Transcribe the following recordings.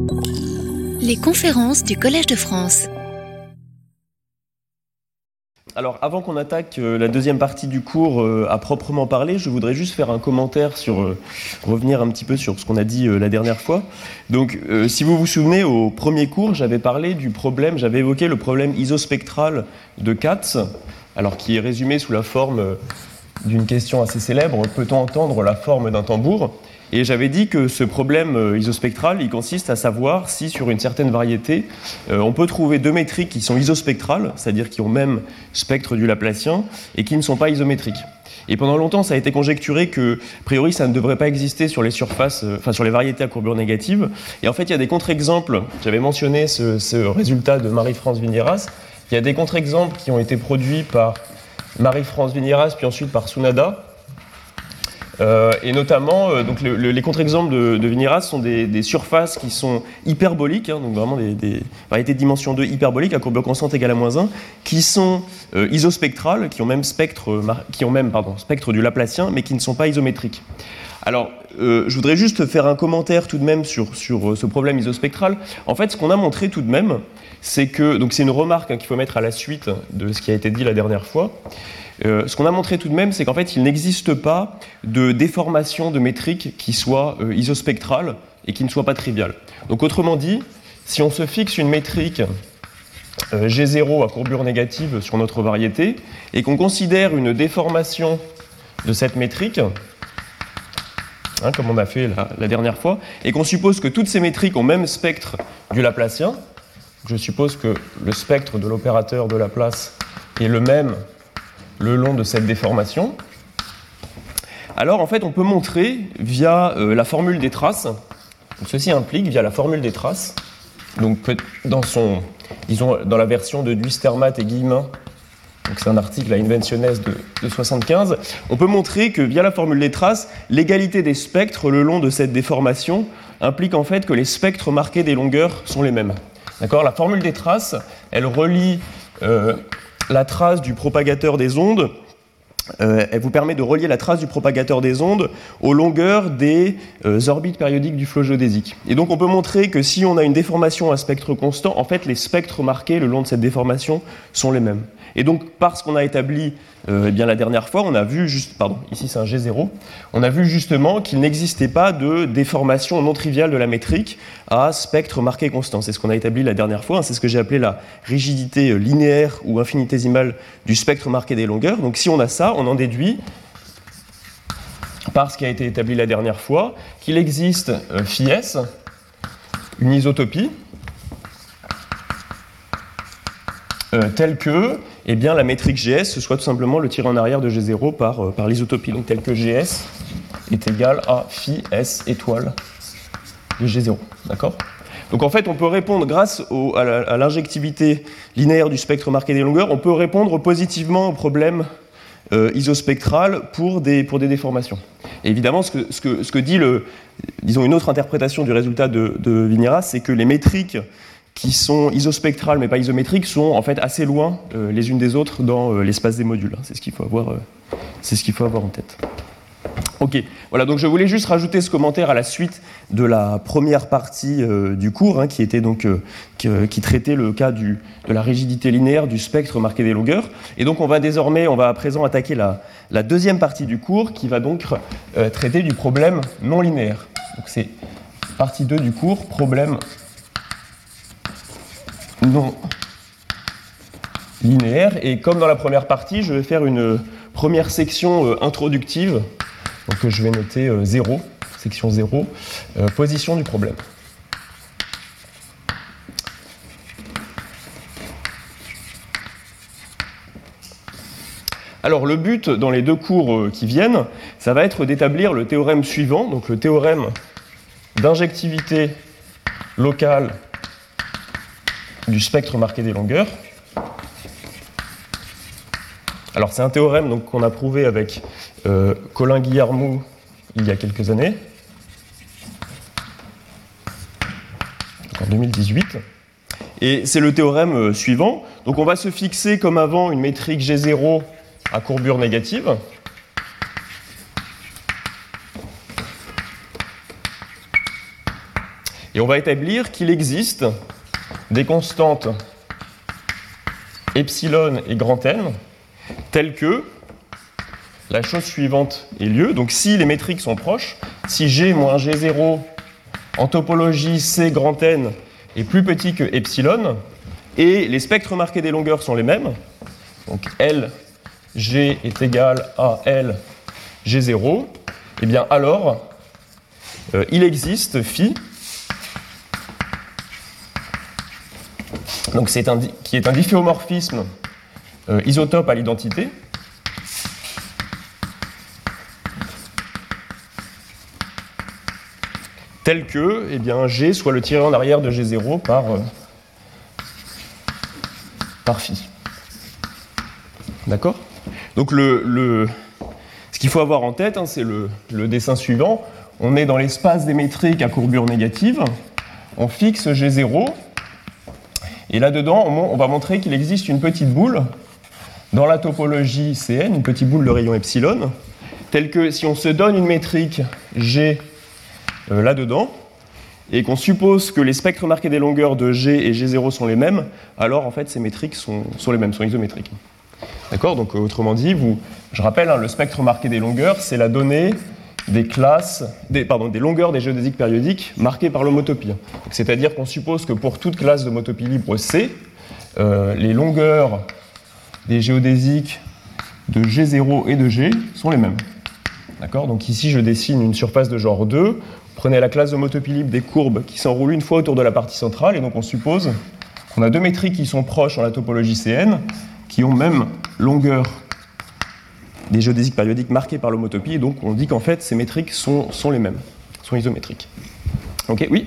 Les conférences du Collège de France. Alors, avant qu'on attaque la deuxième partie du cours à proprement parler, je voudrais juste faire un commentaire sur, revenir un petit peu sur ce qu'on a dit la dernière fois. Donc, si vous vous souvenez, au premier cours, j'avais évoqué le problème isospectral de Katz, alors qui est résumé sous la forme d'une question assez célèbre, peut-on entendre la forme d'un tambour ? Et j'avais dit que ce problème isospectral, il consiste à savoir si sur une certaine variété, on peut trouver deux métriques qui sont isospectrales, c'est-à-dire qui ont même spectre du Laplacien, et qui ne sont pas isométriques. Et pendant longtemps, ça a été conjecturé que, a priori, ça ne devrait pas exister sur les surfaces, sur les variétés à courbure négative. Et en fait, il y a des contre-exemples. J'avais mentionné ce résultat de Marie-France Viniéras. Il y a des contre-exemples qui ont été produits par Marie-France Viniéras, puis ensuite par Tsunada. Et notamment, donc les contre-exemples de Viniéras sont des surfaces qui sont hyperboliques, donc vraiment des variétés de dimension 2 hyperboliques à courbure constante égale à -1, qui sont isospectrales, qui ont même spectre du Laplacien, mais qui ne sont pas isométriques. Alors, je voudrais juste faire un commentaire tout de même sur ce problème isospectral. En fait, ce qu'on a montré tout de même, c'est que, donc c'est une remarque qu'il faut mettre à la suite de ce qui a été dit la dernière fois. Ce qu'on a montré tout de même, c'est qu'en fait, il n'existe pas de déformation de métrique qui soit isospectrale et qui ne soit pas triviale. Donc, autrement dit, si on se fixe une métrique G0 à courbure négative sur notre variété et qu'on considère une déformation de cette métrique, comme on a fait la dernière fois, et qu'on suppose que toutes ces métriques ont même spectre du Laplacien, je suppose que le spectre de l'opérateur de Laplace est le même le long de cette déformation, alors en fait on peut montrer via la formule des traces, donc ceci implique via la formule des traces, donc dans la version de Duistermatt et Guillemin, donc c'est un article à Inventiones de 75, on peut montrer que via la formule des traces, l'égalité des spectres le long de cette déformation implique en fait que les spectres marqués des longueurs sont les mêmes. D'accord ? La formule des traces, elle relie la trace du propagateur des ondes, elle vous permet de relier la trace du propagateur des ondes aux longueurs des orbites périodiques du flot géodésique. Et donc on peut montrer que si on a une déformation à spectre constant, en fait les spectres marqués le long de cette déformation sont les mêmes. Et donc parce qu'on a établi la dernière fois, on a vu ici c'est un G0, on a vu justement qu'il n'existait pas de déformation non triviale de la métrique à spectre marqué constant. C'est ce qu'on a établi la dernière fois, c'est ce que j'ai appelé la rigidité linéaire ou infinitésimale du spectre marqué des longueurs. Donc si on a ça, on en déduit, par ce qui a été établi la dernière fois, qu'il existe phi s, une isotopie, telle que la métrique GS ce soit tout simplement le tiré en arrière de G0 par l'isotopie, donc telle que GS est égal à phi S étoile de G0. D'accord ? Donc en fait, on peut répondre, grâce à l'injectivité linéaire du spectre marqué des longueurs, on peut répondre positivement au problème isospectral pour des déformations. Et évidemment, ce que dit une autre interprétation du résultat de Viniéras, c'est que les métriques qui sont isospectrales mais pas isométriques sont en fait assez loin les unes des autres dans l'espace des modules. C'est ce qu'il faut avoir en tête. Ok, voilà, donc je voulais juste rajouter ce commentaire à la suite de la première partie du cours, qui était donc qui traitait le cas de la rigidité linéaire du spectre marqué des longueurs. Et donc on va à présent attaquer la deuxième partie du cours qui va donc traiter du problème non linéaire. Donc c'est partie 2 du cours, problème non linéaire. Et comme dans la première partie, je vais faire une première section introductive. Donc je vais noter 0, section 0, position du problème. Alors le but dans les deux cours qui viennent, ça va être d'établir le théorème suivant, donc le théorème d'injectivité locale du spectre marqué des longueurs. Alors c'est un théorème qu'on a prouvé avec Colin Guillermou il y a quelques années, en 2018. Et c'est le théorème suivant. Donc on va se fixer comme avant une métrique G0 à courbure négative. Et on va établir qu'il existe des constantes epsilon et grand N telles que la chose suivante ait lieu. Donc si les métriques sont proches, si G moins G0 en topologie C grand N est plus petit que epsilon, et les spectres marqués des longueurs sont les mêmes, donc L, G est égal à L, G0, et bien alors, il existe phi, donc qui est un difféomorphisme isotope à l'identité, tel que eh G soit le tiré en arrière de G0 par phi. D'accord? Donc ce qu'il faut avoir en tête, hein, c'est le dessin suivant. On est dans l'espace des métriques à courbure négative, on fixe G0, et là-dedans, on va montrer qu'il existe une petite boule dans la topologie Cn, une petite boule de rayon epsilon, telle que si on se donne une métrique G là-dedans, et qu'on suppose que les spectres marqués des longueurs de G et G0 sont les mêmes, alors en fait ces métriques sont les mêmes, sont isométriques. D'accord? Donc autrement dit, je rappelle, hein, le spectre marqué des longueurs, c'est la donnée des longueurs des géodésiques périodiques marquées par l'homotopie. C'est-à-dire qu'on suppose que pour toute classe d'homotopie libre C, les longueurs des géodésiques de G0 et de G sont les mêmes. D'accord? Donc ici, je dessine une surface de genre 2. Prenez la classe d'homotopie libre des courbes qui s'enroulent une fois autour de la partie centrale, et donc on suppose qu'on a deux métriques qui sont proches en la topologie Cn, qui ont même longueur des géodésiques périodiques marquées par l'homotopie, et donc on dit qu'en fait ces métriques sont les mêmes, sont isométriques. Ok, oui?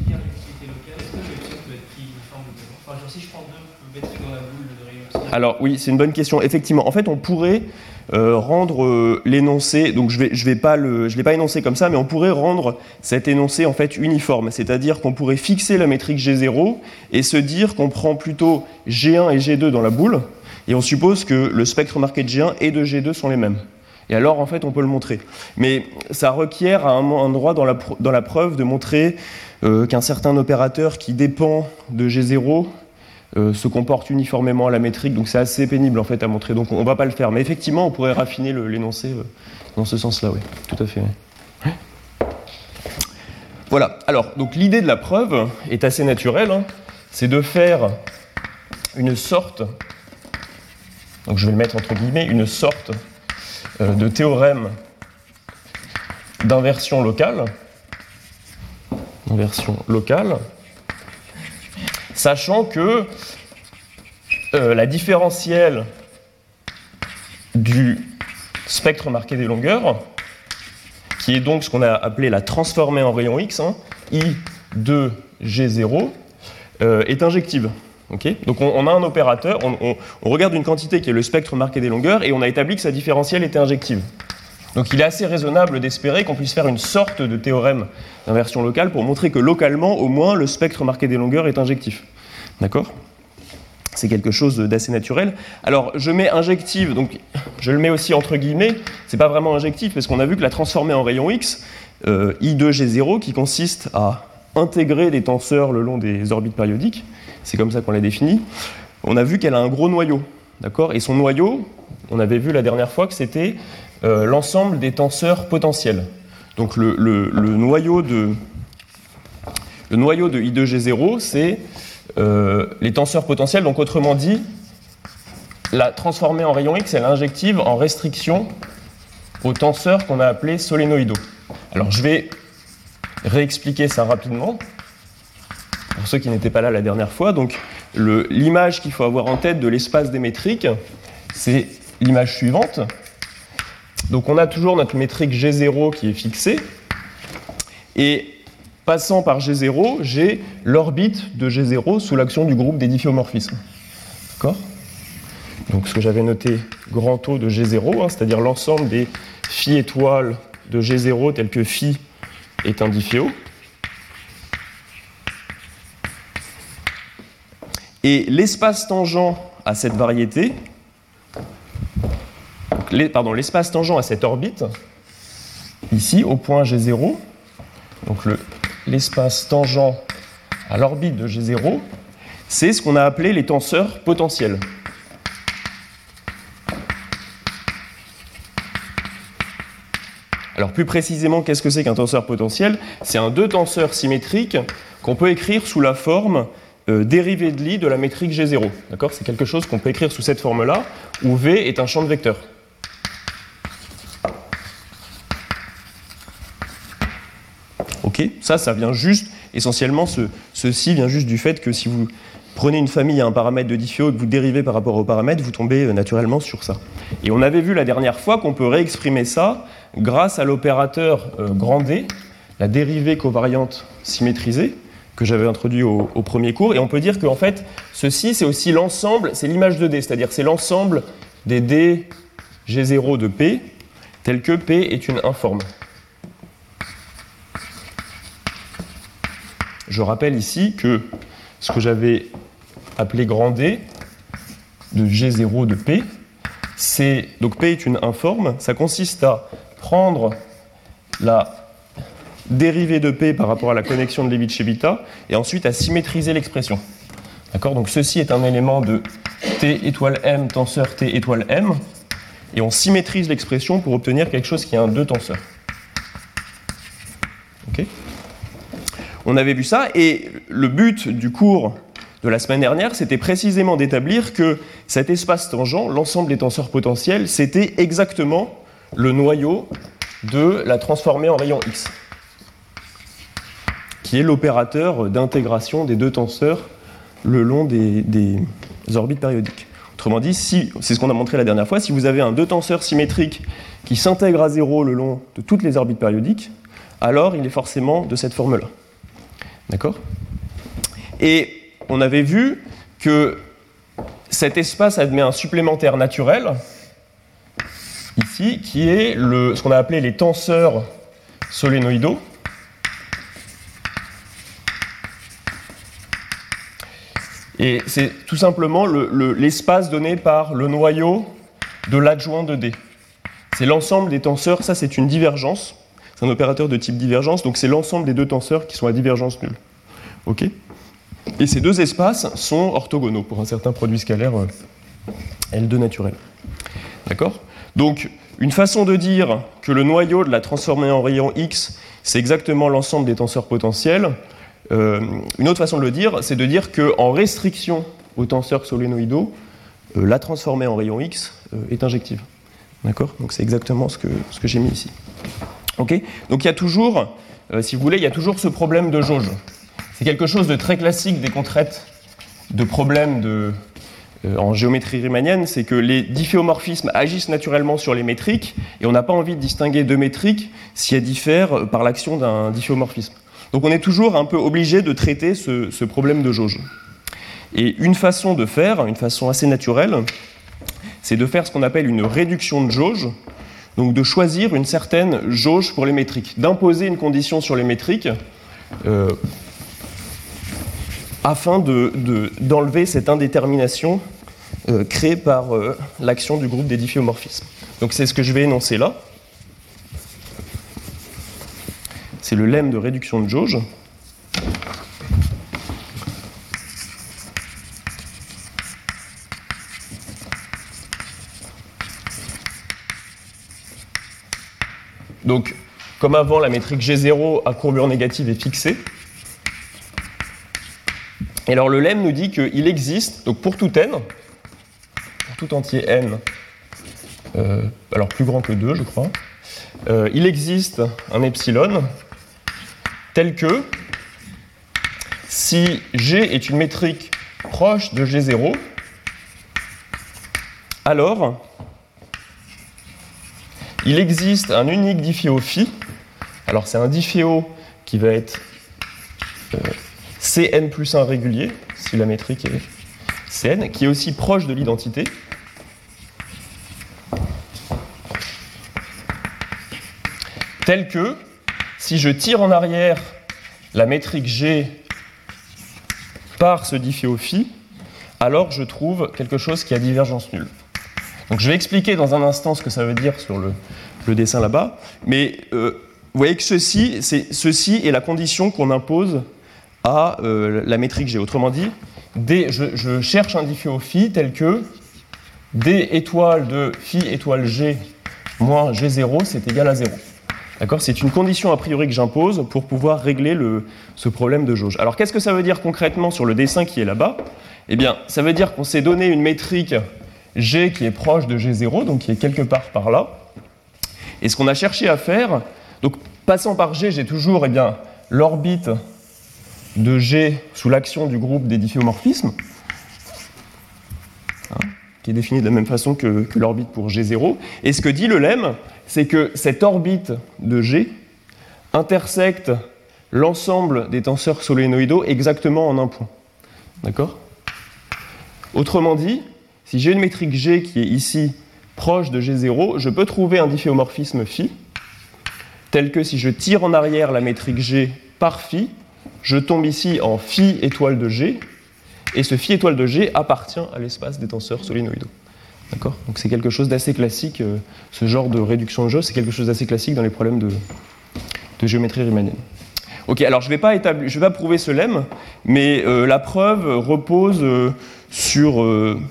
Alors oui, c'est une bonne question. Effectivement, en fait, on pourrait rendre l'énoncé, donc je l'ai pas énoncé comme ça, mais on pourrait rendre cet énoncé en fait uniforme, c'est-à-dire qu'on pourrait fixer la métrique G0 et se dire qu'on prend plutôt G1 et G2 dans la boule, et on suppose que le spectre marqué de G1 et de G2 sont les mêmes. Et alors, en fait, on peut le montrer. Mais ça requiert à un endroit dans la preuve de montrer qu'un certain opérateur qui dépend de G0 se comporte uniformément à la métrique, donc c'est assez pénible en fait à montrer, donc on ne va pas le faire. Mais effectivement, on pourrait raffiner l'énoncé dans ce sens-là, oui, tout à fait. Ouais. Voilà, alors, donc l'idée de la preuve est assez naturelle, hein. C'est de faire une sorte, donc je vais le mettre entre guillemets, une sorte de théorème d'inversion locale, sachant que la différentielle du spectre marqué des longueurs, qui est donc ce qu'on a appelé la transformée en rayon X, hein, I de G0, est injective. Okay, donc on a un opérateur, on regarde une quantité qui est le spectre marqué des longueurs, et on a établi que sa différentielle était injective. Donc il est assez raisonnable d'espérer qu'on puisse faire une sorte de théorème d'inversion locale pour montrer que localement, au moins, le spectre marqué des longueurs est injectif. D'accord ? C'est quelque chose d'assez naturel. Alors je mets injective, donc je le mets aussi entre guillemets, c'est pas vraiment injectif parce qu'on a vu que la transformée en rayon X, I2G0, qui consiste à intégrer des tenseurs le long des orbites périodiques, c'est comme ça qu'on l'a défini, on a vu qu'elle a un gros noyau. D'accord ? Et son noyau, on avait vu la dernière fois que c'était l'ensemble des tenseurs potentiels. Donc le noyau de I2G0, c'est les tenseurs potentiels. Donc autrement dit, la transformée en rayon X, elle est injective en restriction aux tenseurs qu'on a appelés solénoïdaux. Alors je vais réexpliquer ça rapidement, pour ceux qui n'étaient pas là la dernière fois. Donc l'image qu'il faut avoir en tête de l'espace des métriques, c'est l'image suivante. Donc on a toujours notre métrique G0 qui est fixée, et passant par G0, j'ai l'orbite de G0 sous l'action du groupe des difféomorphismes. D'accord ? Donc ce que j'avais noté, grand O de G0, hein, c'est-à-dire l'ensemble des phi étoiles de G0 tel que phi est un difféo. Et l'espace tangent à cette variété, l'espace tangent à cette orbite, ici, au point G0, donc l'espace tangent à l'orbite de G0, c'est ce qu'on a appelé les tenseurs potentiels. Alors plus précisément, qu'est-ce que c'est qu'un tenseur potentiel? C'est un deux tenseurs symétriques qu'on peut écrire sous la forme dérivée de Lie de la métrique G0. D'accord? C'est quelque chose qu'on peut écrire sous cette forme-là, où V est un champ de vecteurs. Ok, ça vient juste, essentiellement, ceci vient juste du fait que si vous prenez une famille à un paramètre de Diffie et que vous dérivez par rapport au paramètre, vous tombez naturellement sur ça. Et on avait vu la dernière fois qu'on peut réexprimer ça grâce à l'opérateur grand D, la dérivée covariante symétrisée, que j'avais introduit au premier cours. Et on peut dire qu'en fait, ceci, c'est aussi l'ensemble, c'est l'image de D, c'est-à-dire c'est l'ensemble des D G0 de P, tel que P est une informe. Je rappelle ici que ce que j'avais appelé grand D de G0 de P, donc P est une informe, ça consiste à prendre la dérivée de P par rapport à la connexion de Levi-Cevita et ensuite à symétriser l'expression. D'accord? Donc ceci est un élément de T étoile M tenseur T étoile M et on symétrise l'expression pour obtenir quelque chose qui est un 2 tenseur. Ok? On avait vu ça, et le but du cours de la semaine dernière, c'était précisément d'établir que cet espace tangent, l'ensemble des tenseurs potentiels, c'était exactement le noyau de la transformée en rayon X, qui est l'opérateur d'intégration des deux tenseurs le long des orbites périodiques. Autrement dit, c'est ce qu'on a montré la dernière fois, si vous avez un deux tenseurs symétrique qui s'intègre à zéro le long de toutes les orbites périodiques, alors il est forcément de cette forme-là. D'accord? Et on avait vu que cet espace admet un supplémentaire naturel, ici, qui est ce qu'on a appelé les tenseurs solénoïdaux. Et c'est tout simplement l'espace donné par le noyau de l'adjoint de D. C'est l'ensemble des tenseurs, ça c'est une divergence. C'est un opérateur de type divergence, donc c'est l'ensemble des deux tenseurs qui sont à divergence nulle. Ok? Et ces deux espaces sont orthogonaux pour un certain produit scalaire L2 naturel. D'accord? Donc, une façon de dire que le noyau de la transformée en rayon X, c'est exactement l'ensemble des tenseurs potentiels. Une autre façon de le dire, c'est de dire qu'en restriction aux tenseurs solénoïdaux, la transformée en rayon X est injective. D'accord? Donc c'est exactement ce que j'ai mis ici. Okay. Donc il y a toujours, si vous voulez, il y a toujours ce problème de jauge. C'est quelque chose de très classique dès qu'on traite de problèmes en géométrie riemannienne, c'est que les difféomorphismes agissent naturellement sur les métriques et on n'a pas envie de distinguer deux métriques si elles diffèrent par l'action d'un difféomorphisme. Donc on est toujours un peu obligé de traiter ce problème de jauge. Et une façon de faire, une façon assez naturelle, c'est de faire ce qu'on appelle une réduction de jauge. Donc de choisir une certaine jauge pour les métriques, d'imposer une condition sur les métriques afin d'enlever cette indétermination créée par l'action du groupe des difféomorphismes. Donc c'est ce que je vais énoncer là. C'est le lemme de réduction de jauge. Donc, comme avant, la métrique G0 à courbure négative est fixée. Et alors, le lemme nous dit qu'il existe, donc pour tout n, pour tout entier n, alors plus grand que 2, je crois, il existe un epsilon tel que si G est une métrique proche de G0, alors il existe un unique difféo phi. Alors c'est un difféo qui va être Cn plus 1 régulier, si la métrique est Cn, qui est aussi proche de l'identité. Tel que, si je tire en arrière la métrique G par ce difféo phi, alors je trouve quelque chose qui a divergence nulle. Donc je vais expliquer dans un instant ce que ça veut dire sur le dessin là-bas, mais voyez que ceci est la condition qu'on impose à la métrique G. Autrement dit, je cherche un difféo phi tel que d étoile de phi étoile G moins G0, c'est égal à 0. D'accord ? C'est une condition a priori que j'impose pour pouvoir régler ce problème de jauge. Alors qu'est-ce que ça veut dire concrètement sur le dessin qui est là-bas ? Eh bien, ça veut dire qu'on s'est donné une métrique G qui est proche de G0, donc qui est quelque part par là. Et ce qu'on a cherché à faire, donc passant par G, j'ai toujours l'orbite de G sous l'action du groupe des difféomorphismes, qui est définie de la même façon que l'orbite pour G0. Et ce que dit le lemme, c'est que cette orbite de G intersecte l'ensemble des tenseurs solénoïdaux exactement en un point. D'accord ? Autrement dit, si j'ai une métrique G qui est ici proche de G0, je peux trouver un difféomorphisme phi, tel que si je tire en arrière la métrique G par phi, je tombe ici en phi étoile de G, et ce phi étoile de G appartient à l'espace des tenseurs solénoïdaux. D'accord ? Donc c'est quelque chose d'assez classique, ce genre de réduction de jauge, c'est quelque chose d'assez classique dans les problèmes de géométrie riemannienne. Ok, alors je ne vais pas prouver ce lemme, mais la preuve repose sur...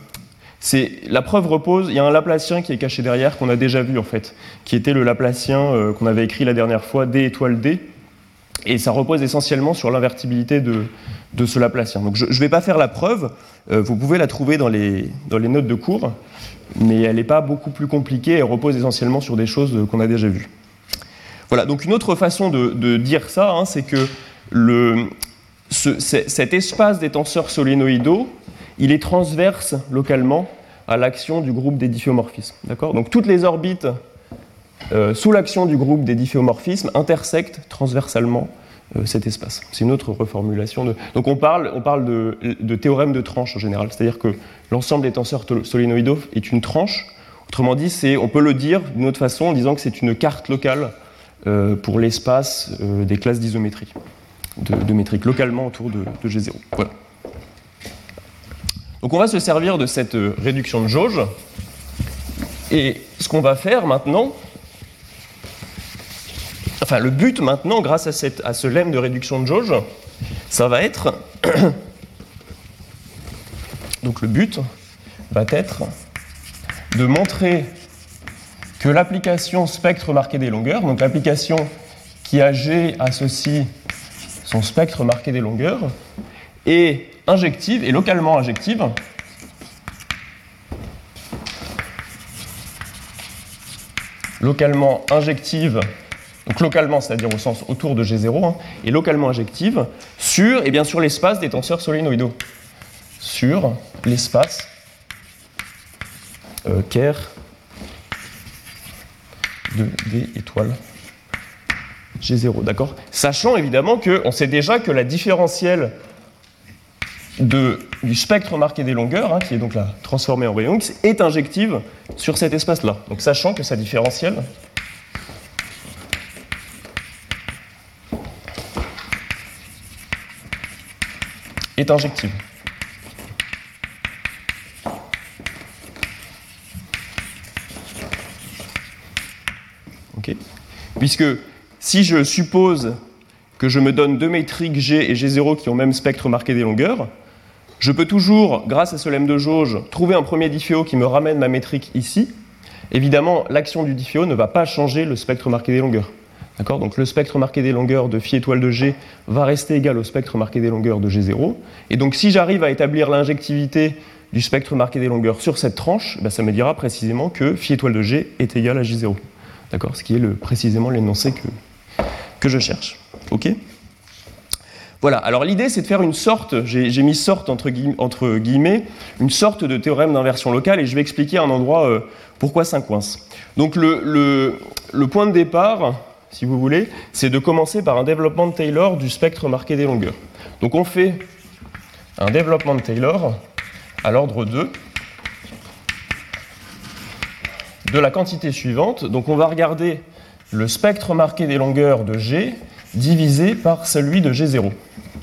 il y a un Laplacien qui est caché derrière, qu'on a déjà vu en fait, qui était le Laplacien qu'on avait écrit la dernière fois, d étoile d, et ça repose essentiellement sur l'invertibilité de ce Laplacien. Donc je ne vais pas faire la preuve, vous pouvez la trouver dans les notes de cours, mais elle n'est pas beaucoup plus compliquée, elle repose essentiellement sur des choses qu'on a déjà vues. Voilà, donc une autre façon de dire ça, c'est que cet espace des tenseurs solénoïdaux, il est transverse localement à l'action du groupe des difféomorphismes. D'accord ? Donc toutes les orbites sous l'action du groupe des difféomorphismes intersectent transversalement cet espace. C'est une autre reformulation. Donc on parle de théorème de tranche en général, c'est-à-dire que l'ensemble des tenseurs solénoïdaux est une tranche. Autrement dit, on peut le dire d'une autre façon en disant que c'est une carte locale pour l'espace des classes d'isométrie, de métrique localement autour de G0. Voilà. Donc on va se servir de cette réduction de jauge, et ce qu'on va faire maintenant, enfin le but maintenant, grâce à ce lemme de réduction de jauge, ça va être, donc le but va être de montrer que l'application spectre marqué des longueurs, donc l'application qui à G associe son spectre marqué des longueurs, est injective et localement injective donc localement, c'est-à-dire au sens autour de G0, et localement injective sur l'espace des tenseurs solénoïdaux, sur l'espace ker de D étoile G0, d'accord ? Sachant évidemment qu'on sait déjà que la différentielle du spectre marqué des longueurs, qui est donc là transformée en rayon X, est injective sur cet espace-là. Donc sachant que sa différentielle est injective. Okay. Puisque si je suppose que je me donne deux métriques G et G0 qui ont même spectre marqué des longueurs, je peux toujours, grâce à ce lemme de jauge, trouver un premier difféo qui me ramène ma métrique ici. Évidemment, l'action du difféo ne va pas changer le spectre marqué des longueurs. D'accord ? Donc le spectre marqué des longueurs de phi étoile de G va rester égal au spectre marqué des longueurs de G0. Et donc si j'arrive à établir l'injectivité du spectre marqué des longueurs sur cette tranche, ça me dira précisément que phi étoile de G est égal à J0. D'accord ? Ce qui est précisément l'énoncé que je cherche. Ok ? Voilà, alors l'idée c'est de faire une sorte, j'ai mis sorte entre guillemets, une sorte de théorème d'inversion locale, et je vais expliquer à un endroit pourquoi ça coince. Donc le point de départ, si vous voulez, c'est de commencer par un développement de Taylor du spectre marqué des longueurs. Donc on fait un développement de Taylor à l'ordre 2 de la quantité suivante. Donc on va regarder le spectre marqué des longueurs de G divisé par celui de G0. Ok ?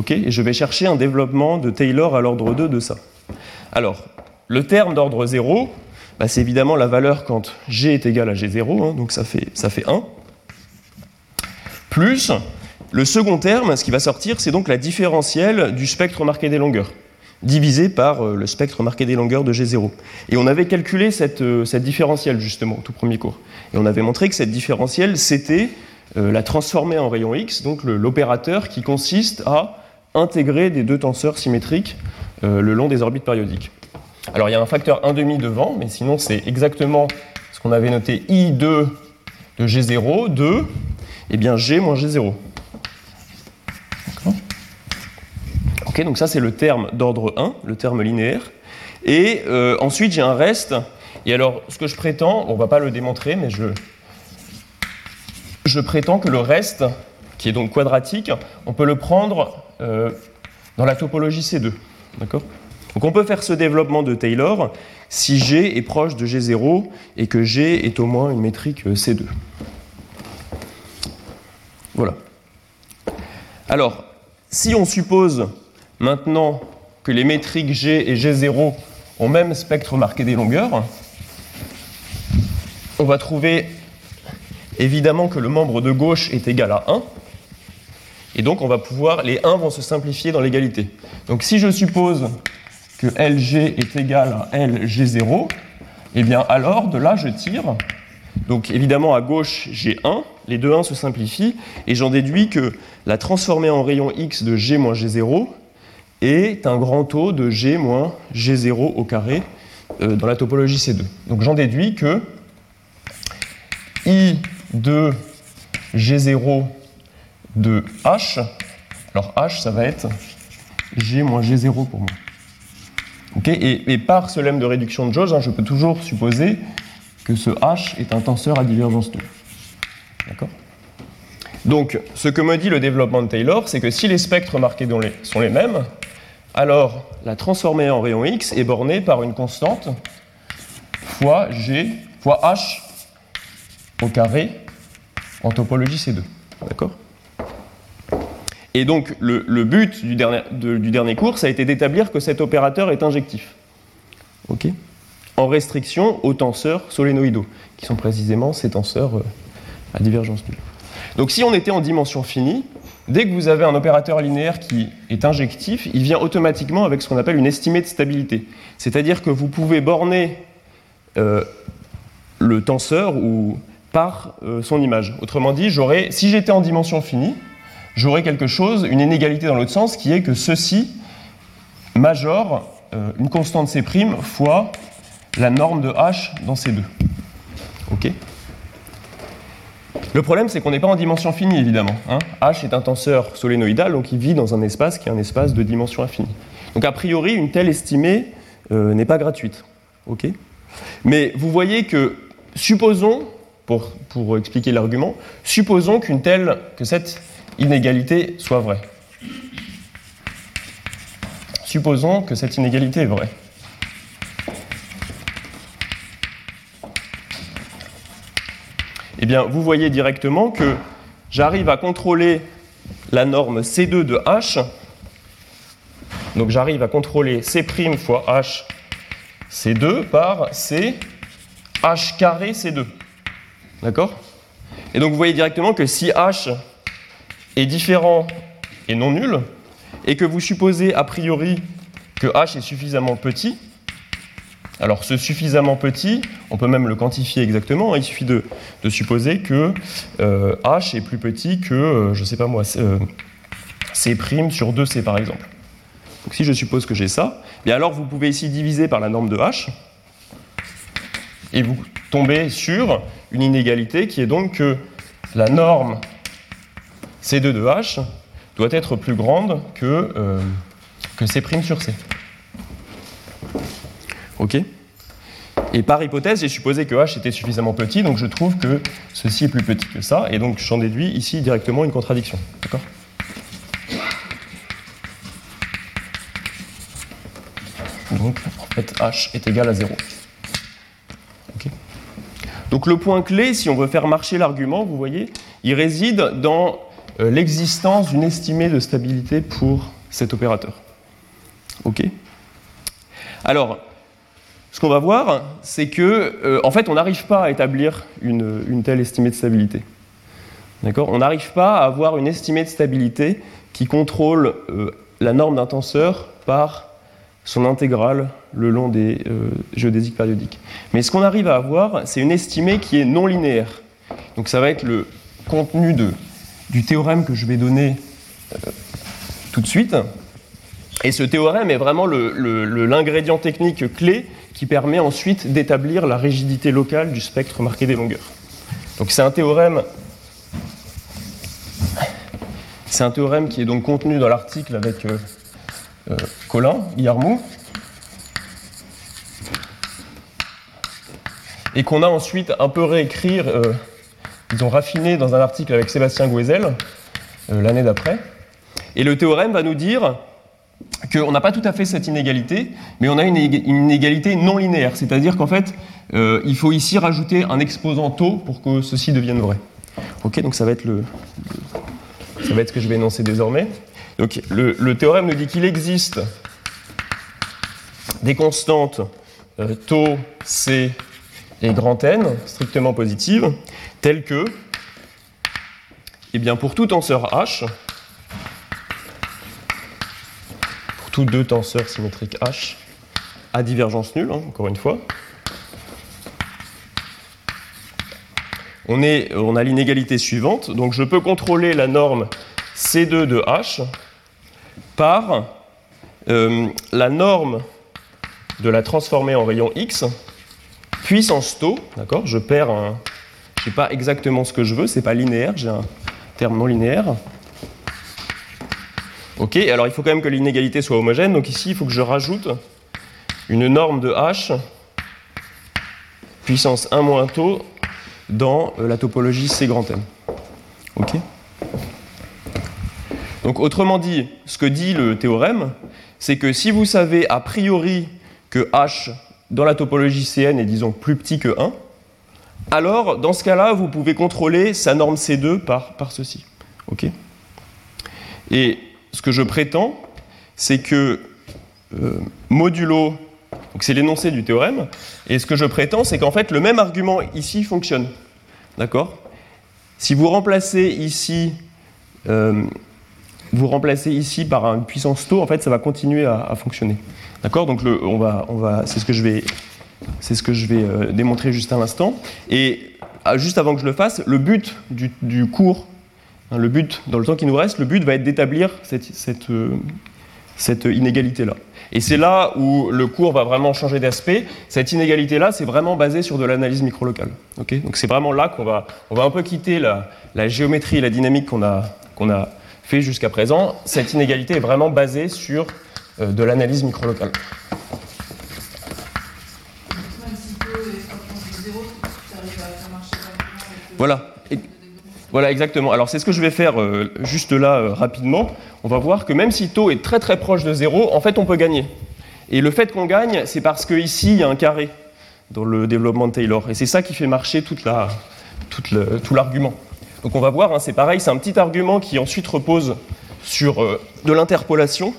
Et je vais chercher un développement de Taylor à l'ordre 2 de ça. Alors, le terme d'ordre 0, c'est évidemment la valeur quand G est égal à G0, donc ça fait 1. plus le second terme, ce qui va sortir, c'est donc la différentielle du spectre marqué des longueurs, divisé par le spectre marqué des longueurs de G0. Et on avait calculé cette différentielle, justement, au tout premier cours. Et on avait montré que cette différentielle, c'était la transformée en rayon X, donc l'opérateur qui consiste à intégrer des deux tenseurs symétriques le long des orbites périodiques. Alors, il y a un facteur 1,5 devant, mais sinon, c'est exactement ce qu'on avait noté I2 de G0 de G moins G0. Ok, donc ça, c'est le terme d'ordre 1, le terme linéaire. Et ensuite, j'ai un reste. Et alors, ce que je prétends, on ne va pas le démontrer, mais je prétends que le reste, qui est donc quadratique, on peut le prendre dans la topologie C2. D'accord ? Donc on peut faire ce développement de Taylor si G est proche de G0 et que G est au moins une métrique C2. Voilà. Alors, si on suppose maintenant que les métriques G et G0 ont même spectre marqué des longueurs, on va trouver évidemment que le membre de gauche est égal à 1, et donc on va pouvoir, les 1 vont se simplifier dans l'égalité. Donc si je suppose que LG est égal à LG0, et bien alors de là je tire, donc évidemment à gauche j'ai 1, les deux 1 se simplifient, et j'en déduis que la transformée en rayon X de G moins G0 est un grand taux de G moins G0 au carré dans la topologie C2. Donc j'en déduis que I de G0 de H, alors H ça va être G moins G0 pour moi. Okay, et par ce lemme de réduction de jauge, je peux toujours supposer que ce H est un tenseur à divergence nulle. D'accord ? Donc, ce que me dit le développement de Taylor, c'est que si les spectres marqués sont les mêmes, alors la transformée en rayon X est bornée par une constante fois G fois H au carré en topologie C2. D'accord ? Et donc, le but du dernier cours, ça a été d'établir que cet opérateur est injectif. Okay ? En restriction aux tenseurs solénoïdaux, qui sont précisément ces tenseurs à divergence nulle. Donc si on était en dimension finie, dès que vous avez un opérateur linéaire qui est injectif, il vient automatiquement avec ce qu'on appelle une estimée de stabilité. C'est-à-dire que vous pouvez borner le tenseur par son image. Autrement dit, si j'étais en dimension finie, j'aurais quelque chose, une inégalité dans l'autre sens, qui est que ceci majore une constante C' fois la norme de H dans C2. Ok ? Le problème, c'est qu'on n'est pas en dimension finie, évidemment. H est un tenseur solénoïdal, donc il vit dans un espace qui est un espace de dimension infinie. Donc a priori, une telle estimée n'est pas gratuite. Ok ? Mais vous voyez que, supposons, pour expliquer l'argument, supposons que cette inégalité soit vraie. Supposons que cette inégalité est vraie. Eh bien, vous voyez directement que j'arrive à contrôler la norme C2 de H. Donc j'arrive à contrôler C' fois H C2 par C H carré C2. D'accord ? Et donc vous voyez directement que si H est différent et non nul, et que vous supposez a priori que H est suffisamment petit, alors ce suffisamment petit, on peut même le quantifier exactement, il suffit de supposer que H est plus petit que, je ne sais pas moi, C' sur 2C par exemple. Donc si je suppose que j'ai ça, bien alors vous pouvez ici diviser par la norme de H, et vous tombez sur une inégalité qui est donc que la norme C2 de H doit être plus grande que C' sur C. Ok ? Et par hypothèse, j'ai supposé que H était suffisamment petit, donc je trouve que ceci est plus petit que ça, et donc j'en déduis ici directement une contradiction. D'accord ? Donc, en fait, H est égal à 0. Okay. Donc le point clé, si on veut faire marcher l'argument, vous voyez, il réside dans l'existence d'une estimée de stabilité pour cet opérateur. Ok ? Alors, ce qu'on va voir, c'est que, en fait, on n'arrive pas à établir une telle estimée de stabilité. D'accord ? On n'arrive pas à avoir une estimée de stabilité qui contrôle la norme d'un tenseur par son intégrale le long des géodésiques périodiques. Mais ce qu'on arrive à avoir, c'est une estimée qui est non linéaire. Donc ça va être le contenu du théorème que je vais donner tout de suite. Et ce théorème est vraiment l'ingrédient technique clé qui permet ensuite d'établir la rigidité locale du spectre marqué des longueurs. Donc c'est un théorème qui est donc contenu dans l'article avec Colin Guillermo, et qu'on a ensuite un peu réécrit, ils ont raffiné dans un article avec Sébastien Guézel l'année d'après. Et le théorème va nous dire qu'on n'a pas tout à fait cette inégalité, mais on a une inégalité non linéaire, c'est-à-dire qu'en fait, il faut ici rajouter un exposant taux pour que ceci devienne vrai. Ok, donc ça va être ce que je vais énoncer désormais. Donc le théorème nous dit qu'il existe des constantes taux, C et grand N strictement positives, telles que, eh bien, pour tout tenseur H, pour tous deux tenseurs symétriques H, à divergence nulle, hein, encore une fois, on a l'inégalité suivante. Donc je peux contrôler la norme C2 de H par la norme de la transformée en rayon X, puissance taux, d'accord ? Je n'ai pas exactement ce que je veux, c'est pas linéaire, j'ai un terme non linéaire. Ok, alors il faut quand même que l'inégalité soit homogène, donc ici il faut que je rajoute une norme de H, puissance 1 moins taux, dans la topologie C grand M. Ok ? Donc autrement dit, ce que dit le théorème, c'est que si vous savez a priori que H dans la topologie Cn est disons plus petit que 1, alors dans ce cas-là, vous pouvez contrôler sa norme C2 par ceci. Ok ? Et ce que je prétends, c'est que modulo, donc c'est l'énoncé du théorème, et ce que je prétends, c'est qu'en fait le même argument ici fonctionne. D'accord ? Si vous remplacez ici par une puissance taux, en fait, ça va continuer à fonctionner. D'accord ? Donc, c'est ce que je vais démontrer juste à l'instant. Et juste avant que je le fasse, le but du cours, hein, le but dans le temps qui nous reste, le but va être d'établir cette inégalité-là. Et c'est là où le cours va vraiment changer d'aspect. Cette inégalité-là, c'est vraiment basé sur de l'analyse microlocale. Okay ? Donc, c'est vraiment là qu'on va un peu quitter la géométrie et la dynamique qu'on a fait jusqu'à présent. Cette inégalité est vraiment basée sur de l'analyse microlocale. Voilà, exactement. Alors c'est ce que je vais faire juste là rapidement. On va voir que même si taux est très très proche de 0, en fait on peut gagner. Et le fait qu'on gagne, c'est parce qu'ici il y a un carré dans le développement de Taylor. Et c'est ça qui fait marcher tout l'argument. Donc on va voir, hein, c'est pareil, c'est un petit argument qui ensuite repose sur de l'interpolation.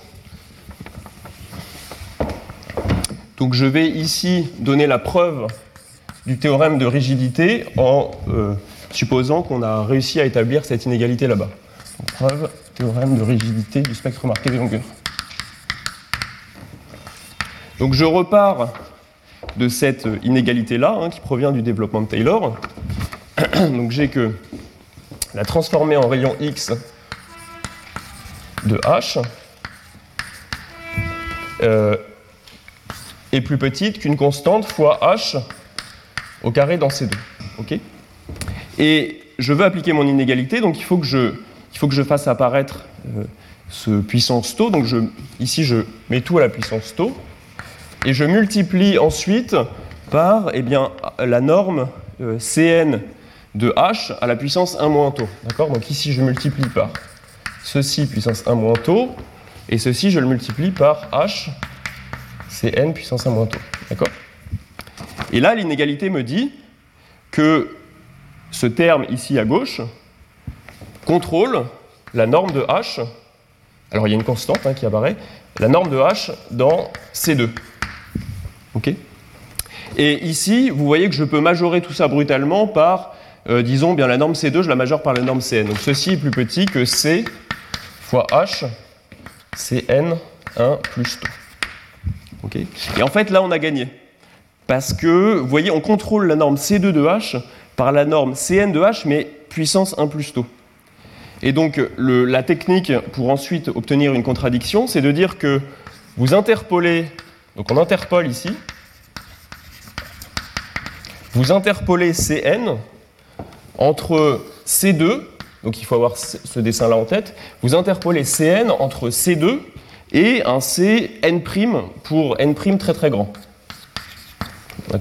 Donc je vais ici donner la preuve du théorème de rigidité en supposant qu'on a réussi à établir cette inégalité là-bas. Donc, preuve, théorème de rigidité du spectre marqué des longueurs. Donc je repars de cette inégalité-là, hein, qui provient du développement de Taylor. Donc j'ai que la transformée en rayon X de H est plus petite qu'une constante fois H au carré dans C2. Okay ? Et je veux appliquer mon inégalité, donc il faut que je fasse apparaître ce puissance taux. Donc ici, je mets tout à la puissance taux. Et je multiplie ensuite par la norme Cn de H à la puissance 1 moins taux. D'accord ? Donc ici, je multiplie par ceci puissance 1 moins taux. Et ceci, je le multiplie par H Cn puissance 1 moins taux. D'accord ? Et là, l'inégalité me dit que ce terme ici à gauche contrôle la norme de H. Alors il y a une constante qui apparaît. La norme de H dans C2. Ok ? Et ici, vous voyez que je peux majorer tout ça brutalement par disons, bien la norme C2, je la majeure par la norme Cn. Donc ceci est plus petit que C fois H, Cn1 plus taux. Okay. Et en fait, là, on a gagné. Parce que, vous voyez, on contrôle la norme C2 de H par la norme Cn de H, mais puissance 1 plus taux. Et donc, la technique pour ensuite obtenir une contradiction, c'est de dire que vous interpolez, donc on interpole ici, vous interpolez Cn entre C2, donc il faut avoir ce dessin-là en tête, vous interpolez Cn entre C2 et un Cn' pour n' très très grand. D'accord ?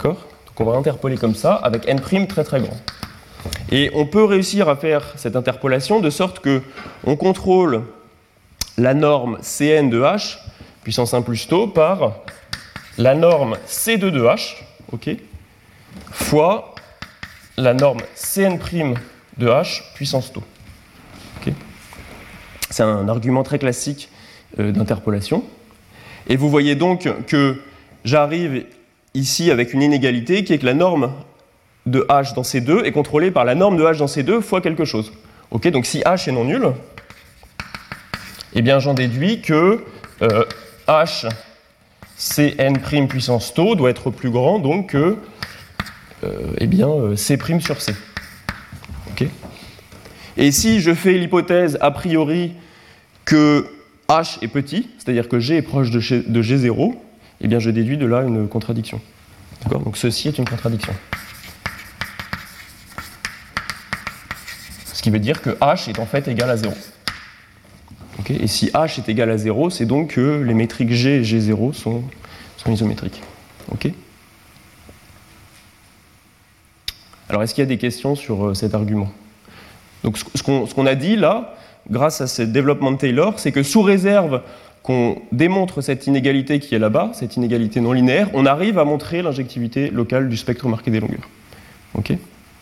Donc on va interpoler comme ça, avec n' très très grand. Et on peut réussir à faire cette interpolation de sorte qu'on contrôle la norme Cn de H, puissance 1 plus taux, par la norme C2 de H, okay, fois la norme Cn' de H, puissance taux. Okay. C'est un argument très classique d'interpolation. Et vous voyez donc que j'arrive ici avec une inégalité qui est que la norme de H dans C2 est contrôlée par la norme de H dans C2 fois quelque chose. Okay, donc si H est non nul, eh bien j'en déduis que H Cn' puissance taux doit être plus grand donc que C' sur C. Okay. Et si je fais l'hypothèse a priori que H est petit, c'est-à-dire que G est proche de G0, eh bien je déduis de là une contradiction. D'accord ? Donc ceci est une contradiction. Ce qui veut dire que H est en fait égal à 0. Okay ? Et si H est égal à 0, c'est donc que les métriques G et G0 sont isométriques. Okay ? Alors est-ce qu'il y a des questions sur cet argument ? Donc ce qu'on a dit là, grâce à ce développement de Taylor, c'est que sous réserve qu'on démontre cette inégalité qui est là-bas, cette inégalité non linéaire, on arrive à montrer l'injectivité locale du spectre marqué des longueurs. Okay ?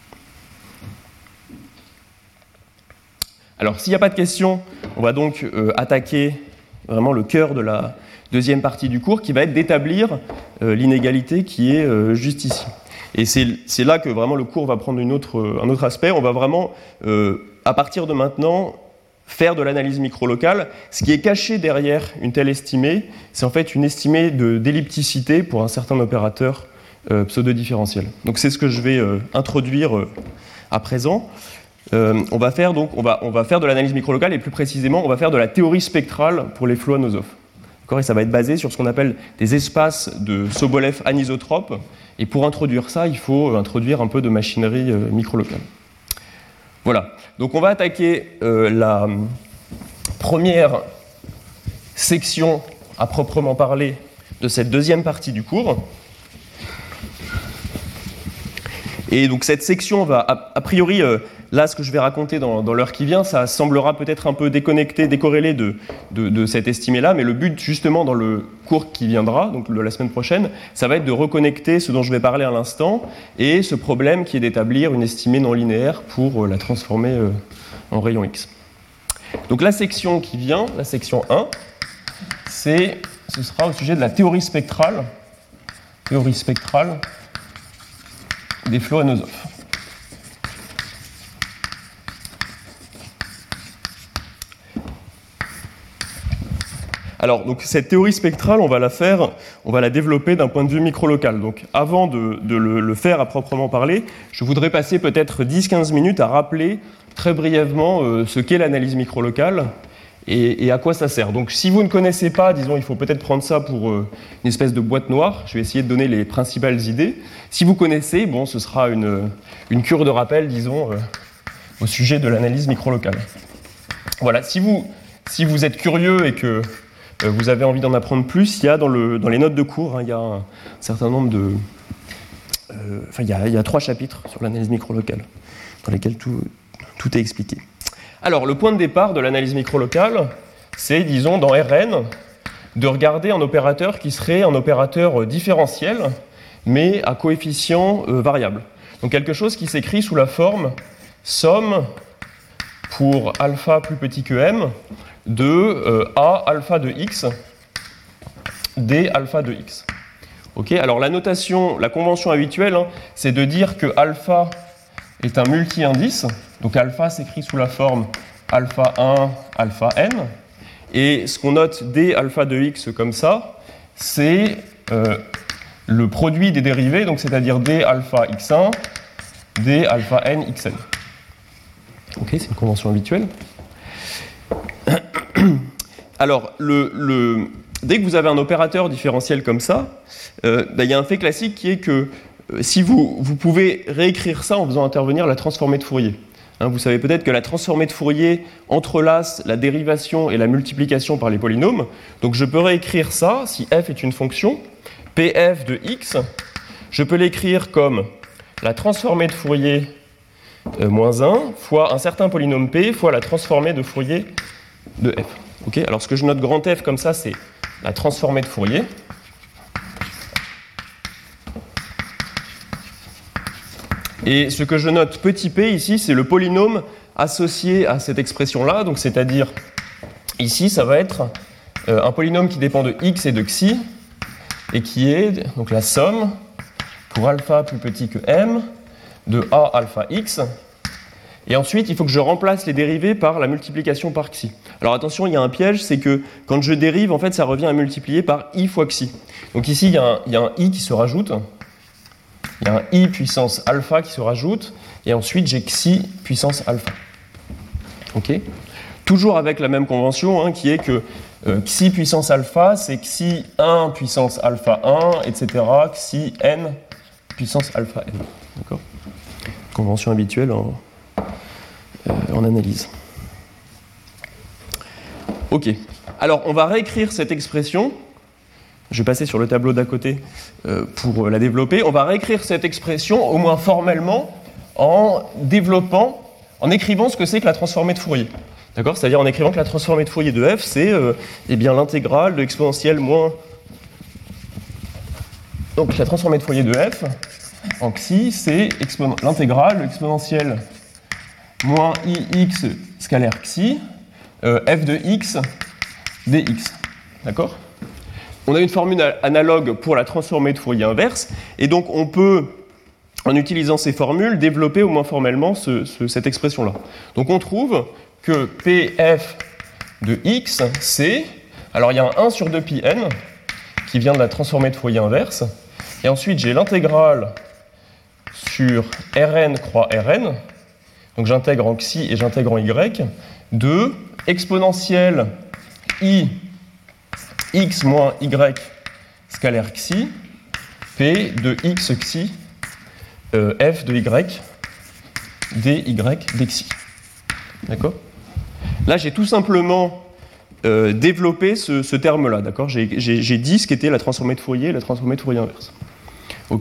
Alors, s'il n'y a pas de questions, on va donc attaquer vraiment le cœur de la deuxième partie du cours, qui va être d'établir l'inégalité qui est juste ici. Et c'est là que vraiment le cours va prendre un autre aspect. On va vraiment, à partir de maintenant, faire de l'analyse microlocale. Ce qui est caché derrière une telle estimée, c'est en fait une estimée d'ellipticité pour un certain opérateur pseudo-différentiel. Donc c'est ce que je vais introduire à présent. On va faire de l'analyse microlocale et plus précisément, on va faire de la théorie spectrale pour les flots anosophes. Et ça va être basé sur ce qu'on appelle des espaces de Sobolev anisotropes. Et pour introduire ça, il faut introduire un peu de machinerie microlocale. Voilà. Donc on va attaquer la première section à proprement parler de cette deuxième partie du cours. Et donc cette section va, a priori, là ce que je vais raconter dans l'heure qui vient, ça semblera peut-être un peu déconnecté, décorrélé de cette estimée-là, mais le but justement dans le cours qui viendra, donc la semaine prochaine, ça va être de reconnecter ce dont je vais parler à l'instant et ce problème qui est d'établir une estimée non linéaire pour la transformer en rayon X. Donc la section qui vient, la section 1, ce sera au sujet de la théorie spectrale des flots anosophes. Alors, donc, cette théorie spectrale, on va la développer d'un point de vue microlocal. Donc, avant de le faire à proprement parler, je voudrais passer peut-être 10-15 minutes à rappeler très brièvement ce qu'est l'analyse microlocale et à quoi ça sert. Donc, si vous ne connaissez pas, disons, il faut peut-être prendre ça pour une espèce de boîte noire. Je vais essayer de donner les principales idées. Si vous connaissez, bon, ce sera une cure de rappel, disons, au sujet de l'analyse microlocale. Voilà, si vous êtes curieux et que vous avez envie d'en apprendre plus, il y a dans les notes de cours, il y a un certain nombre de... il y a 3 chapitres sur l'analyse microlocale, dans lesquels tout est expliqué. Alors, le point de départ de l'analyse microlocale, c'est, disons, dans Rn, de regarder un opérateur qui serait un opérateur différentiel, mais à coefficient variable. Donc, quelque chose qui s'écrit sous la forme somme pour alpha plus petit que m de A alpha de x d alpha de x. Okay, alors la notation, la convention habituelle, c'est de dire que alpha est un multi-indice. Donc alpha s'écrit sous la forme alpha 1, alpha n. Et ce qu'on note d alpha de x comme ça, c'est le produit des dérivés, donc c'est-à-dire d alpha x1, d alpha n xn. Ok, c'est une convention habituelle. Alors, dès que vous avez un opérateur différentiel comme ça, il y a un fait classique qui est que si vous pouvez réécrire ça en faisant intervenir la transformée de Fourier. Hein, vous savez peut-être que la transformée de Fourier entrelace la dérivation et la multiplication par les polynômes. Donc je peux réécrire ça, si f est une fonction, pf de x, je peux l'écrire comme la transformée de Fourier moins 1 fois un certain polynôme p fois la transformée de Fourier de f. Okay, alors ce que je note grand F comme ça, c'est la transformée de Fourier. Et ce que je note petit p ici, c'est le polynôme associé à cette expression-là. Donc c'est-à-dire, ici, ça va être un polynôme qui dépend de x et de xi, et qui est donc la somme, pour alpha plus petit que m, de a alpha x. Et ensuite, il faut que je remplace les dérivés par la multiplication par xi. Alors attention, il y a un piège, c'est que quand je dérive, en fait, ça revient à multiplier par i fois xi. Donc ici, il y a un i qui se rajoute. Il y a un i puissance alpha qui se rajoute. Et ensuite, j'ai xi puissance alpha. Ok ? Toujours avec la même convention, hein, qui est que xi puissance alpha, c'est xi 1 puissance alpha 1, etc. Xi n puissance alpha n. D'accord ? Convention habituelle en analyse. Ok, alors on va réécrire cette expression. Je vais passer sur le tableau d'à côté pour la développer. On va réécrire cette expression, au moins formellement, en écrivant ce que c'est que la transformée de Fourier. D'accord ? C'est-à-dire en écrivant que la transformée de Fourier de f, c'est l'intégrale de exponentielle moins... Donc la transformée de Fourier de f, en xi, c'est l'intégrale de exponentielle moins ix scalaire xi, f de x dx. D'accord ? On a une formule analogue pour la transformée de Fourier inverse, et donc on peut, en utilisant ces formules, développer au moins formellement cette expression-là. Donc on trouve que pf de x, c'est... Alors il y a un 1 sur 2 pi n qui vient de la transformée de Fourier inverse, et ensuite j'ai l'intégrale sur Rn croix Rn, donc j'intègre en xi et j'intègre en y, de exponentielle i x moins y scalaire xi, p de x xi, f de y, dy dxi. D'accord ? Là, j'ai tout simplement développé ce terme-là. D'accord ? J'ai dit ce qu'était la transformée de Fourier et la transformée de Fourier inverse. Ok ?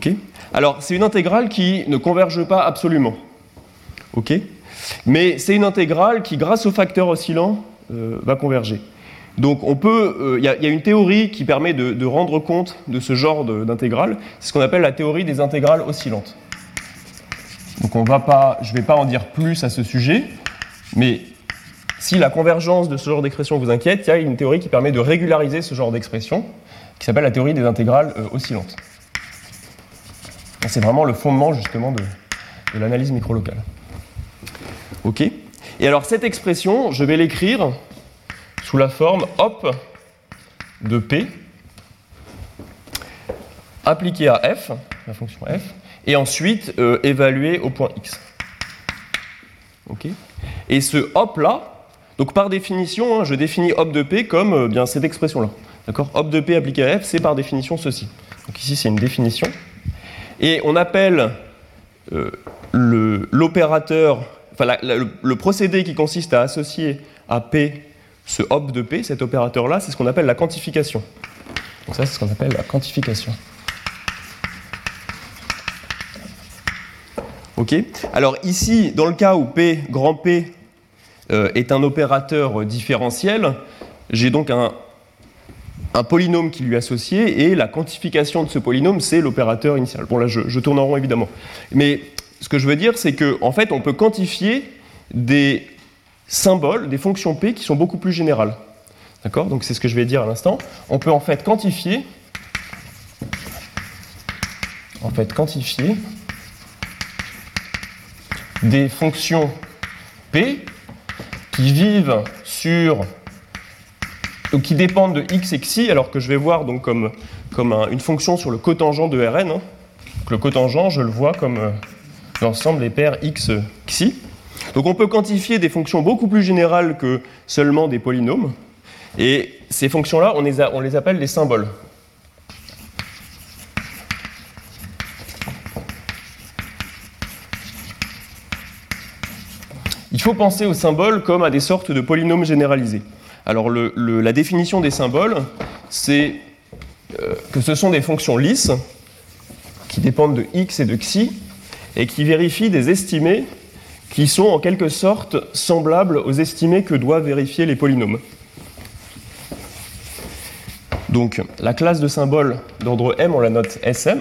Alors, c'est une intégrale qui ne converge pas absolument. Ok ? Mais c'est une intégrale qui, grâce au facteur oscillant, va converger. Donc, il y a une théorie qui permet de rendre compte de ce genre d'intégrale. C'est ce qu'on appelle la théorie des intégrales oscillantes. Donc, je ne vais pas en dire plus à ce sujet, mais si la convergence de ce genre d'expression vous inquiète, il y a une théorie qui permet de régulariser ce genre d'expression, qui s'appelle la théorie des intégrales oscillantes. C'est vraiment le fondement, justement, de l'analyse microlocale. Ok ? Et alors, cette expression, je vais l'écrire sous la forme op de p appliquée à f, la fonction f, et ensuite évaluée au point x. Ok ? Et ce op-là, donc par définition, je définis op de p comme bien cette expression-là. D'accord ? Op de p appliquée à f, c'est par définition ceci. Donc ici, c'est une définition. Et on appelle l'opérateur, enfin le procédé qui consiste à associer à p ce op de p, cet opérateur-là, c'est ce qu'on appelle la quantification. Donc ça, c'est ce qu'on appelle la quantification. Ok ? Alors ici, dans le cas où p, grand P, est un opérateur différentiel, j'ai donc un polynôme qui lui est associé, et la quantification de ce polynôme, c'est l'opérateur initial. Bon, là, je tourne en rond, évidemment. Mais ce que je veux dire, c'est qu'en fait, on peut quantifier des symboles, des fonctions P qui sont beaucoup plus générales. D'accord ? Donc, c'est ce que je vais dire à l'instant. On peut en fait quantifier des fonctions P qui vivent sur... donc qui dépendent de x et xi, alors que je vais voir donc comme une fonction sur le cotangent de Rn. Donc le cotangent, je le vois comme l'ensemble des paires x, xi. Donc on peut quantifier des fonctions beaucoup plus générales que seulement des polynômes. Et ces fonctions-là, on les appelle des symboles. Il faut penser aux symboles comme à des sortes de polynômes généralisés. Alors la définition des symboles, c'est que ce sont des fonctions lisses qui dépendent de x et de xi et qui vérifient des estimés qui sont en quelque sorte semblables aux estimés que doivent vérifier les polynômes. Donc la classe de symboles d'ordre M, on la note Sm.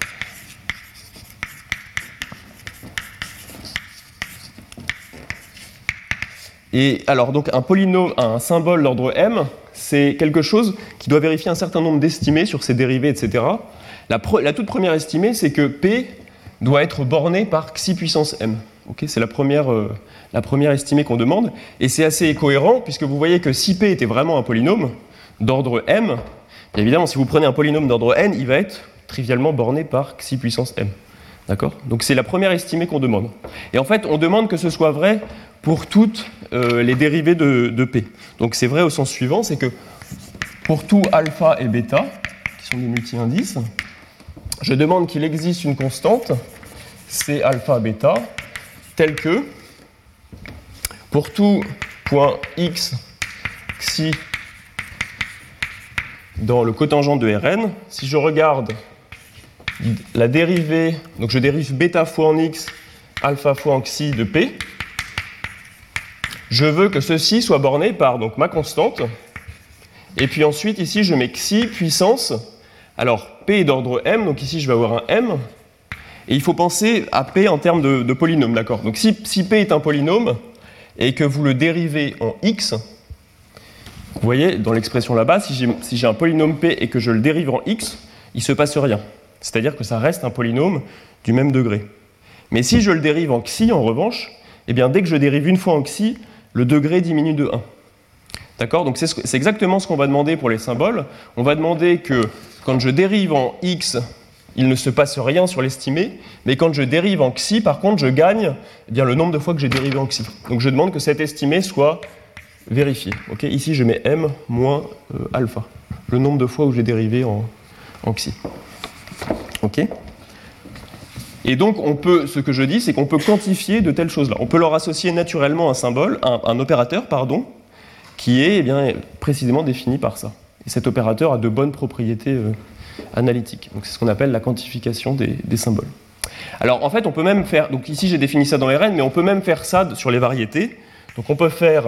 Et alors donc un symbole d'ordre M, c'est quelque chose qui doit vérifier un certain nombre d'estimés sur ses dérivés, etc. La toute première estimée, c'est que P doit être borné par xi puissance M. Okay, c'est la première estimée qu'on demande. Et c'est assez cohérent, puisque vous voyez que si P était vraiment un polynôme d'ordre M, évidemment, si vous prenez un polynôme d'ordre N, il va être trivialement borné par xi puissance M. D'accord ? Donc c'est la première estimée qu'on demande. Et en fait, on demande que ce soit vrai pour toutes les dérivées de P. Donc c'est vrai au sens suivant, c'est que pour tout alpha et bêta, qui sont des multi-indices, je demande qu'il existe une constante, C alpha bêta, telle que pour tout point x, xi, dans le cotangent de Rn, si je regarde la dérivée, donc je dérive bêta fois en x, alpha fois en xi de P, je veux que ceci soit borné par donc, ma constante, et puis ensuite ici je mets xi puissance, alors P est d'ordre M, donc ici je vais avoir un M, et il faut penser à P en termes de polynôme, d'accord ? Donc si P est un polynôme, et que vous le dérivez en x, vous voyez, dans l'expression là-bas, si j'ai un polynôme P et que je le dérive en x, il ne se passe rien. C'est-à-dire que ça reste un polynôme du même degré. Mais si je le dérive en xi, en revanche, eh bien, dès que je dérive une fois en xi, le degré diminue de 1. D'accord ? Donc c'est exactement ce qu'on va demander pour les symboles. On va demander que quand je dérive en x, il ne se passe rien sur l'estimé, mais quand je dérive en xi, par contre, je gagne eh bien, le nombre de fois que j'ai dérivé en xi. Donc je demande que cet estimé soit vérifié. Okay ? Ici, je mets m moins alpha, le nombre de fois où j'ai dérivé en xi. Ok ? Et donc, ce que je dis, c'est qu'on peut quantifier de telles choses-là. On peut leur associer naturellement un symbole, un opérateur, pardon, qui est eh bien, précisément défini par ça. Et cet opérateur a de bonnes propriétés analytiques. Donc, c'est ce qu'on appelle la quantification des symboles. Alors, en fait, on peut même faire... Donc, ici, j'ai défini ça dans Rn, mais on peut même faire ça sur les variétés. Donc, on peut faire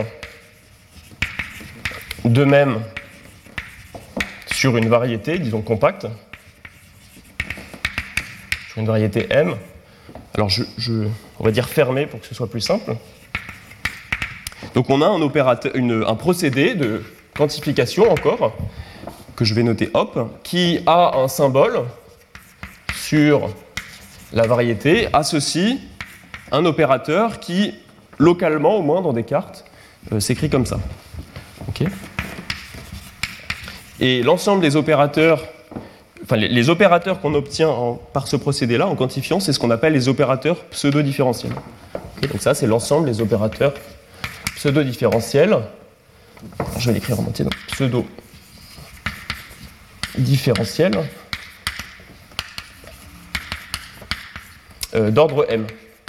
de même sur une variété, disons compacte, une variété M. Alors, on va dire fermée pour que ce soit plus simple. Donc, on a un procédé de quantification encore, que je vais noter hop, qui a un symbole sur la variété, associe un opérateur qui, localement, au moins dans des cartes, s'écrit comme ça. Okay ? Et l'ensemble des opérateurs... Enfin, les opérateurs qu'on obtient par ce procédé-là, en quantifiant, c'est ce qu'on appelle les opérateurs pseudo-différentiels. Okay, donc ça, c'est l'ensemble des opérateurs pseudo-différentiels. Je vais l'écrire en entier. Pseudo-différentiels d'ordre M.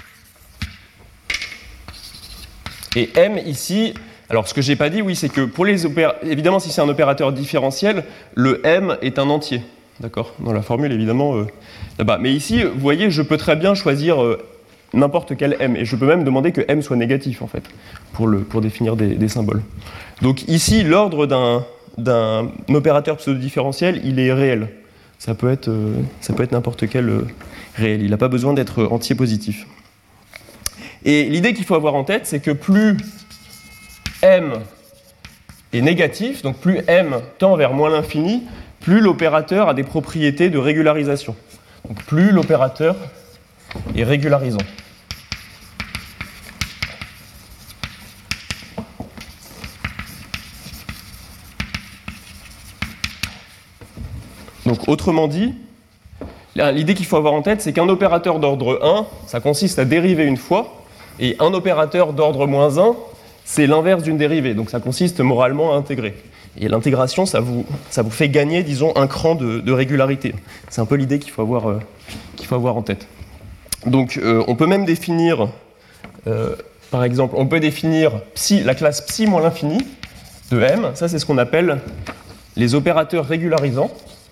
Et M, ici... Alors, ce que je n'ai pas dit, oui, c'est que pour les opérateurs... Évidemment, si c'est un opérateur différentiel, le M est un entier. D'accord ? Dans la formule, évidemment, là-bas. Mais ici, vous voyez, je peux très bien choisir n'importe quel M. Et je peux même demander que M soit négatif, en fait, pour définir des symboles. Donc ici, l'ordre d'un opérateur pseudo-différentiel, il est réel. Ça peut être n'importe quel réel. Il n'a pas besoin d'être entier positif. Et l'idée qu'il faut avoir en tête, c'est que plus M est négatif, donc plus M tend vers moins l'infini, plus l'opérateur a des propriétés de régularisation. Donc plus l'opérateur est régularisant. Donc autrement dit, l'idée qu'il faut avoir en tête, c'est qu'un opérateur d'ordre 1, ça consiste à dériver une fois, et un opérateur d'ordre -1, c'est l'inverse d'une dérivée, donc ça consiste moralement à intégrer. Et l'intégration, ça vous fait gagner, disons, un cran de régularité. C'est un peu l'idée qu'il faut avoir en tête. Donc on peut même définir, par exemple, on peut définir la classe psi moins l'infini de M, ça c'est ce qu'on appelle les opérateurs régularisants.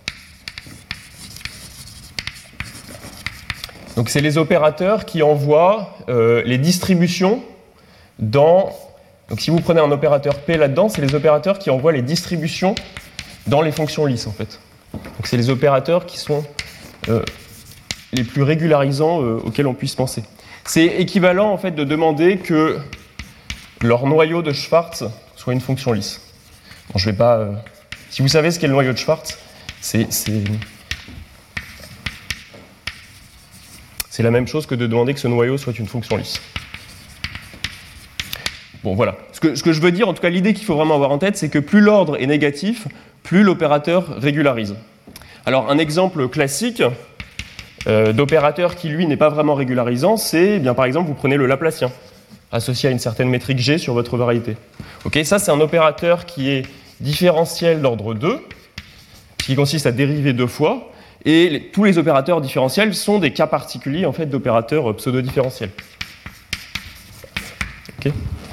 Donc c'est les opérateurs qui envoient les distributions dans... Donc si vous prenez un opérateur P là-dedans, c'est les opérateurs qui envoient les distributions dans les fonctions lisses en fait. Donc c'est les opérateurs qui sont les plus régularisants auxquels on puisse penser. C'est équivalent en fait de demander que leur noyau de Schwartz soit une fonction lisse. Bon, je vais pas... Si vous savez ce qu'est le noyau de Schwartz, c'est la même chose que de demander que ce noyau soit une fonction lisse. Bon, voilà. Ce que je veux dire, en tout cas, l'idée qu'il faut vraiment avoir en tête, c'est que plus l'ordre est négatif, plus l'opérateur régularise. Alors, un exemple classique d'opérateur qui, lui, n'est pas vraiment régularisant, c'est, bien, par exemple, vous prenez le Laplacien, associé à une certaine métrique G sur votre variété. Okay, ça, c'est un opérateur qui est différentiel d'ordre 2, qui consiste à dériver 2 fois, et tous les opérateurs différentiels sont des cas particuliers en fait, d'opérateurs pseudo-différentiels. Okay.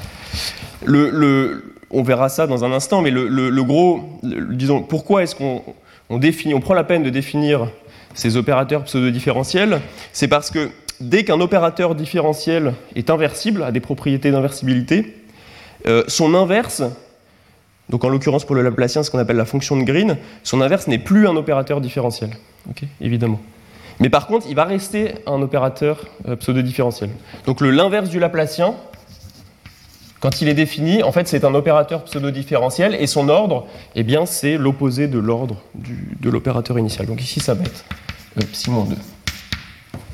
On verra ça dans un instant, mais disons, pourquoi est-ce qu'on prend la peine de définir ces opérateurs pseudo-différentiels? C'est parce que dès qu'un opérateur différentiel est inversible, a des propriétés d'inversibilité, son inverse, donc en l'occurrence pour le Laplacien, ce qu'on appelle la fonction de Green, son inverse n'est plus un opérateur différentiel, okay, évidemment. Mais par contre, il va rester un opérateur pseudo-différentiel. Donc l'inverse du Laplacien, quand il est défini, en fait, c'est un opérateur pseudo-différentiel et son ordre, eh bien, c'est l'opposé de l'ordre de l'opérateur initial. Donc ici, ça va être psi-2. OK ?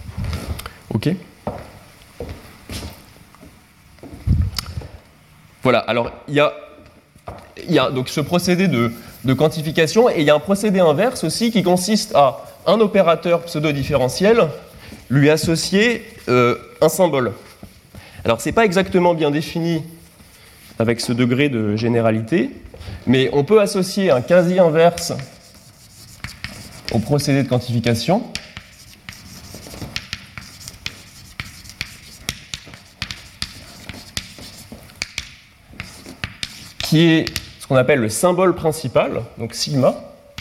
Voilà, alors il y a donc ce procédé de quantification et il y a un procédé inverse aussi qui consiste à un opérateur pseudo-différentiel lui associer un symbole. Alors, ce n'est pas exactement bien défini avec ce degré de généralité, mais on peut associer un quasi-inverse au procédé de quantification. Qui est ce qu'on appelle le symbole principal, donc sigma.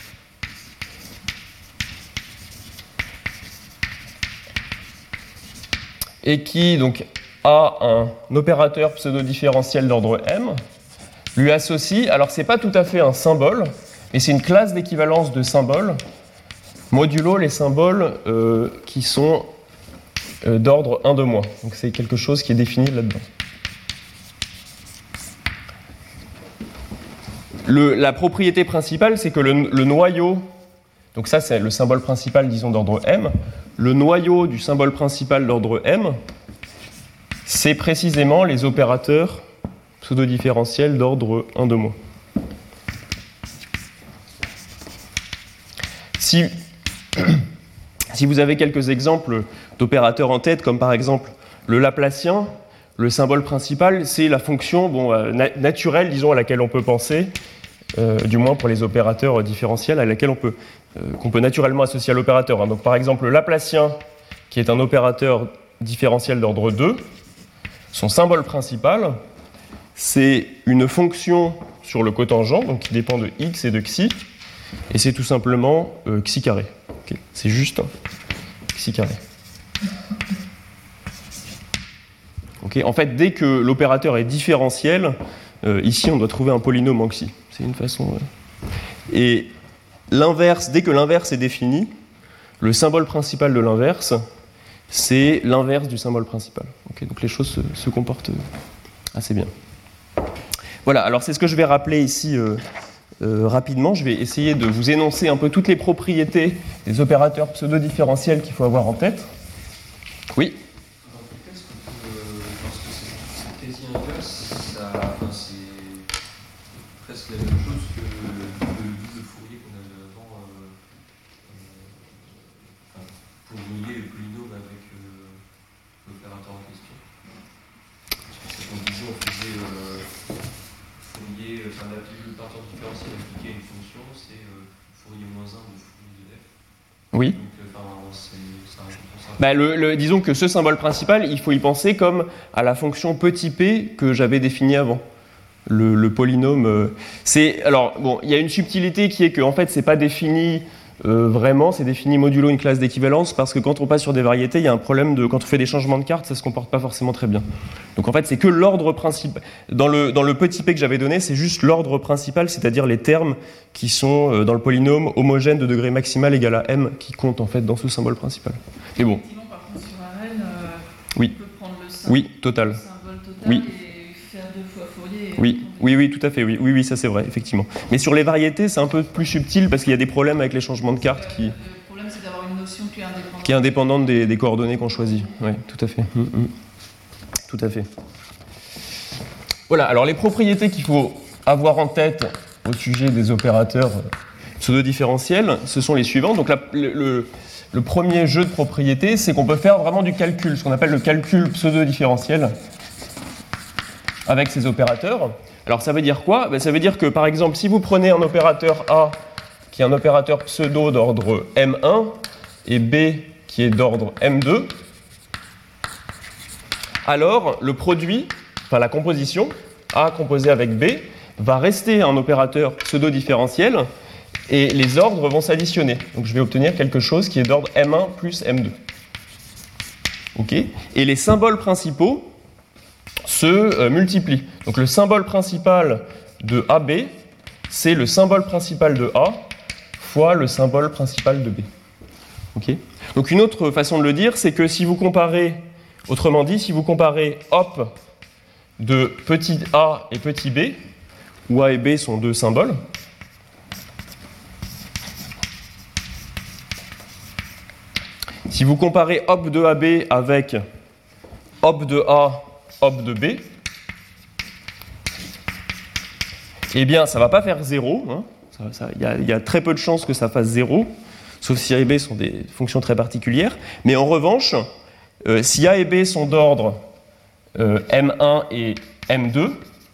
Et qui donc a un opérateur pseudo-différentiel d'ordre M, lui associe, alors c'est pas tout à fait un symbole, mais c'est une classe d'équivalence de symboles, modulo les symboles qui sont d'ordre 1 de moins. Donc c'est quelque chose qui est défini là-dedans. La propriété principale, c'est que le noyau, donc ça c'est le symbole principal, disons, d'ordre M, le noyau du symbole principal d'ordre M, c'est précisément les opérateurs pseudo-différentiels d'ordre 1 de moins. Si vous avez quelques exemples d'opérateurs en tête, comme par exemple le Laplacien, le symbole principal, c'est la fonction naturelle, disons, à laquelle on peut penser, du moins pour les opérateurs différentiels, à laquelle qu'on peut naturellement associer à l'opérateur. Donc par exemple, le Laplacien, qui est un opérateur différentiel d'ordre 2, son symbole principal, c'est une fonction sur le cotangent, donc qui dépend de x et de xi, et c'est tout simplement xi carré. Okay. C'est juste xi carré. Okay. En fait, dès que l'opérateur est différentiel, ici on doit trouver un polynôme en xi. C'est une façon. Et l'inverse, dès que l'inverse est défini, le symbole principal de l'inverse, c'est l'inverse du symbole principal. Okay, donc les choses se comportent assez bien. Voilà, alors c'est ce que je vais rappeler ici rapidement. Je vais essayer de vous énoncer un peu toutes les propriétés des opérateurs pseudo-différentiels qu'il faut avoir en tête. Oui. Est-ce que lorsque c'est quasi-inverse, c'est presque la même chose que le guise de Fourier qu'on avait avant, Oui. Bah, disons que ce symbole principal, il faut y penser comme à la fonction petit p que j'avais définie avant. Le polynôme. Alors, bon, il y a une subtilité qui est que, en fait, c'est pas défini vraiment, c'est défini modulo une classe d'équivalence, parce que quand on passe sur des variétés, il y a un problème de. Quand on fait des changements de cartes, ça se comporte pas forcément très bien. Donc, en fait, c'est que l'ordre principal. Dans le petit p que j'avais donné, c'est juste l'ordre principal, c'est-à-dire les termes qui sont dans le polynôme homogène de degré maximal égal à m qui comptent, en fait, dans ce symbole principal. Mais bon. Par contre, sur Arène, oui. on peut prendre le symbole total. Oui. Et faire 2 fois Fourier. Oui, tout à fait, oui, ça c'est vrai, effectivement. Mais sur les variétés, c'est un peu plus subtil parce qu'il y a des problèmes avec les changements de cartes qui... Le problème, c'est d'avoir une notion qui est indépendante des coordonnées qu'on choisit. Oui, tout à fait. Tout à fait. Voilà, alors les propriétés qu'il faut avoir en tête au sujet des opérateurs pseudo-différentiels, ce sont les suivants. Donc le premier jeu de propriétés, c'est qu'on peut faire vraiment du calcul, ce qu'on appelle le calcul pseudo-différentiel avec ces opérateurs. Alors ça veut dire quoi ? Ça veut dire que par exemple, si vous prenez un opérateur A qui est un opérateur pseudo d'ordre M1 et B qui est d'ordre M2, alors le produit, enfin la composition, A composé avec B, va rester un opérateur pseudo-différentiel et les ordres vont s'additionner. Donc je vais obtenir quelque chose qui est d'ordre M1 plus M2. Okay ? Et les symboles principaux se multiplient. Donc le symbole principal de AB, c'est le symbole principal de A fois le symbole principal de B. Okay ? Donc une autre façon de le dire, c'est que si vous comparez, autrement dit, si vous comparez hop de petit a et petit b, où a et b sont deux symboles, si vous comparez hop de AB avec hop de A, hop de B, eh bien, ça ne va pas faire 0. Hein. Il y a très peu de chances que ça fasse 0, sauf si A et B sont des fonctions très particulières. Mais en revanche, si A et B sont d'ordre M1 et M2,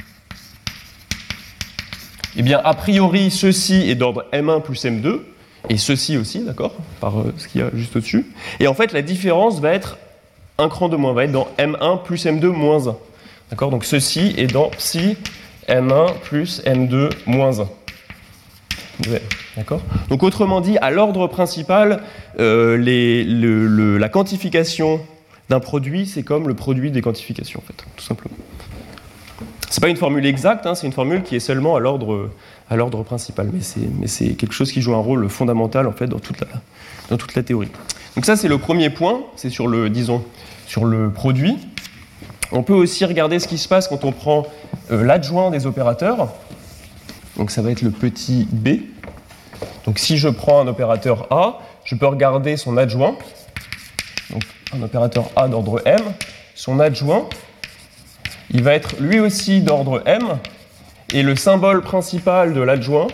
eh bien, a priori, ceci est d'ordre M1 plus M2, et ceci aussi, d'accord, par ce qu'il y a juste au-dessus. Et en fait, la différence va être un cran de moins, va être dans M1 plus M2 moins 1. D'accord, donc ceci est dans psi M1 plus M2 moins 1. Ouais, d'accord. Donc autrement dit, à l'ordre principal, la quantification d'un produit, c'est comme le produit des quantifications, en fait, tout simplement. C'est pas une formule exacte, hein, c'est une formule qui est seulement à l'ordre principal, mais c'est quelque chose qui joue un rôle fondamental en fait dans toute la théorie. Donc ça c'est le premier point, c'est sur le produit. On peut aussi regarder ce qui se passe quand on prend l'adjoint des opérateurs. Donc ça va être le petit b. Donc si je prends un opérateur A, je peux regarder son adjoint. Donc un opérateur A d'ordre M, son adjoint, il va être lui aussi d'ordre M, et le symbole principal de l'adjoint,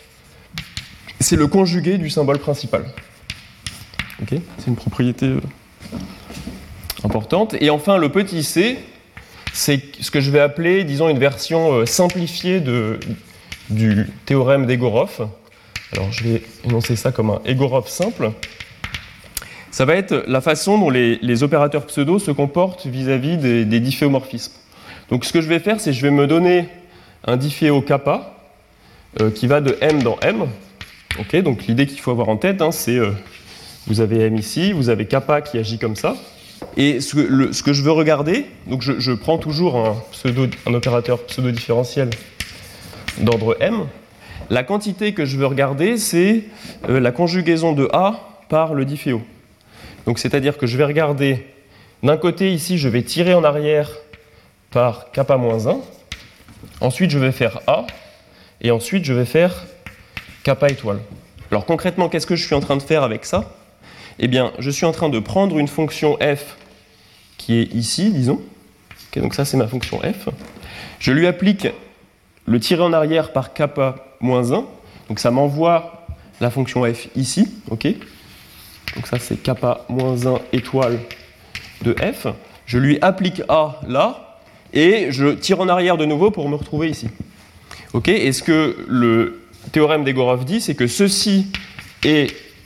c'est le conjugué du symbole principal. Okay, c'est une propriété importante. Et enfin, le petit c, c'est ce que je vais appeler, disons, une version simplifiée du théorème d'Egorov. Alors, je vais énoncer ça comme un Egorov simple. Ça va être la façon dont les opérateurs pseudo se comportent vis-à-vis des difféomorphismes. Donc, ce que je vais faire, c'est que je vais me donner un difféo kappa qui va de M dans M. Okay, donc, l'idée qu'il faut avoir en tête, hein, c'est vous avez M ici, vous avez kappa qui agit comme ça. Et ce que je veux regarder, donc je prends toujours un opérateur pseudo-différentiel d'ordre M. La quantité que je veux regarder, c'est la conjugaison de A par le difféo. Donc, c'est-à-dire que je vais regarder, d'un côté, ici, je vais tirer en arrière par kappa moins 1. Ensuite, je vais faire A. Et ensuite, je vais faire kappa étoile. Alors, concrètement, qu'est-ce que je suis en train de faire avec ça ? Eh bien, je suis en train de prendre une fonction f qui est ici, disons. Okay, donc ça, c'est ma fonction f. Je lui applique le tirer en arrière par kappa moins 1. Donc ça m'envoie la fonction f ici. Okay. Donc ça, c'est kappa moins 1 étoile de f. Je lui applique a là, et je tire en arrière de nouveau pour me retrouver ici. Okay. Et ce que le théorème d'Egorov dit, c'est que ceci est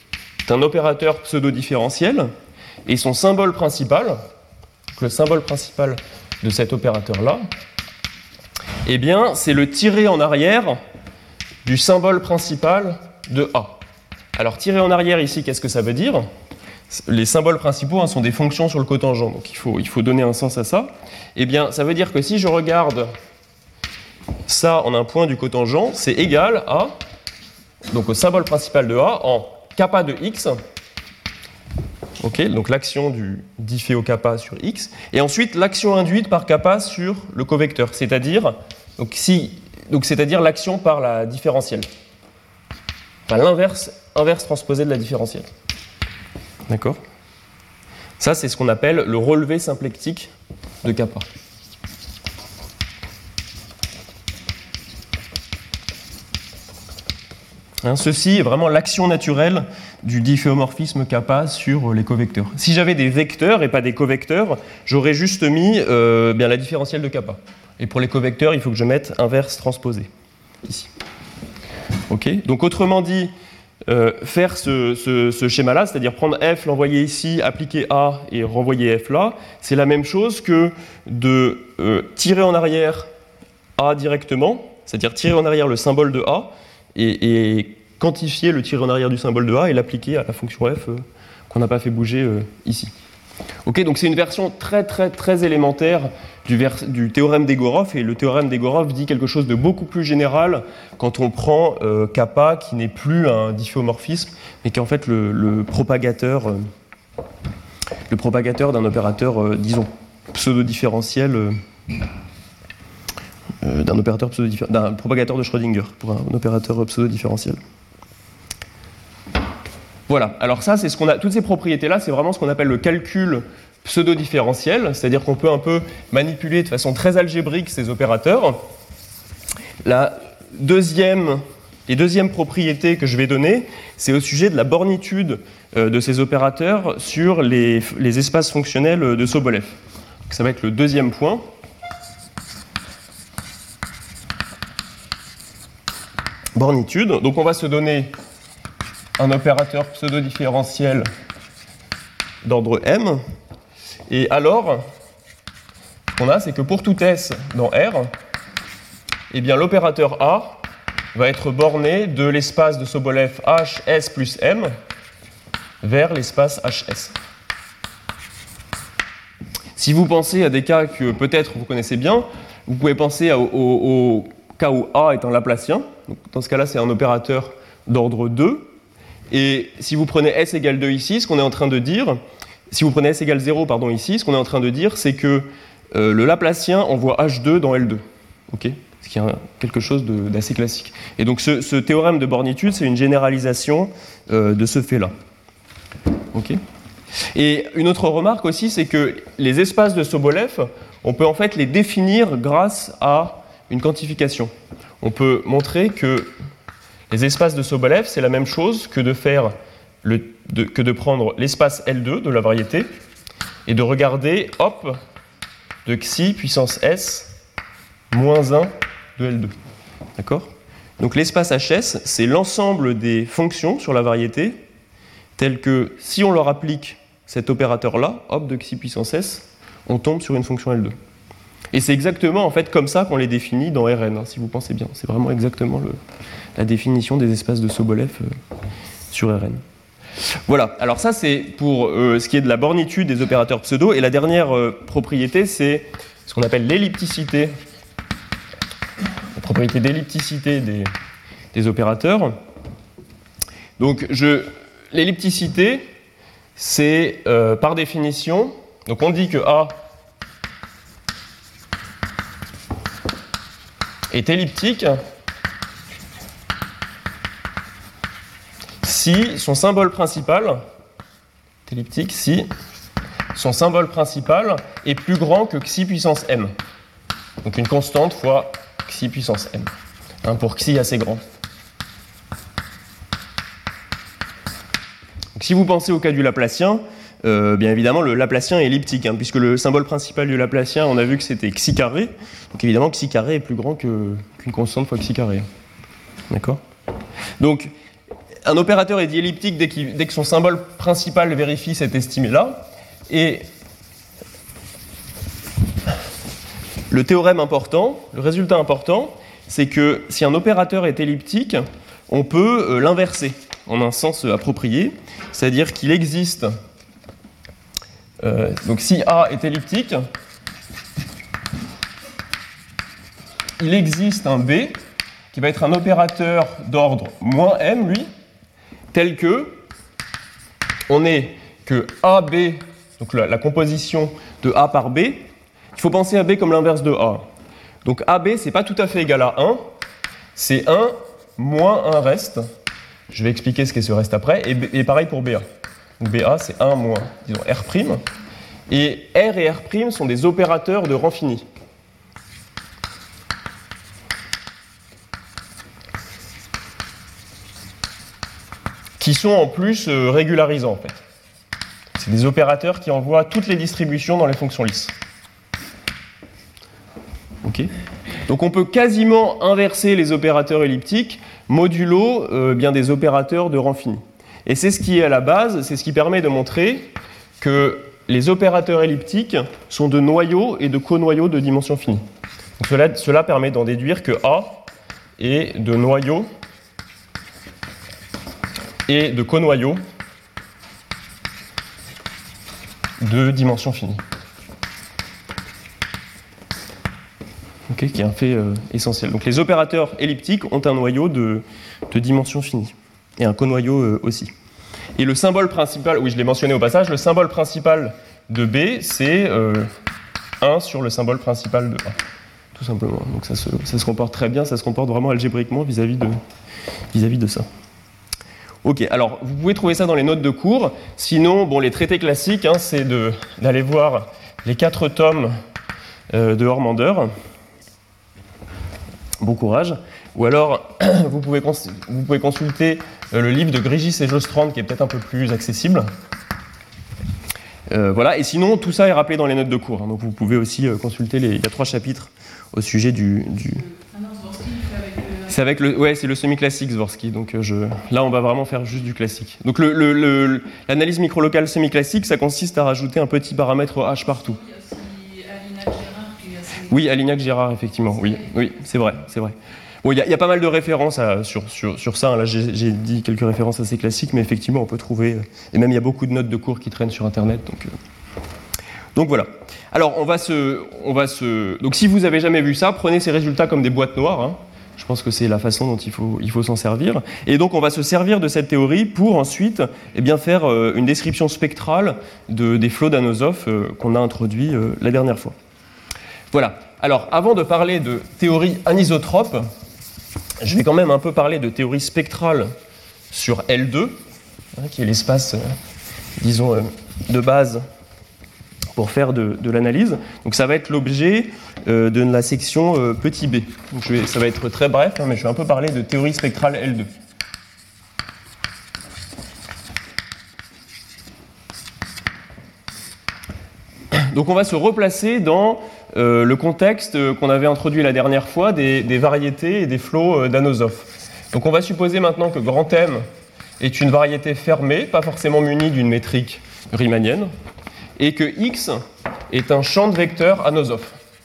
est un opérateur pseudo-différentiel, et son symbole principal, le symbole principal de cet opérateur-là, eh bien, c'est le tiré en arrière du symbole principal de A. Alors, tirer en arrière ici, qu'est-ce que ça veut dire? Les symboles principaux sont des fonctions sur le cotangent, donc il faut donner un sens à ça. Eh bien, ça veut dire que si je regarde ça en un point du cotangent, c'est égal à, donc au symbole principal de A, en kappa de x, okay, donc l'action du diffé au kappa sur x, et ensuite l'action induite par kappa sur le covecteur, c'est-à-dire l'action par la différentielle. Enfin, l'inverse transposé de la différentielle. D'accord? Ça, c'est ce qu'on appelle le relevé symplectique de kappa. Ceci est vraiment l'action naturelle du difféomorphisme kappa sur les covecteurs. Si j'avais des vecteurs et pas des covecteurs, j'aurais juste mis la différentielle de kappa. Et pour les covecteurs, il faut que je mette inverse transposé, ici. Okay. Donc autrement dit, faire ce schéma-là, c'est-à-dire prendre f, l'envoyer ici, appliquer A et renvoyer f là, c'est la même chose que de tirer en arrière A directement, c'est-à-dire tirer en arrière le symbole de A et quantifier le tirer en arrière du symbole de A et l'appliquer à la fonction f qu'on n'a pas fait bouger ici. Okay, donc c'est une version très très très élémentaire du théorème d'Egorov, et le théorème d'Egorov dit quelque chose de beaucoup plus général quand on prend kappa qui n'est plus un difféomorphisme mais qui est en fait le propagateur d'un opérateur disons pseudo-différentiel d'un propagateur de Schrödinger pour un opérateur pseudo-différentiel. Voilà, alors ça, c'est ce qu'on a. Toutes ces propriétés-là, c'est vraiment ce qu'on appelle le calcul pseudo-différentiel, c'est-à-dire qu'on peut un peu manipuler de façon très algébrique ces opérateurs. Les deuxième propriété que je vais donner, c'est au sujet de la bornitude de ces opérateurs sur les espaces fonctionnels de Sobolev. Donc ça va être le deuxième point. Bornitude. Donc on va se donner un opérateur pseudo-différentiel d'ordre M. Et alors, ce qu'on a, c'est que pour tout S dans R, eh bien, l'opérateur A va être borné de l'espace de Sobolev HS plus M vers l'espace HS. Si vous pensez à des cas que peut-être vous connaissez bien, vous pouvez penser au cas où A est un Laplacien. Donc, dans ce cas-là, c'est un opérateur d'ordre 2. Et si vous prenez S égale 2 ici, ce qu'on est en train de dire, si vous prenez S égale 0 ici, ce qu'on est en train de dire, c'est que le Laplacien envoie H2 dans L2. Okay, ce qui est quelque chose d'assez classique. Et donc ce théorème de bornitude, c'est une généralisation de ce fait-là. Okay. Et une autre remarque aussi, c'est que les espaces de Sobolev, on peut en fait les définir grâce à une quantification. On peut montrer que les espaces de Sobolev, c'est la même chose que de prendre l'espace L2 de la variété et de regarder, hop, de xi puissance s moins 1 de L2. D'accord ? Donc l'espace HS, c'est l'ensemble des fonctions sur la variété, telles que si on leur applique cet opérateur-là, hop, de xi puissance s, on tombe sur une fonction L2. Et c'est exactement en fait comme ça qu'on les définit dans Rn, si vous pensez bien. C'est vraiment exactement la définition des espaces de Sobolev sur Rn. Voilà, alors ça c'est pour ce qui est de la bornitude des opérateurs pseudo. Et la dernière propriété, c'est ce qu'on appelle l'ellipticité, la propriété d'ellipticité des opérateurs. Donc l'ellipticité, c'est par définition, donc on dit que A est elliptique si son symbole principal est elliptique si son symbole principal est plus grand que xi puissance m. Donc une constante fois xi puissance m. Pour xi assez grand. Donc si vous pensez au cas du Laplacien, bien évidemment le Laplacien est elliptique, puisque le symbole principal du Laplacien, on a vu que c'était xi carré. Donc évidemment xi carré est plus grand qu'une constante fois xi carré. D'accord ? Donc un opérateur est dielliptique dès que son symbole principal vérifie cette estimée-là. Et le théorème important, le résultat important, c'est que si un opérateur est elliptique, on peut l'inverser en un sens approprié, c'est-à-dire qu'il existe, donc si A est elliptique, il existe un B qui va être un opérateur d'ordre moins m, lui, tel que on est que AB, donc la composition de A par B, il faut penser à B comme l'inverse de A. Donc AB, c'est pas tout à fait égal à 1, c'est 1 moins un reste. Je vais expliquer ce qu'est ce reste après, et pareil pour BA. Donc BA, c'est 1 moins, disons, R', et R et R' sont des opérateurs de rang fini. Qui sont en plus régularisants, en fait. C'est des opérateurs qui envoient toutes les distributions dans les fonctions lisses. Ok. Donc on peut quasiment inverser les opérateurs elliptiques modulo bien des opérateurs de rang fini. Et c'est ce qui est à la base, c'est ce qui permet de montrer que les opérateurs elliptiques sont de noyaux et de conoyaux de dimension finie. Donc cela permet d'en déduire que A est de noyaux et de conoyaux de dimension finie. Okay, qui est un fait essentiel. Donc les opérateurs elliptiques ont un noyau de dimension finie, et un conoyau aussi. Et le symbole principal, oui je l'ai mentionné au passage, le symbole principal de B, c'est 1 sur le symbole principal de A, tout simplement. Donc ça se comporte très bien, ça se comporte vraiment algébriquement vis-à-vis de ça. Ok, alors vous pouvez trouver ça dans les notes de cours. Sinon, bon, les traités classiques, hein, c'est d'aller voir les 4 tomes de Hormander. Bon courage. Ou alors, vous pouvez consulter le livre de Grigis et Jostrand, qui est peut-être un peu plus accessible. Voilà, et sinon, tout ça est rappelé dans les notes de cours. Hein, donc vous pouvez aussi consulter il y a 3 chapitres au sujet du... Ah non, Zworsky, c'est avec c'est le semi-classique Zworsky. Donc là, on va vraiment faire juste du classique. Donc l'analyse microlocale semi-classique, ça consiste à rajouter un petit paramètre H partout. il y a aussi Alignac-Gérard qui est assez... Oui, Alignac-Gérard, effectivement. Oui, c'est vrai. Bon, il y a pas mal de références sur ça. Hein. Là, j'ai dit quelques références assez classiques, mais effectivement, on peut trouver... Et même, il y a beaucoup de notes de cours qui traînent sur Internet. Donc voilà. Alors, donc si vous n'avez jamais vu ça, prenez ces résultats comme des boîtes noires. Hein. Je pense que c'est la façon dont il faut s'en servir. Et donc, on va se servir de cette théorie pour ensuite faire une description spectrale des flots d'Anosov qu'on a introduits la dernière fois. Voilà. Alors, avant de parler de théorie anisotrope, je vais quand même un peu parler de théorie spectrale sur L2, qui est l'espace, disons, de base pour faire de l'analyse. Donc ça va être l'objet de la section petit b. Donc ça va être très bref, hein, mais je vais un peu parler de théorie spectrale L2. Donc on va se replacer dans le contexte qu'on avait introduit la dernière fois des variétés et des flots d'Anosov. Donc on va supposer maintenant que grand M est une variété fermée, pas forcément munie d'une métrique riemannienne, et que X est un champ de vecteurs Anosov.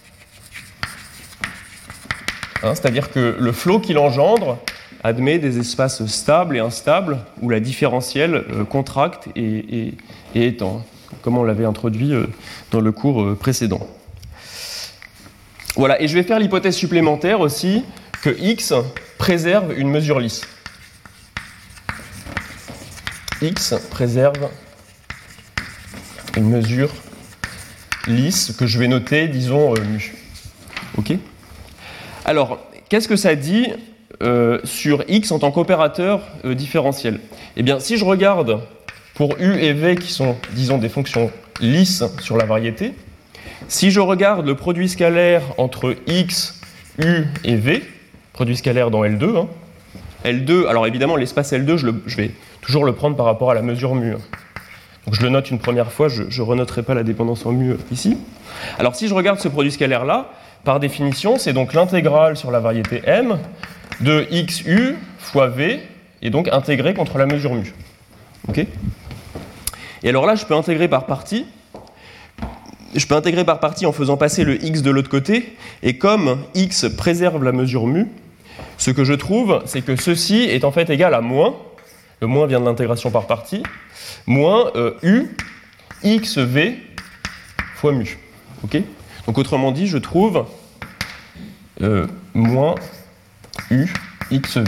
Hein, c'est-à-dire que le flot qu'il engendre admet des espaces stables et instables où la différentielle contracte et étend, comme on l'avait introduit dans le cours précédent. Voilà, et je vais faire l'hypothèse supplémentaire aussi que X préserve une mesure lisse. X préserve une mesure lisse que je vais noter, disons, mu. OK ? Alors, qu'est-ce que ça dit sur X en tant qu'opérateur différentiel ? Eh bien, si je regarde pour U et V qui sont, disons, des fonctions lisses sur la variété, si je regarde le produit scalaire entre X, U et V, produit scalaire dans L2, hein, L2, alors évidemment, l'espace L2, je vais toujours le prendre par rapport à la mesure mu. Hein. Donc je le note une première fois, je ne renoterai pas la dépendance en mu ici. Alors si je regarde ce produit scalaire-là, par définition, c'est donc l'intégrale sur la variété M de XU fois V et donc intégrer contre la mesure mu. Okay, et alors là, je peux intégrer par partie. Je peux intégrer par partie en faisant passer le x de l'autre côté, et comme x préserve la mesure mu, ce que je trouve, c'est que ceci est en fait égal à moins, le moins vient de l'intégration par partie, moins u xv fois mu. Okay, donc autrement dit, je trouve moins u xv.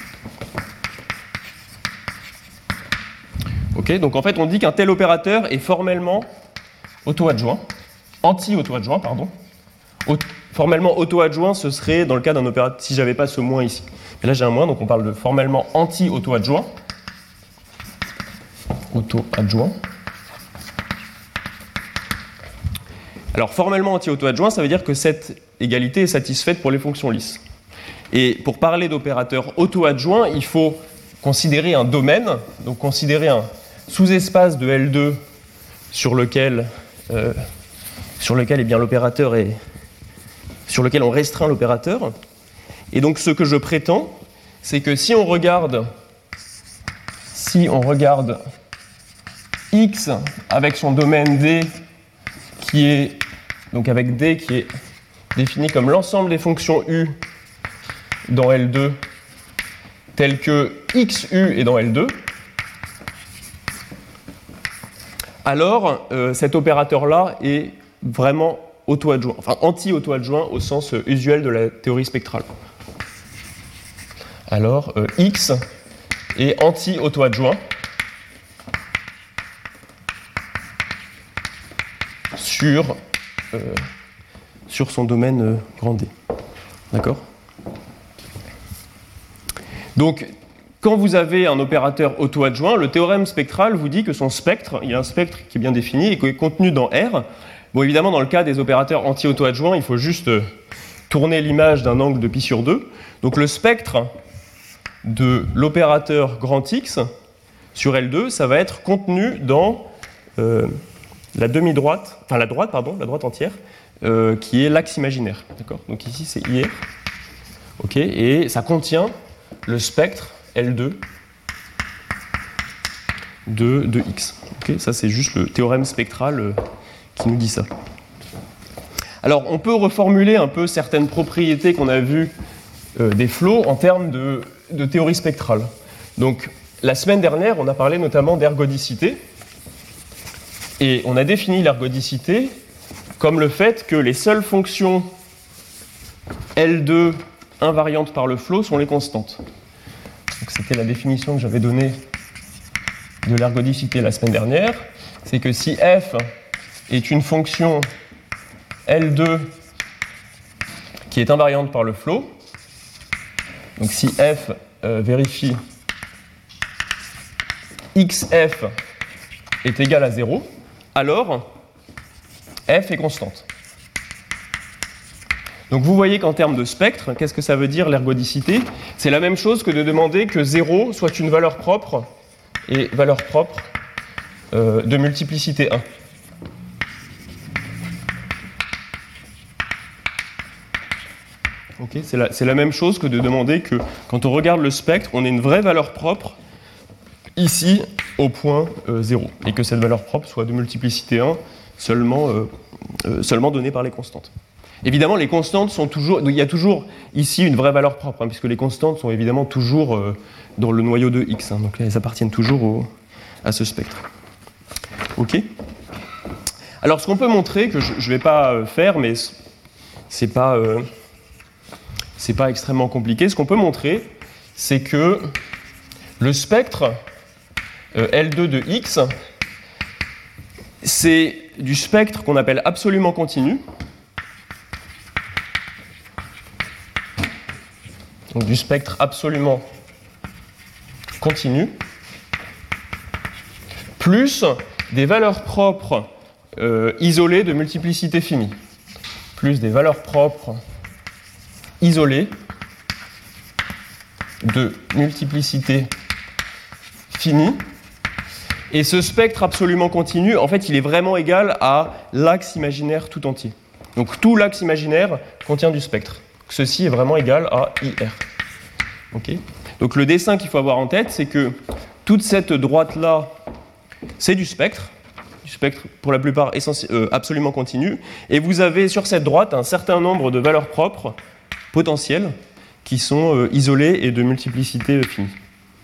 Okay, donc en fait, on dit qu'un tel opérateur est formellement auto-adjoint, anti-auto-adjoint, pardon. Formellement auto-adjoint, ce serait dans le cas d'un opérateur, si j'avais pas ce moins ici. Mais là, j'ai un moins, donc on parle de formellement anti-auto-adjoint. Auto-adjoint. Alors, formellement anti-auto-adjoint, ça veut dire que cette égalité est satisfaite pour les fonctions lisses. Et pour parler d'opérateur auto-adjoint, il faut considérer un domaine, donc considérer un sous-espace de L2 sur lequel eh bien, l'opérateur est, sur lequel on restreint l'opérateur. Et donc ce que je prétends, c'est que si on regarde x avec son domaine D qui est donc avec D qui est défini comme l'ensemble des fonctions u dans L2 tel que xu est dans L2, alors cet opérateur-là est vraiment auto-adjoint, enfin anti-auto-adjoint au sens usuel de la théorie spectrale. Alors x est anti-auto-adjoint sur son domaine grand D. D'accord ? Donc, quand vous avez un opérateur auto-adjoint, le théorème spectral vous dit que son spectre, il y a un spectre qui est bien défini et qui est contenu dans R. Bon, évidemment, dans le cas des opérateurs anti-auto-adjoints, il faut juste tourner l'image d'un angle de pi sur 2. Donc, le spectre de l'opérateur grand X sur L2, ça va être contenu dans la demi-droite, enfin la droite entière, qui est l'axe imaginaire. D'accord ? Donc ici, c'est IR. OK, et ça contient le spectre L2 de X. Okay, ça, c'est juste le théorème spectral qui nous dit ça. Alors, on peut reformuler un peu certaines propriétés qu'on a vues des flots en termes de théorie spectrale. Donc, la semaine dernière, on a parlé notamment d'ergodicité. Et on a défini l'ergodicité comme le fait que les seules fonctions L2 invariantes par le flot sont les constantes. Donc, c'était la définition que j'avais donnée de l'ergodicité la semaine dernière. C'est que si f est une fonction L2 qui est invariante par le flot, donc si f vérifie xf est égal à 0, alors f est constante. Donc vous voyez qu'en termes de spectre, qu'est-ce que ça veut dire l'ergodicité ? C'est la même chose que de demander que 0 soit une valeur propre et valeur propre de multiplicité 1. Okay, c'est la même chose que de demander que quand on regarde le spectre, on ait une vraie valeur propre ici au point 0 et que cette valeur propre soit de multiplicité 1 seulement donnée par les constantes. Évidemment, les constantes sont toujours... Il y a toujours ici une vraie valeur propre, hein, puisque les constantes sont évidemment toujours dans le noyau de X. Hein, donc elles appartiennent toujours à ce spectre. OK ? Alors, ce qu'on peut montrer, que je ne vais pas faire, mais c'est pas extrêmement compliqué, ce qu'on peut montrer, c'est que le spectre L2 de X, c'est du spectre qu'on appelle absolument continu. Donc du spectre absolument continu, plus des valeurs propres isolées de multiplicité finie, plus des valeurs propres isolées de multiplicité finie. Et ce spectre absolument continu, en fait, il est vraiment égal à l'axe imaginaire tout entier. Donc tout l'axe imaginaire contient du spectre. Ceci est vraiment égal à IR. Okay. Donc le dessin qu'il faut avoir en tête, c'est que toute cette droite-là, c'est du spectre pour la plupart absolument continu, et vous avez sur cette droite un certain nombre de valeurs propres potentielles qui sont isolées et de multiplicité finie. Ok ?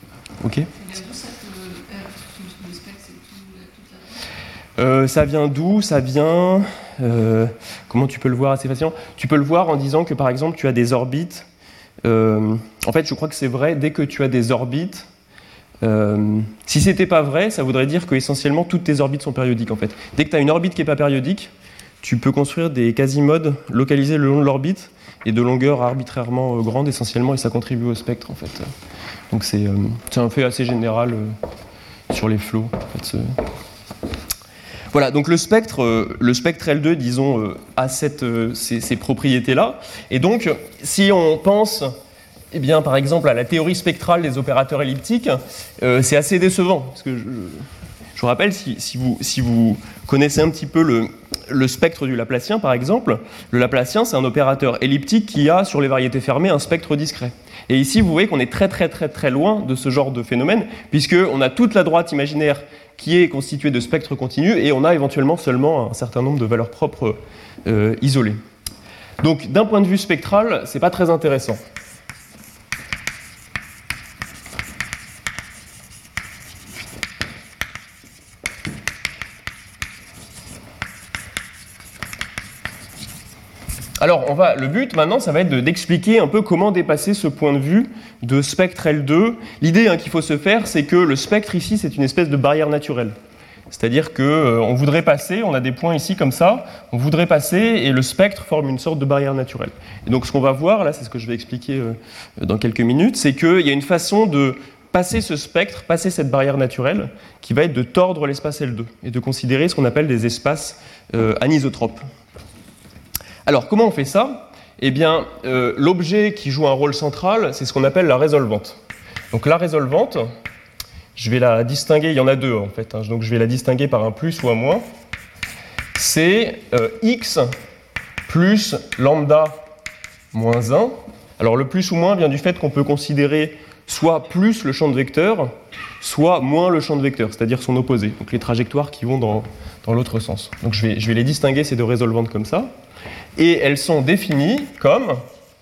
Il y a d'où cette le spectre, c'est toute la... Ça vient d'où ? Ça vient... comment tu peux le voir assez facilement ? Tu peux le voir en disant que par exemple tu as des orbites. En fait, je crois que c'est vrai, dès que tu as des orbites, si c'était pas vrai, ça voudrait dire que essentiellement toutes tes orbites sont périodiques en fait. Dès que tu as une orbite qui n'est pas périodique, tu peux construire des quasimodes localisés le long de l'orbite et de longueur arbitrairement grande essentiellement, et ça contribue au spectre en fait. Donc c'est un fait assez général sur les flots. En fait, voilà, donc le spectre L2, disons, a ces propriétés-là. Et donc, si on pense, eh bien, par exemple, à la théorie spectrale des opérateurs elliptiques, c'est assez décevant. Parce que je vous rappelle, si vous connaissez un petit peu le spectre du Laplacien, par exemple, le Laplacien, c'est un opérateur elliptique qui a, sur les variétés fermées, un spectre discret. Et ici, vous voyez qu'on est très, très, très, très loin de ce genre de phénomène, puisqu'on a toute la droite imaginaire qui est constituée de spectres continus, et on a éventuellement seulement un certain nombre de valeurs propres isolées. Donc, d'un point de vue spectral, c'est pas très intéressant. Alors, le but maintenant, ça va être d'expliquer un peu comment dépasser ce point de vue de spectre L2. L'idée qu'il faut se faire, c'est que le spectre ici, c'est une espèce de barrière naturelle. C'est-à-dire qu'on voudrait passer, on a des points ici comme ça, on voudrait passer et le spectre forme une sorte de barrière naturelle. Et donc ce qu'on va voir, là, c'est ce que je vais expliquer dans quelques minutes, c'est qu'il y a une façon de passer ce spectre, passer cette barrière naturelle, qui va être de tordre l'espace L2 et de considérer ce qu'on appelle des espaces anisotropes. Alors, comment on fait ça ? Eh bien, l'objet qui joue un rôle central, c'est ce qu'on appelle la résolvante. Donc la résolvante, je vais la distinguer, il y en a deux en fait, donc je vais la distinguer par un plus ou un moins. C'est x plus lambda moins 1. Alors le plus ou moins vient du fait qu'on peut considérer soit plus le champ de vecteur, soit moins le champ de vecteur, c'est-à-dire son opposé, donc les trajectoires qui vont dans l'autre sens. Donc je vais les distinguer, ces deux résolvantes comme ça. Et elles sont définies comme,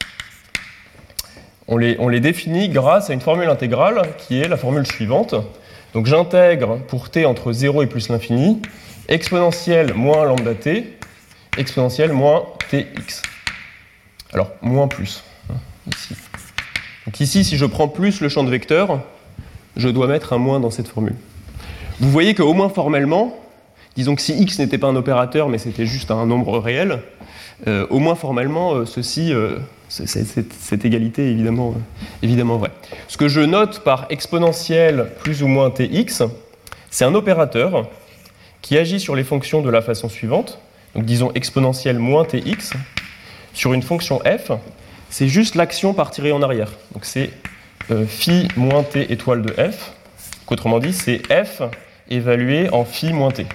on les définit grâce à une formule intégrale qui est la formule suivante. Donc j'intègre pour t entre 0 et plus l'infini, exponentielle moins lambda t, exponentielle moins tx. Alors, moins plus, ici. Donc ici, si je prends plus le champ de vecteur, je dois mettre un moins dans cette formule. Vous voyez qu'au moins formellement, disons que si x n'était pas un opérateur, mais c'était juste un nombre réel, au moins formellement, cette égalité est évidemment vraie. Ce que je note par exponentielle plus ou moins tx, c'est un opérateur qui agit sur les fonctions de la façon suivante. Donc disons exponentielle moins tx sur une fonction f, c'est juste l'action par tirer en arrière. Donc c'est phi moins t étoile de f. Donc, autrement dit, c'est f évalué en phi moins t.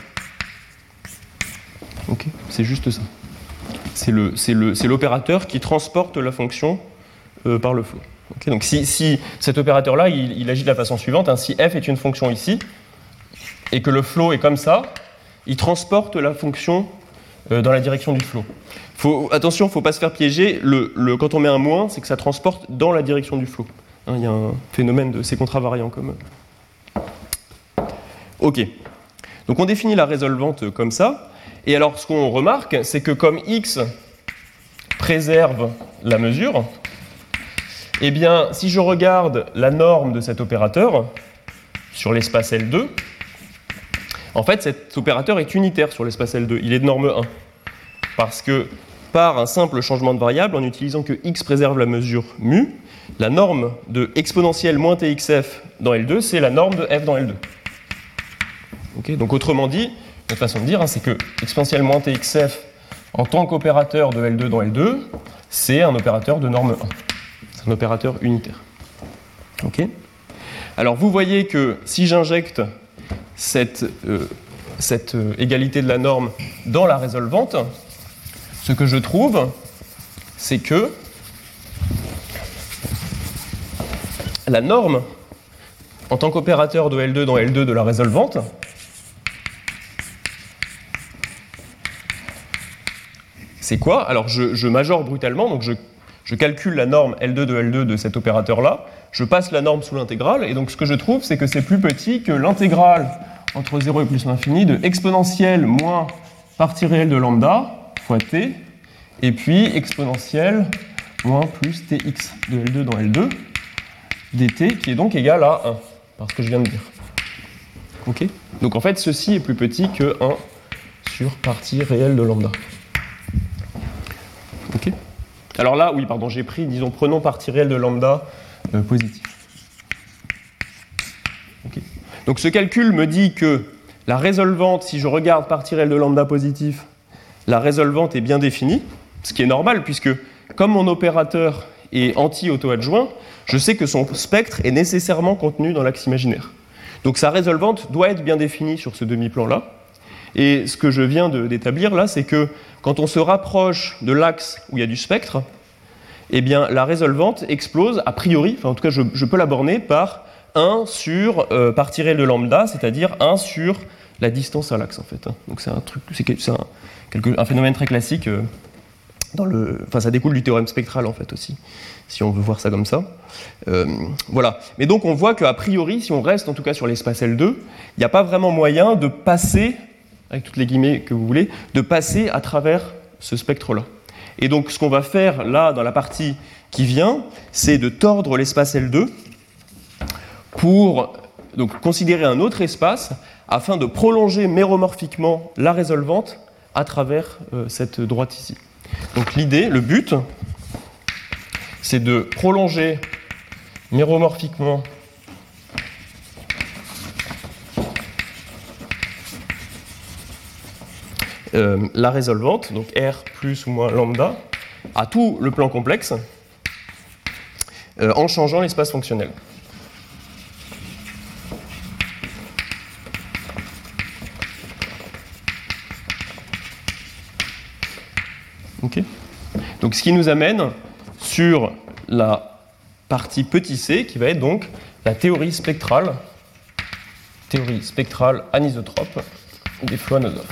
Ok, c'est juste ça. C'est l'opérateur qui transporte la fonction par le flot. Okay, donc si cet opérateur-là, il agit de la façon suivante, si f est une fonction ici, et que le flot est comme ça, il transporte la fonction dans la direction du flot. Attention, il ne faut pas se faire piéger, quand on met un moins, c'est que ça transporte dans la direction du flot. Il y a un phénomène de ces contravariants comme... Ok, donc on définit la résolvante comme ça. Et alors, ce qu'on remarque, c'est que comme x préserve la mesure, eh bien, si je regarde la norme de cet opérateur sur l'espace L2, en fait, cet opérateur est unitaire sur l'espace L2. Il est de norme 1. Parce que par un simple changement de variable, en utilisant que x préserve la mesure mu, la norme de exponentielle moins txf dans L2, c'est la norme de f dans L2. Okay, donc autrement dit, une façon de dire, c'est que exponentielle moins txf en tant qu'opérateur de L2 dans L2, c'est un opérateur de norme 1. C'est un opérateur unitaire. Okay. Alors vous voyez que si j'injecte cette égalité de la norme dans la résolvante, ce que je trouve, c'est que la norme en tant qu'opérateur de L2 dans L2 de la résolvante, c'est quoi? Alors je majore brutalement, donc je calcule la norme L2 de L2 de cet opérateur-là, je passe la norme sous l'intégrale, et donc ce que je trouve, c'est que c'est plus petit que l'intégrale entre 0 et plus l'infini de exponentielle moins partie réelle de lambda fois t, et puis exponentielle moins plus tx de L2 dans L2 dt, qui est donc égal à 1, par ce que je viens de dire. Ok? Donc en fait, ceci est plus petit que 1 sur partie réelle de lambda. Ok? Alors là, oui, pardon, j'ai pris, disons, prenons partie réelle de lambda positive. Okay. Donc ce calcul me dit que la résolvante, si je regarde partie réelle de lambda positif, la résolvante est bien définie, ce qui est normal, puisque comme mon opérateur est anti-auto-adjoint, je sais que son spectre est nécessairement contenu dans l'axe imaginaire. Donc sa résolvante doit être bien définie sur ce demi-plan-là. Et ce que je viens d'établir là, c'est que quand on se rapproche de l'axe où il y a du spectre, eh bien, la résolvante explose a priori, enfin en tout cas je peux la borner par 1 sur partie réelle de lambda, c'est-à-dire 1 sur la distance à l'axe en fait. Donc c'est un phénomène très classique, ça découle du théorème spectral en fait aussi, si on veut voir ça comme ça. Voilà. Mais donc on voit qu'a priori, si on reste en tout cas sur l'espace L2, il n'y a pas vraiment moyen de passer, avec toutes les guillemets que vous voulez, de passer à travers ce spectre-là. Et donc ce qu'on va faire là, dans la partie qui vient, c'est de tordre l'espace L2 pour donc, considérer un autre espace afin de prolonger méromorphiquement la résolvante à travers cette droite ici. Donc l'idée, le but, c'est de prolonger méromorphiquement la résolvante, donc R plus ou moins lambda, à tout le plan complexe, en changeant l'espace fonctionnel. Okay. Donc ce qui nous amène sur la partie petit c, qui va être donc la théorie spectrale anisotrope des flots anosophes.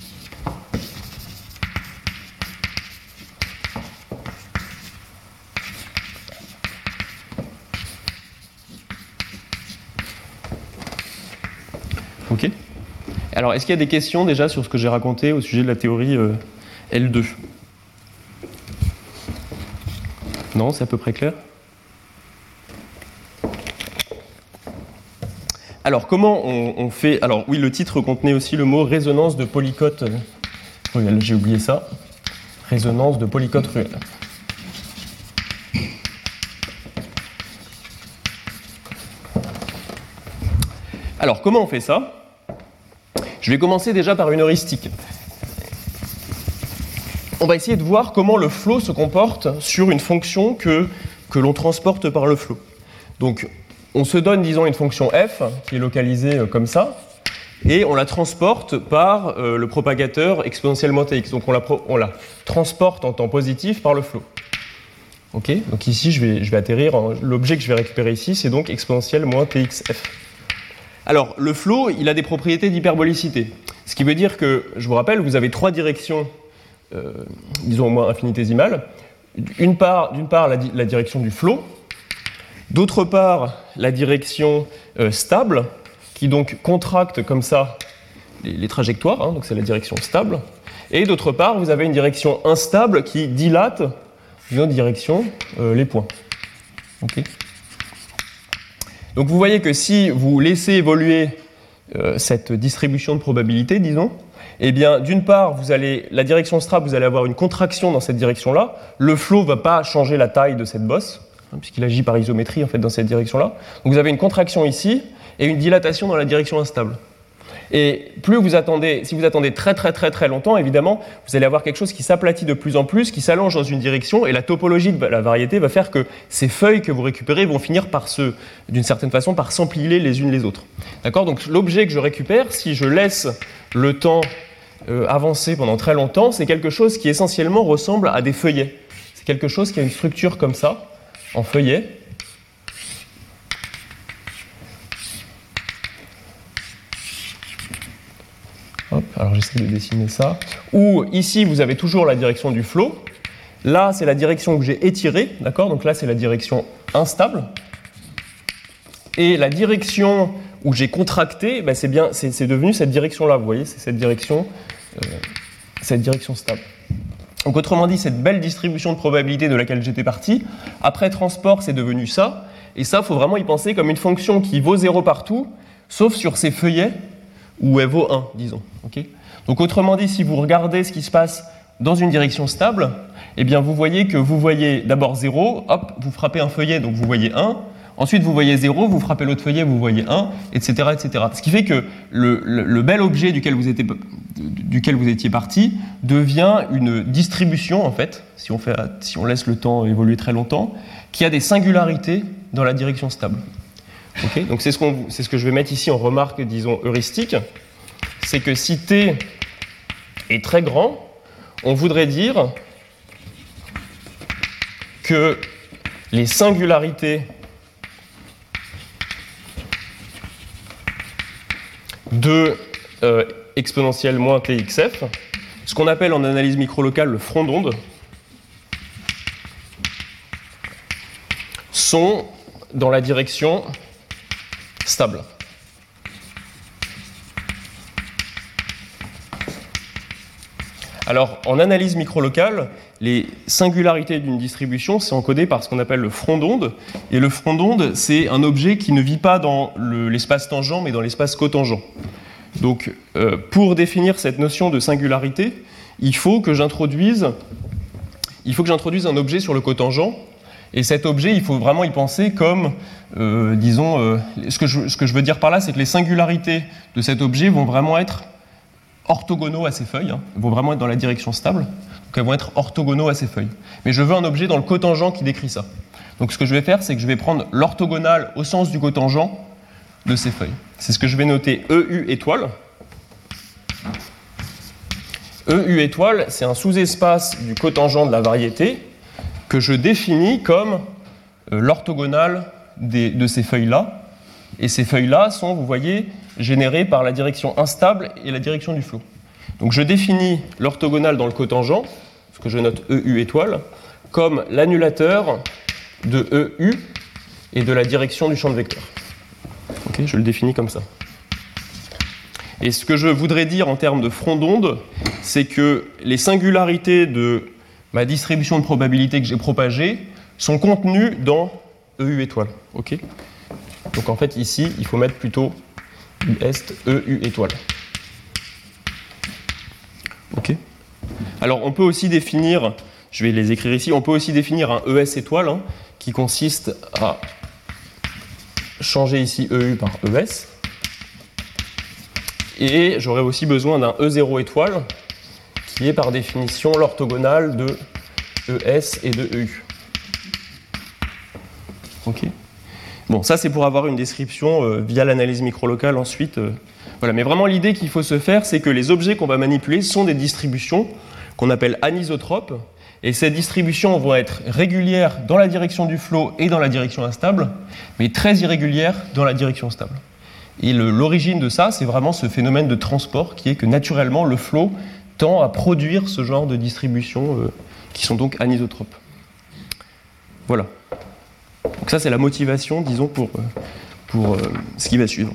Ok. Alors, est-ce qu'il y a des questions déjà sur ce que j'ai raconté au sujet de la théorie L2 ? Non, c'est à peu près clair ? Alors, comment on fait... Alors, oui, le titre contenait aussi le mot résonance de polycote ruelle. J'ai oublié ça. Résonance de polycote ruelle. Alors, comment on fait ça ? Je vais commencer déjà par une heuristique. On va essayer de voir comment le flot se comporte sur une fonction que l'on transporte par le flot. Donc, on se donne, disons, une fonction f qui est localisée comme ça, et on la transporte par le propagateur exponentiellement tx. Donc, on la transporte en temps positif par le flot. Ok ? Donc ici, je vais atterrir. L'objet que je vais récupérer ici, c'est donc exponentielle moins txf. Alors, le flot, il a des propriétés d'hyperbolicité. Ce qui veut dire que, je vous rappelle, vous avez trois directions, disons au moins infinitésimales. D'une part, la direction du flot. D'autre part, la direction stable, qui donc contracte comme ça les trajectoires, donc c'est la direction stable. Et d'autre part, vous avez une direction instable qui dilate dans une direction les points. Okay. Donc vous voyez que si vous laissez évoluer cette distribution de probabilité, disons, eh bien, d'une part, la direction stable, vous allez avoir une contraction dans cette direction-là. Le flot ne va pas changer la taille de cette bosse, puisqu'il agit par isométrie en fait, dans cette direction-là. Donc vous avez une contraction ici et une dilatation dans la direction instable. Et si vous attendez très très très très longtemps, évidemment, vous allez avoir quelque chose qui s'aplatit de plus en plus, qui s'allonge dans une direction, et la topologie de la variété va faire que ces feuilles que vous récupérez vont finir par d'une certaine façon, par s'empiler les unes les autres. D'accord ? Donc l'objet que je récupère, si je laisse le temps avancer pendant très longtemps, c'est quelque chose qui essentiellement ressemble à des feuillets. C'est quelque chose qui a une structure comme ça, en feuillet. Alors j'essaie de dessiner ça. Où ici, vous avez toujours la direction du flot. Là, c'est la direction que j'ai étirée, d'accord? Donc là, c'est la direction instable. Et la direction où j'ai contracté, ben c'est devenu cette direction-là. Vous voyez, c'est cette direction stable. Donc autrement dit, cette belle distribution de probabilité de laquelle j'étais parti, après transport, c'est devenu ça. Et ça, il faut vraiment y penser comme une fonction qui vaut 0 partout, sauf sur ces feuillets où elle vaut 1, disons. Okay. Donc autrement dit, si vous regardez ce qui se passe dans une direction stable, eh bien vous voyez que vous voyez d'abord 0, hop, vous frappez un feuillet, donc vous voyez 1. Ensuite, vous voyez 0, vous frappez l'autre feuillet, vous voyez 1, etc., etc. Ce qui fait que le bel objet duquel vous étiez parti devient une distribution, en fait, si on laisse le temps évoluer très longtemps, qui a des singularités dans la direction stable. Okay, donc c'est ce que je vais mettre ici en remarque, disons, heuristique. C'est que si t est très grand, on voudrait dire que les singularités de exponentielle moins txf, ce qu'on appelle en analyse microlocale le front d'onde, sont dans la direction stable. Alors, en analyse microlocale, les singularités d'une distribution, c'est encodé par ce qu'on appelle le front d'onde. Et le front d'onde, c'est un objet qui ne vit pas dans l'espace tangent, mais dans l'espace cotangent. Donc, pour définir cette notion de singularité, il faut que j'introduise un objet sur le cotangent. Et cet objet, il faut vraiment y penser comme, ce que je veux dire par là, c'est que les singularités de cet objet vont vraiment être orthogonaux à ces feuilles, hein. Elles vont vraiment être dans la direction stable, donc elles vont être orthogonaux à ces feuilles. Mais je veux un objet dans le cotangent qui décrit ça. Donc ce que je vais faire, c'est que je vais prendre l'orthogonale au sens du cotangent de ces feuilles. C'est ce que je vais noter EU étoile. EU étoile, c'est un sous-espace du cotangent de la variété que je définis comme l'orthogonale de ces feuilles-là. Et ces feuilles-là sont, vous voyez, générées par la direction instable et la direction du flot. Donc je définis l'orthogonale dans le cotangent, ce que je note EU étoile, comme l'annulateur de EU et de la direction du champ de vecteur. Okay, je le définis comme ça. Et ce que je voudrais dire en termes de front d'onde, c'est que les singularités de ma distribution de probabilité que j'ai propagée sont contenues dans EU étoile. Okay. Donc en fait, ici, il faut mettre plutôt est EU étoile. Ok. Alors on peut aussi définir, je vais les écrire ici, on peut aussi définir un ES étoile, hein, qui consiste à changer ici EU par ES. Et j'aurais aussi besoin d'un E0 étoile, qui est par définition l'orthogonale de ES et de EU. Ok. Bon, ça c'est pour avoir une description via l'analyse microlocale ensuite. Voilà. Mais vraiment l'idée qu'il faut se faire, c'est que les objets qu'on va manipuler sont des distributions qu'on appelle anisotropes, et ces distributions vont être régulières dans la direction du flot et dans la direction instable, mais très irrégulières dans la direction stable. Et l'origine de ça, c'est vraiment ce phénomène de transport qui est que naturellement le flot tend à produire ce genre de distributions qui sont donc anisotropes. Voilà. Donc ça, c'est la motivation, disons, pour ce qui va suivre.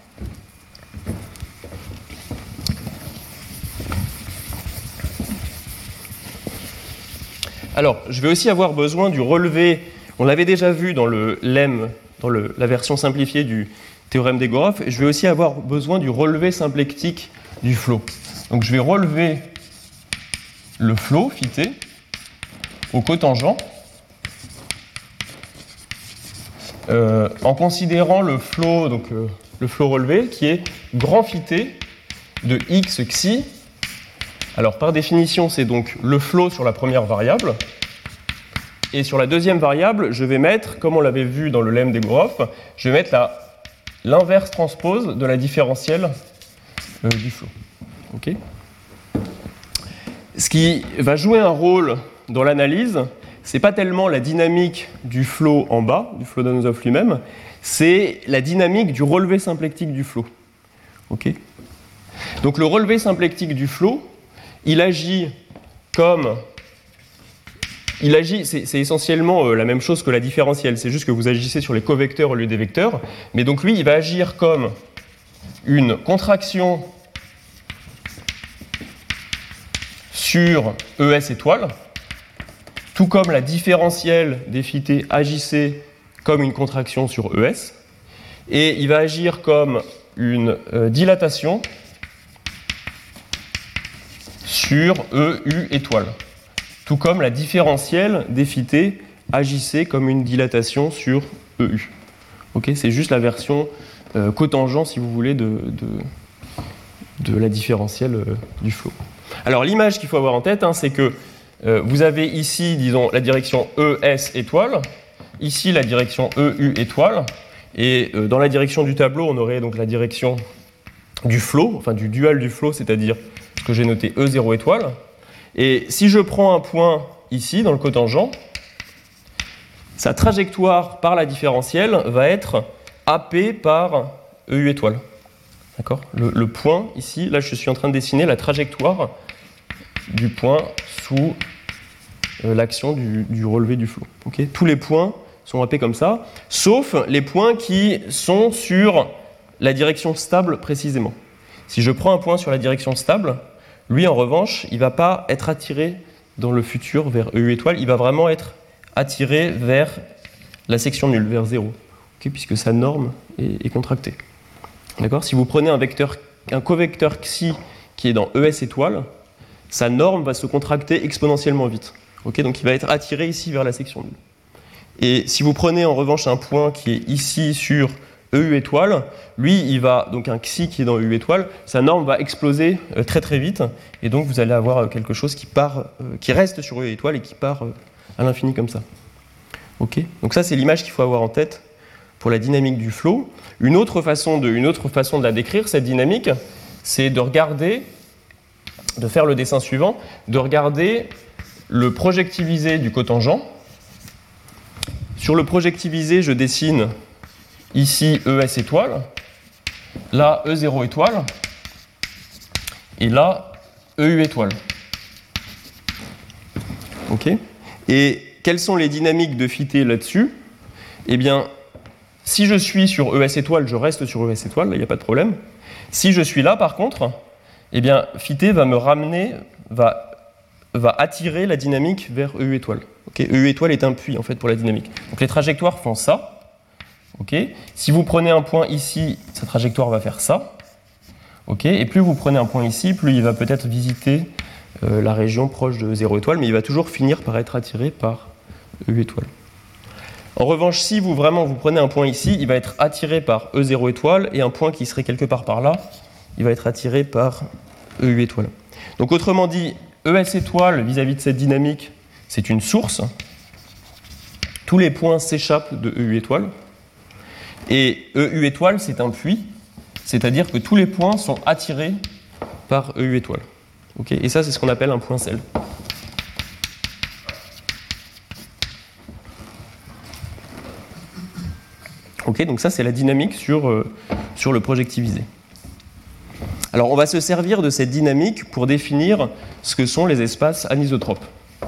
Alors, je vais aussi avoir besoin du relevé. On l'avait déjà vu dans le lemme, dans la version simplifiée du théorème d'Egorov. Je vais aussi avoir besoin du relevé symplectique du flot. Donc, je vais relever le flot, phi t, au cotangent, en considérant le flot, le flot relevé, qui est grand phi t de x xi. Alors par définition, c'est donc le flot sur la première variable. Et sur la deuxième variable, je vais mettre, comme on l'avait vu dans le lemme d'Egorov, je vais mettre l'inverse transpose de la différentielle du flot. Okay. Ce qui va jouer un rôle dans l'analyse, c'est pas tellement la dynamique du flot en bas, du flot d'Anosov lui-même, c'est la dynamique du relevé symplectique du flot. Okay. Donc le relevé symplectique du flot, il agit comme... c'est essentiellement la même chose que la différentielle, c'est juste que vous agissez sur les covecteurs au lieu des vecteurs. Mais donc lui, il va agir comme une contraction sur ES étoile, tout comme la différentielle des phi t agissait comme une contraction sur ES. Et il va agir comme une dilatation sur EU étoile. Tout comme la différentielle des phi t agissait comme une dilatation sur EU. Okay, c'est juste la version cotangent, si vous voulez, de la différentielle du flot. Alors l'image qu'il faut avoir en tête, hein, c'est que vous avez ici, disons, la direction ES étoile, ici la direction EU étoile, et dans la direction du tableau, on aurait donc la direction du flot, enfin du dual du flot, c'est-à-dire ce que j'ai noté E0 étoile. Et si je prends un point ici, dans le cotangent, sa trajectoire par la différentielle va être AP par EU étoile. D'accord ? Le point ici, là je suis en train de dessiner la trajectoire du point sous l'action du relevé du flot. Okay ? Tous les points sont AP comme ça, sauf les points qui sont sur la direction stable précisément. Si je prends un point sur la direction stable, lui en revanche, il ne va pas être attiré dans le futur vers EU étoile, il va vraiment être attiré vers la section nulle, vers 0, okay, puisque sa norme est contractée. D'accord ? Si vous prenez un covecteur xi qui est dans ES étoile, sa norme va se contracter exponentiellement vite. Okay, donc il va être attiré ici vers la section nulle. Et si vous prenez en revanche un point qui est ici sur EU étoile, lui, il va, donc un xi qui est dans EU étoile, sa norme va exploser très très vite, et donc vous allez avoir quelque chose qui reste sur EU étoile et qui part à l'infini comme ça. Okay, donc ça, c'est l'image qu'il faut avoir en tête pour la dynamique du flot. Une autre façon de la décrire, cette dynamique, c'est de faire le dessin suivant, de regarder le projectivisé du cotangent. Sur le projectivisé, je dessine ici ES étoile, là E0 étoile, et là EU étoile. Ok ? Et quelles sont les dynamiques de phi t là-dessus ? Eh bien, si je suis sur ES étoile, je reste sur ES étoile, là il n'y a pas de problème. Si je suis là, par contre, eh bien, phi t va me ramener, va attirer la dynamique vers EU étoile. Okay, EU étoile est un puits en fait pour la dynamique. Donc les trajectoires font ça. Okay, si vous prenez un point ici, sa trajectoire va faire ça. Okay, et plus vous prenez un point ici, plus il va peut-être visiter la région proche de 0 étoile, mais il va toujours finir par être attiré par EU étoile. En revanche, si vous prenez un point ici, il va être attiré par E0 étoile, et un point qui serait quelque part par là, il va être attiré par EU étoile. Donc autrement dit, ES étoile vis-à-vis de cette dynamique, c'est une source. Tous les points s'échappent de EU étoile. Et EU étoile, c'est un puits, c'est-à-dire que tous les points sont attirés par EU étoile. Okay, et ça, c'est ce qu'on appelle un point sel. Okay, donc ça, c'est la dynamique sur le projectivisé. Alors, on va se servir de cette dynamique pour définir ce que sont les espaces anisotropes.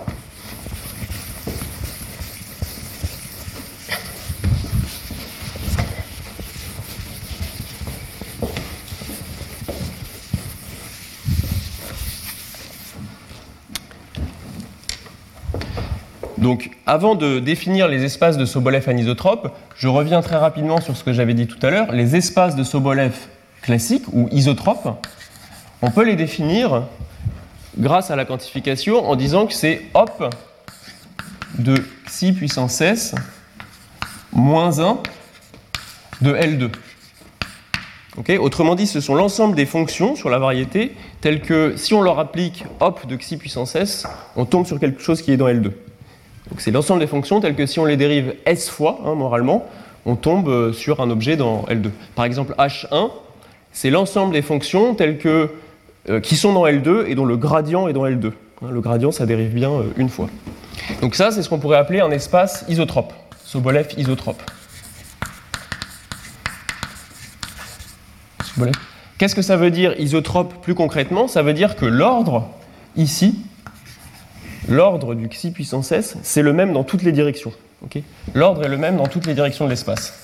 Donc, avant de définir les espaces de Sobolev anisotropes, je reviens très rapidement sur ce que j'avais dit tout à l'heure. Les espaces de Sobolev classiques ou isotropes, on peut les définir grâce à la quantification en disant que c'est hop de xi puissance s moins 1 de L2. Okay, autrement dit, ce sont l'ensemble des fonctions sur la variété telles que si on leur applique hop de xi puissance s, on tombe sur quelque chose qui est dans L2. Donc c'est l'ensemble des fonctions telles que si on les dérive s fois, moralement, on tombe sur un objet dans L2. Par exemple, H1, c'est l'ensemble des fonctions telles que, qui sont dans L2 et dont le gradient est dans L2. Le gradient, ça dérive bien une fois. Donc ça, c'est ce qu'on pourrait appeler un espace isotrope, Sobolev isotrope. Sobolev. Qu'est-ce que ça veut dire isotrope plus concrètement? Ça veut dire que l'ordre, ici, l'ordre du xi puissance s, c'est le même dans toutes les directions. Okay, l'ordre est le même dans toutes les directions de l'espace.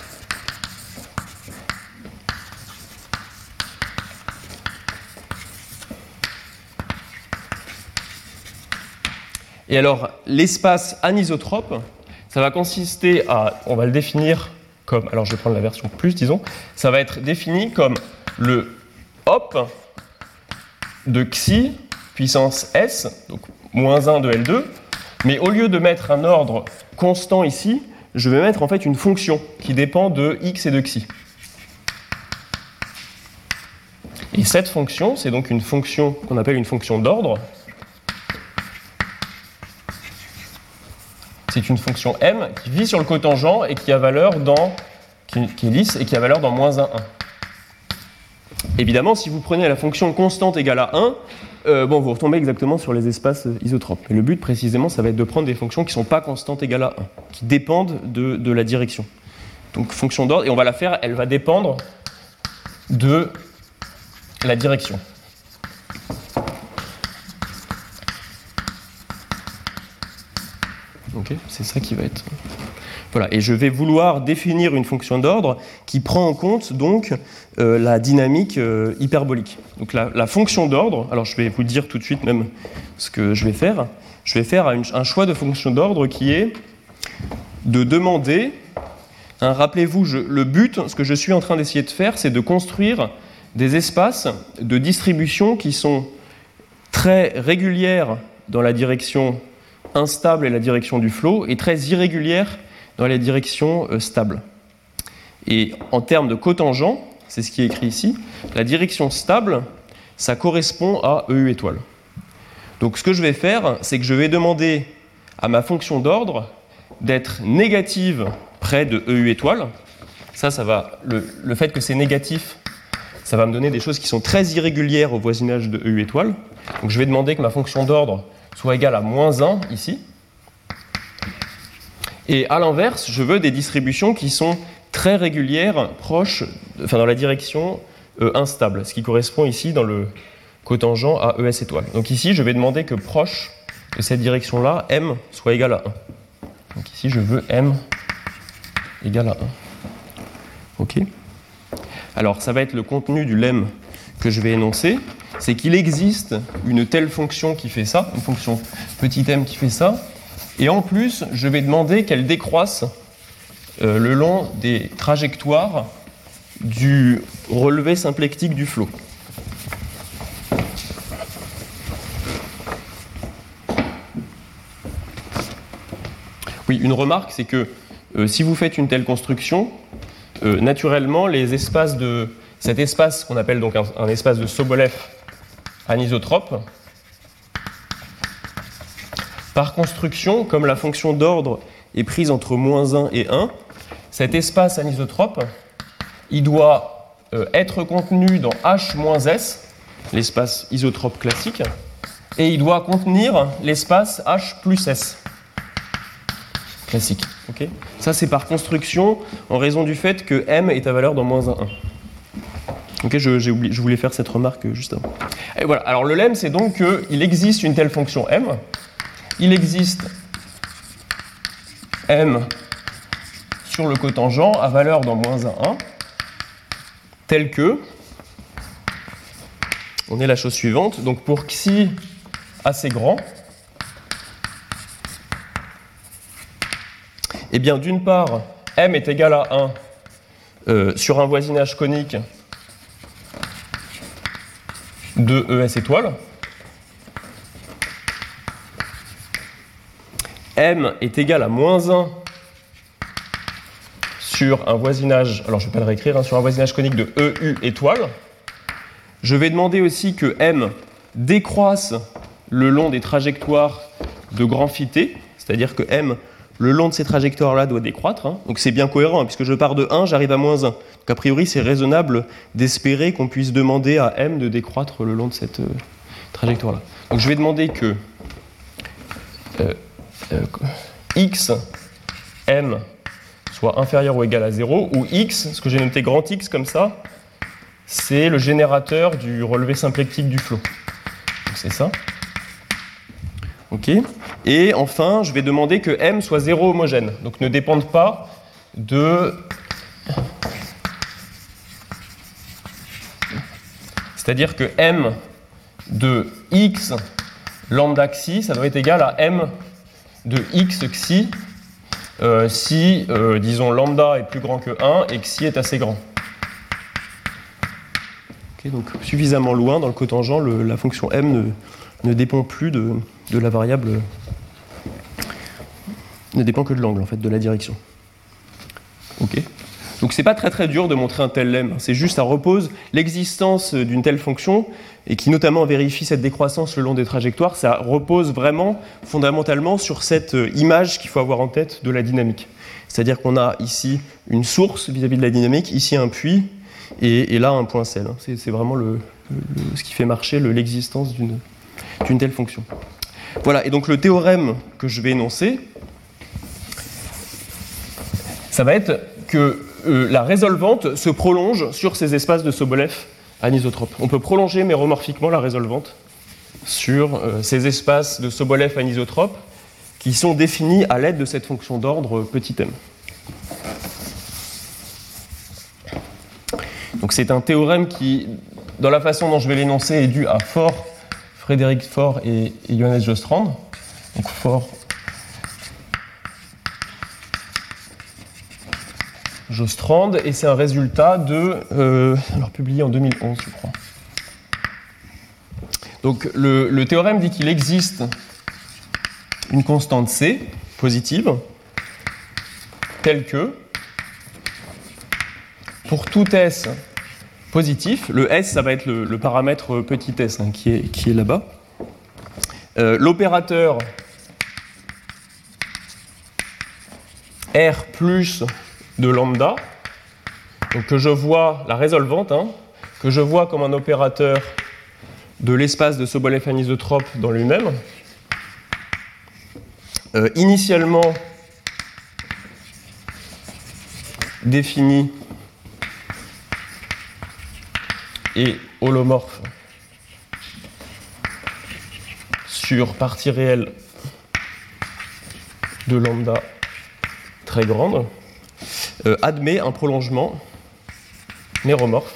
Et alors, l'espace anisotrope, ça va consister à, on va le définir comme, alors je vais prendre la version plus, disons, ça va être défini comme le hop de xi puissance s, donc moins 1 de L2, mais au lieu de mettre un ordre constant ici, je vais mettre en fait une fonction qui dépend de x et de xi. Et cette fonction, c'est donc une fonction qu'on appelle une fonction d'ordre. C'est une fonction m qui vit sur le cotangent et qui a valeur dans, qui est lisse et qui a valeur dans moins 1, 1. Évidemment, si vous prenez la fonction constante égale à 1, bon, vous retombez exactement sur les espaces isotropes. Mais le but, précisément, ça va être de prendre des fonctions qui ne sont pas constantes égales à 1, qui dépendent de la direction. Donc, fonction d'ordre, et on va la faire, elle va dépendre de la direction. Okay, c'est ça qui va être... Voilà, et je vais vouloir définir une fonction d'ordre qui prend en compte donc la dynamique hyperbolique. Donc la fonction d'ordre, alors je vais vous dire tout de suite même ce que je vais faire. Je vais faire un choix de fonction d'ordre qui est de demander, rappelez-vous, le but, ce que je suis en train d'essayer de faire, c'est de construire des espaces de distribution qui sont très régulières dans la direction instable et la direction du flot, et très irrégulières dans la direction stable. Et en termes de cotangent, c'est ce qui est écrit ici, la direction stable, ça correspond à EU étoile. Donc ce que je vais faire, c'est que je vais demander à ma fonction d'ordre d'être négative près de EU étoile. Ça va, le fait que c'est négatif, ça va me donner des choses qui sont très irrégulières au voisinage de EU étoile. Donc je vais demander que ma fonction d'ordre soit égale à moins 1 ici. Et à l'inverse, je veux des distributions qui sont très régulières, proches, enfin dans la direction instable, ce qui correspond ici dans le cotangent à ES étoile. Donc ici, je vais demander que proche de cette direction-là, m soit égal à 1. Donc ici, je veux m égal à 1. OK ? Alors, ça va être le contenu du lemme que je vais énoncer. C'est qu'il existe une telle fonction qui fait ça, une fonction petit m qui fait ça, et en plus, je vais demander qu'elle décroisse le long des trajectoires du relevé symplectique du flot. Oui, une remarque, c'est que si vous faites une telle construction, naturellement, les espaces de cet espace qu'on appelle donc un espace de Sobolev anisotrope, par construction, comme la fonction d'ordre est prise entre moins 1 et 1, cet espace anisotrope, il doit être contenu dans H-S, l'espace isotrope classique, et il doit contenir l'espace H plus S classique. Okay, ça, c'est par construction, en raison du fait que M est à valeur dans moins 1, 1. Okay, je voulais faire cette remarque juste avant. Et voilà. Alors le lemme, c'est donc qu'il existe une telle fonction M. Il existe M sur le cotangent à valeur dans moins 1, 1, tel que, on est la chose suivante, donc pour xi assez grand, eh bien d'une part, M est égal à 1 sur un voisinage conique de ES étoile. M est égal à moins 1 sur un voisinage, alors je ne vais pas le réécrire, sur un voisinage conique de EU étoile. Je vais demander aussi que M décroisse le long des trajectoires de grand phi t, c'est-à-dire que M, le long de ces trajectoires-là, doit décroître. Hein. Donc c'est bien cohérent, hein, puisque je pars de 1, j'arrive à moins 1. Donc a priori, c'est raisonnable d'espérer qu'on puisse demander à M de décroître le long de cette trajectoire-là. Donc je vais demander que x, m, soit inférieur ou égal à 0, ou x, ce que j'ai noté grand X comme ça, c'est le générateur du relevé symplectique du flot. Donc c'est ça. OK. Et enfin, je vais demander que M soit zéro homogène, donc ne dépende pas de... C'est-à-dire que M de X lambda xi, ça doit être égal à M de X xi si, disons, lambda est plus grand que 1 et xi est assez grand. Okay, donc suffisamment loin dans le cotangent, la fonction M ne dépend plus de la variable, ne dépend que de l'angle, en fait, de la direction. OK. Donc c'est pas très très dur de montrer un tel lemme, c'est juste ça repose l'existence d'une telle fonction et qui notamment vérifie cette décroissance le long des trajectoires, ça repose vraiment fondamentalement sur cette image qu'il faut avoir en tête de la dynamique. C'est-à-dire qu'on a ici une source vis-à-vis de la dynamique, ici un puits et là un point cell. C'est vraiment ce qui fait marcher l'existence d'une telle fonction. Voilà, et donc le théorème que je vais énoncer, ça va être que la résolvante se prolonge sur ces espaces de Sobolev anisotropes. On peut prolonger méromorphiquement la résolvante sur ces espaces de Sobolev anisotropes qui sont définis à l'aide de cette fonction d'ordre petit m. Donc c'est un théorème qui, dans la façon dont je vais l'énoncer, est dû à Frédéric Faure et Johannes Jostrand. Donc Faure, Jostrand, et c'est un résultat alors publié en 2011, je crois. Donc le théorème dit qu'il existe une constante C positive, telle que, pour tout S positif, le S, ça va être le paramètre petit s qui est là-bas, l'opérateur R plus de lambda, donc que je vois, la résolvante, que je vois comme un opérateur de l'espace de Sobolev anisotrope dans lui-même, initialement défini et holomorphe sur partie réelle de lambda très grande, admet un prolongement méromorphe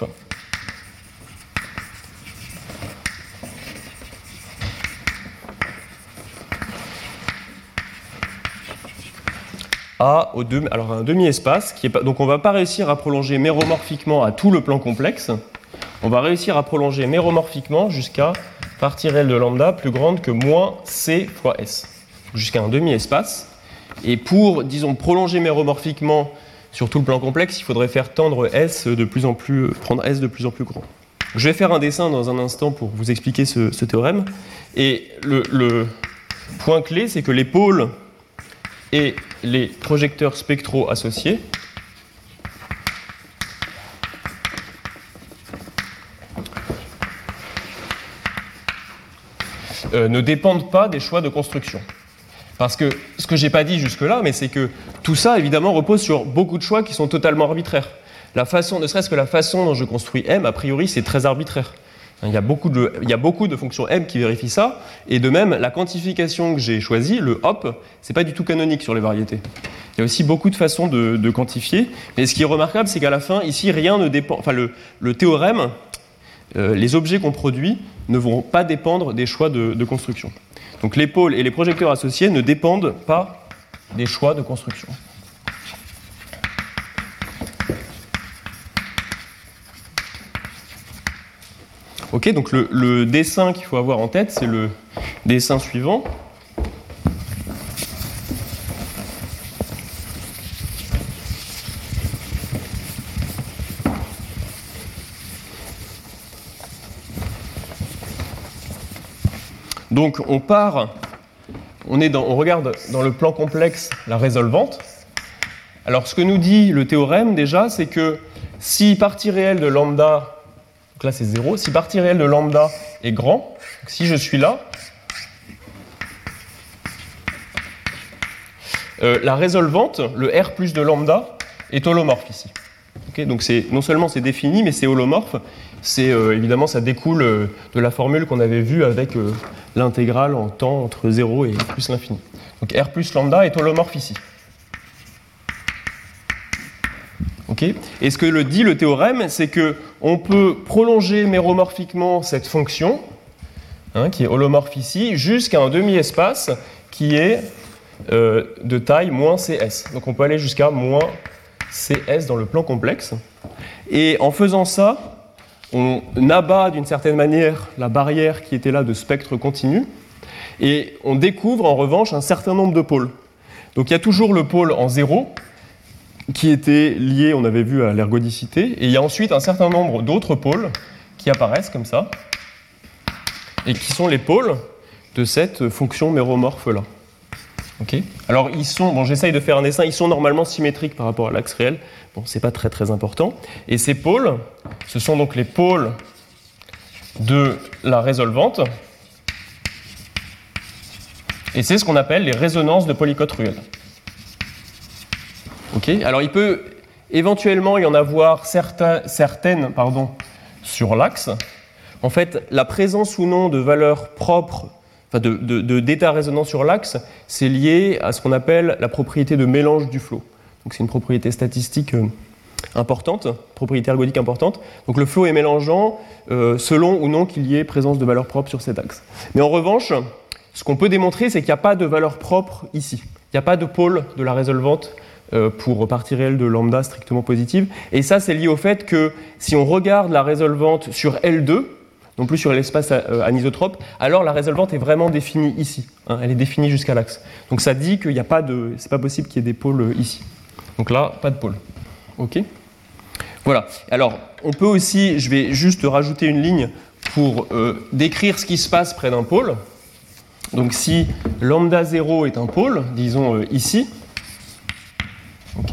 à un demi-espace, donc on ne va pas réussir à prolonger méromorphiquement à tout le plan complexe, on va réussir à prolonger méromorphiquement jusqu'à partie réelle de lambda plus grande que moins c fois s, jusqu'à un demi-espace. Et pour, disons, prolonger méromorphiquement sur tout le plan complexe, il faudrait faire tendre S de plus en plus, prendre S de plus en plus grand. Je vais faire un dessin dans un instant pour vous expliquer ce théorème. Et le point clé, c'est que les pôles et les projecteurs spectraux associés ne dépendent pas des choix de construction. Parce que ce que je n'ai pas dit jusque-là, mais c'est que tout ça, évidemment, repose sur beaucoup de choix qui sont totalement arbitraires. Ne serait-ce que la façon dont je construis M, a priori, c'est très arbitraire. Il y a beaucoup de fonctions M qui vérifient ça, et de même, la quantification que j'ai choisie, le hop, c'est pas du tout canonique sur les variétés. Il y a aussi beaucoup de façons de quantifier, mais ce qui est remarquable, c'est qu'à la fin, ici, rien ne dépend. Enfin, le théorème, les objets qu'on produit ne vont pas dépendre des choix de construction. Donc les pôles et les projecteurs associés ne dépendent pas des choix de construction. Ok, donc le dessin qu'il faut avoir en tête, c'est le dessin suivant. Donc on regarde dans le plan complexe la résolvante. Alors ce que nous dit le théorème déjà, c'est que si partie réelle de lambda, donc là c'est 0, si partie réelle de lambda est grand, si je suis là, la résolvante, le R plus de lambda, est holomorphe ici. Okay, donc non seulement c'est défini, mais c'est holomorphe. Évidemment, ça découle de la formule qu'on avait vue avec l'intégrale en temps entre 0 et plus l'infini. Donc R plus lambda est holomorphe ici. Okay. Et ce que le dit le théorème, c'est qu'on peut prolonger méromorphiquement cette fonction, qui est holomorphe ici, jusqu'à un demi-espace qui est de taille moins CS. Donc on peut aller jusqu'à moins CS dans le plan complexe. Et en faisant ça, on abat d'une certaine manière la barrière qui était là de spectre continu, et on découvre en revanche un certain nombre de pôles. Donc il y a toujours le pôle en 0, qui était lié, on avait vu, à l'ergodicité, et il y a ensuite un certain nombre d'autres pôles qui apparaissent comme ça, et qui sont les pôles de cette fonction méromorphe-là. Okay. Alors j'essaye de faire un dessin, ils sont normalement symétriques par rapport à l'axe réel, bon, c'est pas très très important, et ces pôles, ce sont donc les pôles de la résolvante, et c'est ce qu'on appelle les résonances de Polycott-Ruel. Okay. Alors il peut éventuellement y en avoir certaines sur l'axe. En fait, la présence ou non de valeurs propres, d'état résonant sur l'axe, c'est lié à ce qu'on appelle la propriété de mélange du flot. Donc c'est une propriété statistique importante, propriété ergodique importante. Donc le flot est mélangeant selon ou non qu'il y ait présence de valeurs propres sur cet axe. Mais en revanche, ce qu'on peut démontrer, c'est qu'il n'y a pas de valeur propre ici. Il n'y a pas de pôle de la résolvante pour partie réelle de lambda strictement positive. Et ça, c'est lié au fait que si on regarde la résolvante sur L2, non plus sur l'espace anisotrope, alors la résolvante est vraiment définie ici. Elle est définie jusqu'à l'axe. Donc ça dit qu'il n'y a pas de... c'est pas possible qu'il y ait des pôles ici. Donc là, pas de pôle. OK ? Voilà. Alors, on peut aussi... je vais juste rajouter une ligne pour décrire ce qui se passe près d'un pôle. Donc si lambda 0 est un pôle, disons ici, OK ?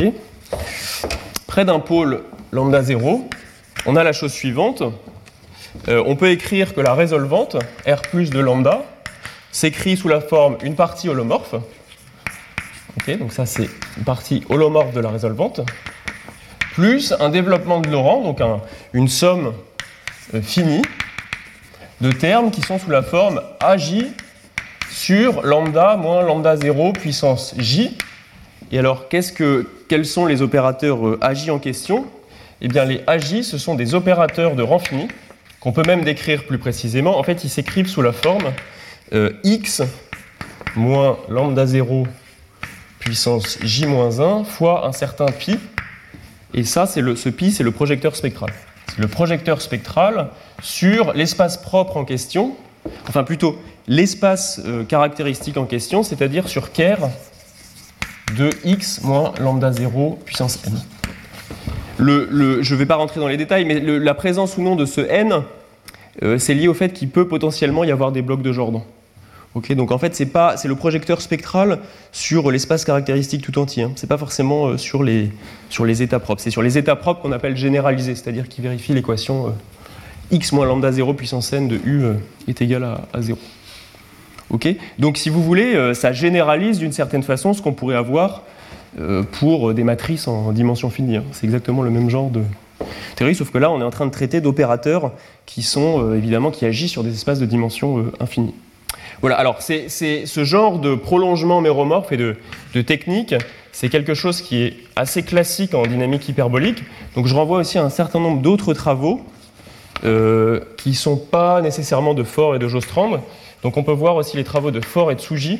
Près d'un pôle lambda 0, on a la chose suivante. On peut écrire que la résolvante, R plus de lambda, s'écrit sous la forme une partie holomorphe. Okay, donc ça, c'est une partie holomorphe de la résolvante, plus un développement de Laurent, donc une somme finie de termes qui sont sous la forme AJ sur lambda moins lambda 0 puissance J. Et alors, quels sont les opérateurs AJ en question ? Eh bien, les AJ, ce sont des opérateurs de rang fini, qu'on peut même décrire plus précisément. En fait, ils s'écrivent sous la forme x moins lambda 0 puissance j moins 1 fois un certain pi. Et ça, ce pi, c'est le projecteur spectral. C'est le projecteur spectral sur l'espace propre en question, enfin plutôt l'espace caractéristique en question, c'est-à-dire sur ker de x moins lambda 0 puissance n. Je ne vais pas rentrer dans les détails, mais la présence ou non de ce n, c'est lié au fait qu'il peut potentiellement y avoir des blocs de Jordan. Okay, donc en fait, c'est le projecteur spectral sur l'espace caractéristique tout entier. Ce n'est pas forcément sur les états propres. C'est sur les états propres qu'on appelle généralisés, c'est-à-dire qui vérifient l'équation x moins lambda 0 puissance n de u est égal à 0. Okay, donc si vous voulez, ça généralise d'une certaine façon ce qu'on pourrait avoir pour des matrices en dimension finie. C'est exactement le même genre de théorie, sauf que là, on est en train de traiter d'opérateurs qui sont évidemment qui agissent sur des espaces de dimension infinie. Voilà, alors c'est ce genre de prolongement méromorphe et de technique, c'est quelque chose qui est assez classique en dynamique hyperbolique. Donc je renvoie aussi à un certain nombre d'autres travaux qui ne sont pas nécessairement de Faure et de Jostrand. Donc on peut voir aussi les travaux de Faure et de Tsuji.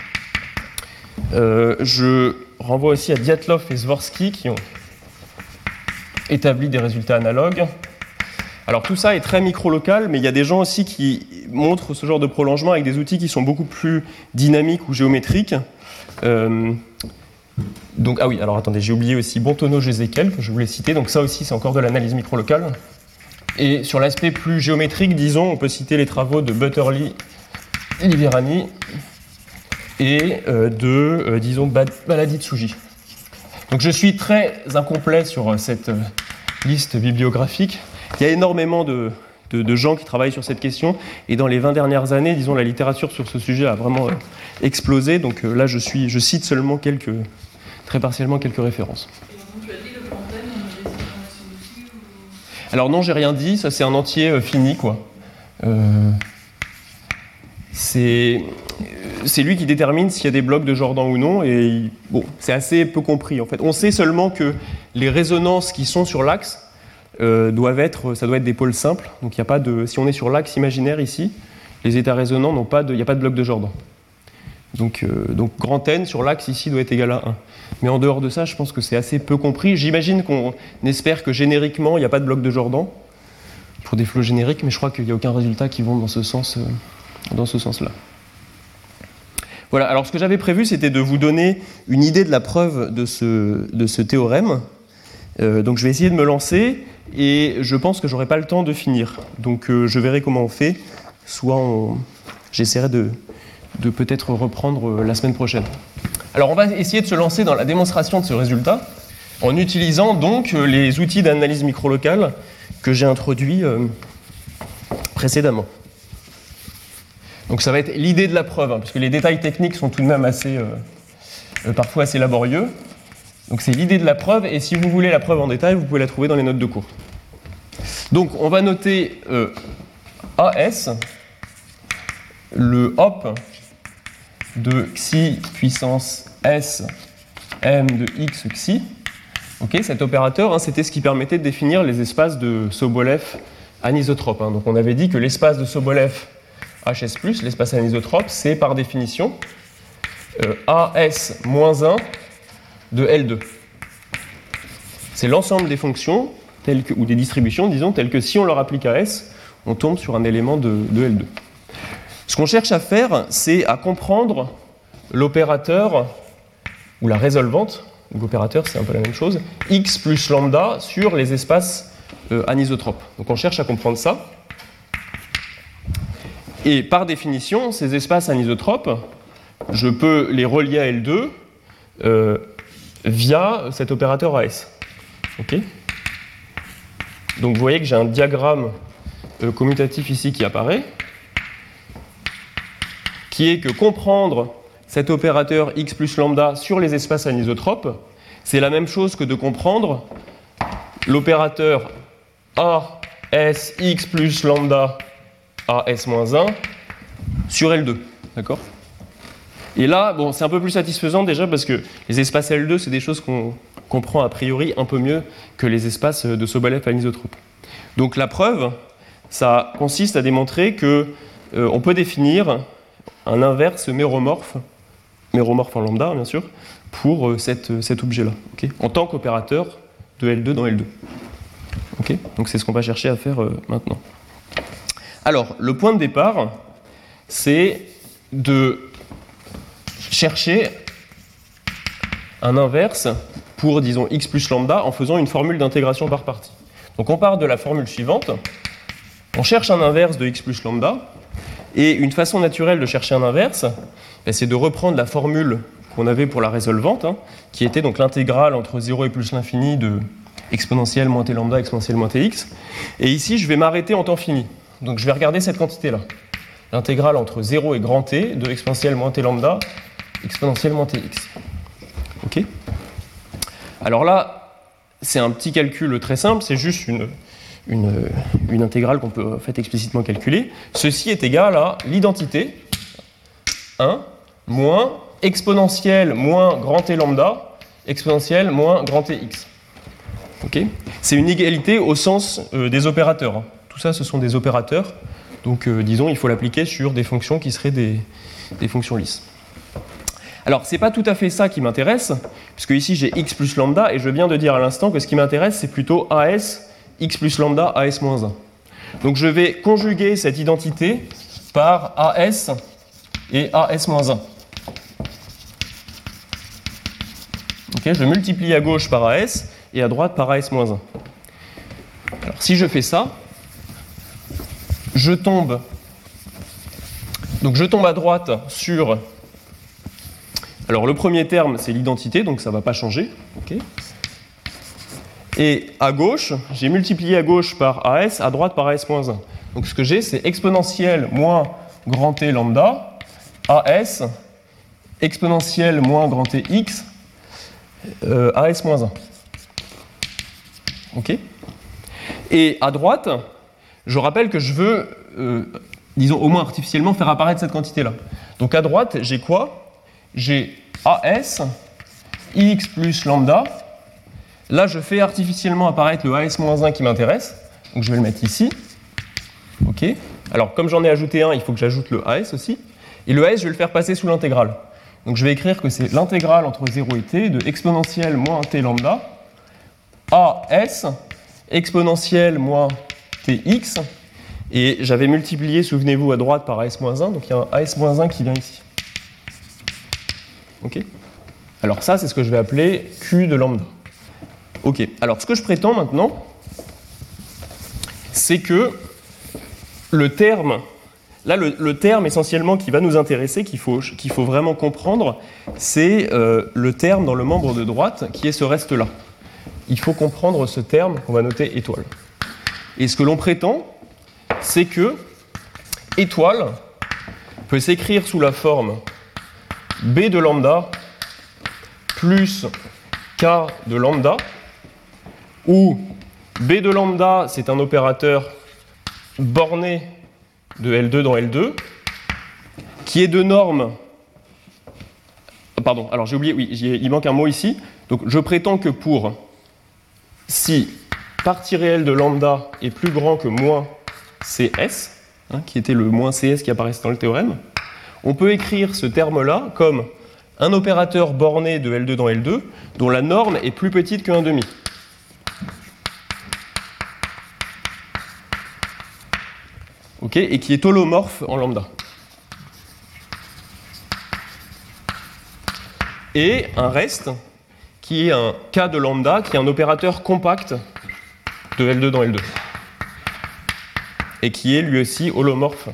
Je renvoie aussi à Dyatlov et Zworsky qui ont établi des résultats analogues. Alors tout ça est très micro-local, mais il y a des gens aussi qui montrent ce genre de prolongement avec des outils qui sont beaucoup plus dynamiques ou géométriques. Donc, ah oui, alors attendez, j'ai oublié aussi Bontonneau-Jézéquel, que je voulais citer. Donc ça aussi, c'est encore de l'analyse micro-locale. Et sur l'aspect plus géométrique, disons, on peut citer les travaux de Butterly et Liverani et disons, Baladi-Tsuji. Donc je suis très incomplet sur cette liste bibliographique. Il y a énormément de gens qui travaillent sur cette question, et dans les 20 dernières années, disons, la littérature sur ce sujet a vraiment explosé. Donc là, je cite seulement très partiellement quelques références. Et donc, tu as dit le grand M, on Alors non, j'ai rien dit, ça c'est un entier fini, quoi. C'est lui qui détermine s'il y a des blocs de Jordan ou non, et bon, c'est assez peu compris en fait. On sait seulement que les résonances qui sont sur l'axe ça doit être des pôles simples, donc il y a pas de, si on est sur l'axe imaginaire ici, les états résonants il n'y a pas de bloc de Jordan. Donc grand N sur l'axe ici doit être égal à 1. Mais en dehors de ça, je pense que c'est assez peu compris. J'imagine qu'on espère que génériquement, il n'y a pas de bloc de Jordan pour des flots génériques, mais je crois qu'il n'y a aucun résultat qui vont dans ce sens-là. Voilà, alors ce que j'avais prévu, c'était de vous donner une idée de la preuve de ce théorème. Donc je vais essayer de me lancer, et je pense que je n'aurai pas le temps de finir. Donc je verrai comment on fait, j'essaierai de peut-être reprendre la semaine prochaine. Alors on va essayer de se lancer dans la démonstration de ce résultat, en utilisant donc les outils d'analyse microlocale que j'ai introduits précédemment. Donc ça va être l'idée de la preuve, hein, parce que les détails techniques sont tout de même parfois assez laborieux. Donc c'est l'idée de la preuve, et si vous voulez la preuve en détail, vous pouvez la trouver dans les notes de cours. Donc on va noter AS, le hop de xi puissance S m de x xi. Okay, cet opérateur, hein, c'était ce qui permettait de définir les espaces de Sobolev anisotropes. Hein. Donc on avait dit que l'espace de Sobolev HS+, l'espace anisotrope, c'est par définition AS-1 de L2. C'est l'ensemble des fonctions, ou des distributions, disons, telles que si on leur applique AS, on tombe sur un élément de L2. Ce qu'on cherche à faire, c'est à comprendre l'opérateur, ou la résolvante, l'opérateur c'est un peu la même chose, x plus lambda sur les espaces anisotropes. Donc on cherche à comprendre ça. Et par définition, ces espaces anisotropes, je peux les relier à L2 via cet opérateur AS. Okay, donc vous voyez que j'ai un diagramme commutatif ici qui apparaît, qui est que comprendre cet opérateur x plus lambda sur les espaces anisotropes, c'est la même chose que de comprendre l'opérateur AS x plus lambda AS-1 sur L2. D'accord ? Et là, bon, c'est un peu plus satisfaisant déjà parce que les espaces L2, c'est des choses qu'on comprend a priori un peu mieux que les espaces de Sobolev anisotropes. Donc la preuve, ça consiste à démontrer qu'on peut définir un inverse méromorphe en lambda bien sûr, pour cet objet-là, okay, en tant qu'opérateur de L2 dans L2. Okay, donc c'est ce qu'on va chercher à faire maintenant. Alors, le point de départ, c'est de chercher un inverse pour, disons, x plus lambda en faisant une formule d'intégration par partie. Donc on part de la formule suivante, on cherche un inverse de x plus lambda, et une façon naturelle de chercher un inverse, c'est de reprendre la formule qu'on avait pour la résolvante, hein, qui était donc l'intégrale entre 0 et plus l'infini de exponentielle moins t lambda exponentielle moins tx, et ici je vais m'arrêter en temps fini. Donc je vais regarder cette quantité-là, l'intégrale entre 0 et grand t de exponentielle moins t lambda exponentielle moins tx. Ok ? Alors là, c'est un petit calcul très simple, c'est juste une intégrale qu'on peut en fait explicitement calculer. Ceci est égal à l'identité 1 moins exponentielle moins grand t lambda exponentielle moins grand tx. Okay, c'est une égalité au sens des opérateurs. Tout ça, ce sont des opérateurs. Donc, disons, il faut l'appliquer sur des fonctions qui seraient des fonctions lisses. Alors, ce n'est pas tout à fait ça qui m'intéresse, puisque ici, j'ai x plus lambda, et je viens de dire à l'instant que ce qui m'intéresse, c'est plutôt AS, x plus lambda, AS-1. Donc, je vais conjuguer cette identité par AS et AS-1. Okay, je multiplie à gauche par AS, et à droite par AS-1. Alors, si je fais ça, je tombe à droite sur... Alors, le premier terme, c'est l'identité, donc ça ne va pas changer. Okay. Et à gauche, j'ai multiplié à gauche par AS, à droite par AS-1. Donc, ce que j'ai, c'est exponentielle moins grand T lambda, AS, exponentielle moins grand T x, AS-1. Ok ? Et à droite, je rappelle que je veux, disons au moins artificiellement, faire apparaître cette quantité-là. Donc à droite, j'ai quoi? J'ai AS, X plus lambda. Là, je fais artificiellement apparaître le AS-1 qui m'intéresse. Donc je vais le mettre ici. OK. Alors, comme j'en ai ajouté un, il faut que j'ajoute le AS aussi. Et le AS, je vais le faire passer sous l'intégrale. Donc je vais écrire que c'est l'intégrale entre 0 et t de exponentielle moins t lambda AS exponentielle moins tx. Et j'avais multiplié, souvenez-vous, à droite par AS-1, donc il y a un AS-1 qui vient ici. OK. Alors ça, c'est ce que je vais appeler Q de lambda. OK. Alors ce que je prétends maintenant, c'est que le terme, là le terme essentiellement qui va nous intéresser, qu'il faut vraiment comprendre, c'est le terme dans le membre de droite qui est ce reste-là. Il faut comprendre ce terme qu'on va noter étoile. Et ce que l'on prétend, c'est que étoile peut s'écrire sous la forme B de lambda plus K de lambda, où B de lambda, c'est un opérateur borné de L2 dans L2, qui est de norme... Pardon, alors j'ai oublié, oui, il manque un mot ici. Donc je prétends que si partie réelle de lambda est plus grand que moins CS, qui était le moins CS qui apparaissait dans le théorème, on peut écrire ce terme-là comme un opérateur borné de L2 dans L2 dont la norme est plus petite que 1,5. OK, et qui est holomorphe en lambda. Et un reste qui est un K de lambda, qui est un opérateur compact de L2 dans L2. Et qui est lui aussi holomorphe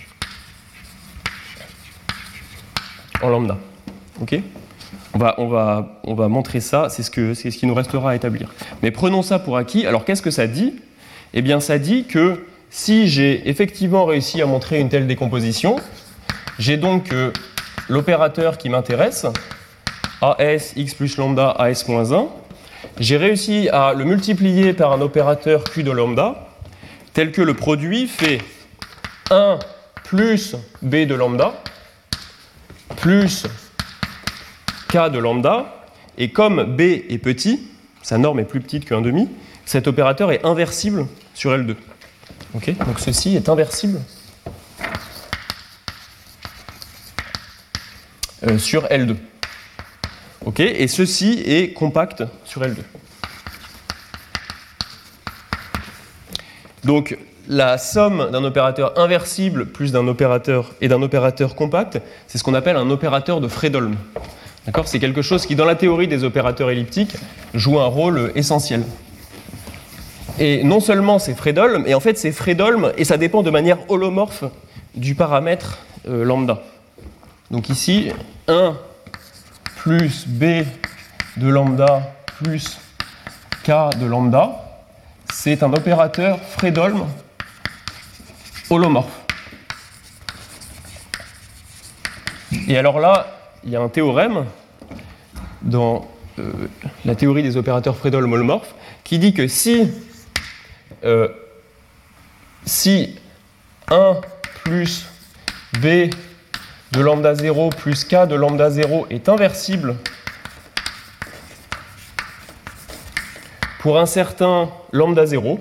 en lambda. OK ? On va montrer ça, c'est ce qui nous restera à établir. Mais prenons ça pour acquis. Alors qu'est-ce que ça dit ? Eh bien ça dit que si j'ai effectivement réussi à montrer une telle décomposition, j'ai donc l'opérateur qui m'intéresse, AS, X plus lambda, AS-1, j'ai réussi à le multiplier par un opérateur Q de lambda, tel que le produit fait 1 plus B de lambda, plus K de lambda, et comme B est petit, sa norme est plus petite que 1,5, cet opérateur est inversible sur L2. Okay, donc ceci est inversible sur L2. Okay, et ceci est compact sur L2. Donc la somme d'un opérateur inversible plus d'un opérateur compact, c'est ce qu'on appelle un opérateur de Fredholm. D'accord ? C'est quelque chose qui, dans la théorie des opérateurs elliptiques, joue un rôle essentiel. Et non seulement c'est Fredholm, et en fait c'est Fredholm, et ça dépend de manière holomorphe du paramètre lambda. Donc ici, 1 plus B de lambda plus K de lambda, c'est un opérateur Fredholm holomorphe. Et alors là, il y a un théorème dans la théorie des opérateurs Fredholm holomorphes qui dit que si 1 plus B de lambda 0 plus K de lambda 0 est inversible pour un certain lambda 0,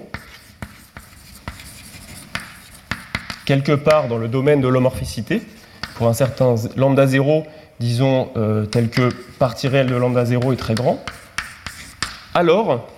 quelque part dans le domaine de l'homorphicité, pour un certain lambda 0, disons tel que partie réelle de lambda 0 est très grand, alors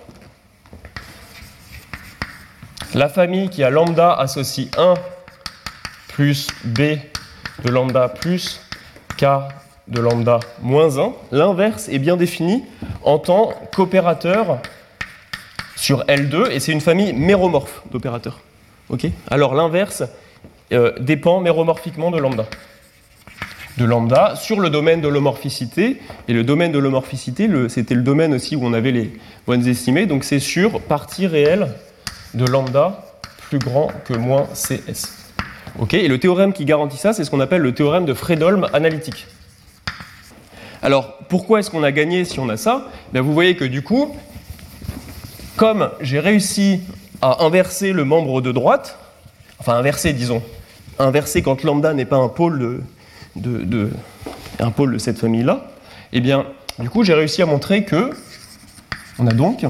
la famille qui a lambda associe 1 plus B de lambda plus K de lambda moins 1, l'inverse est bien défini en tant qu'opérateur sur L2, et c'est une famille méromorphe d'opérateurs. Okay ? Alors l'inverse dépend méromorphiquement de lambda sur le domaine de l'homorphicité, et le domaine de l'homorphicité, c'était le domaine aussi où on avait les bonnes estimées, donc c'est sur partie réelle de lambda plus grand que moins CS. Okay, et le théorème qui garantit ça, c'est ce qu'on appelle le théorème de Fredholm analytique. Alors, pourquoi est-ce qu'on a gagné si on a ça ? Bien, vous voyez que du coup, comme j'ai réussi à inverser le membre de droite, enfin inverser, disons, inverser quand lambda n'est pas un pôle de cette famille-là, eh bien, du coup, j'ai réussi à montrer que on a donc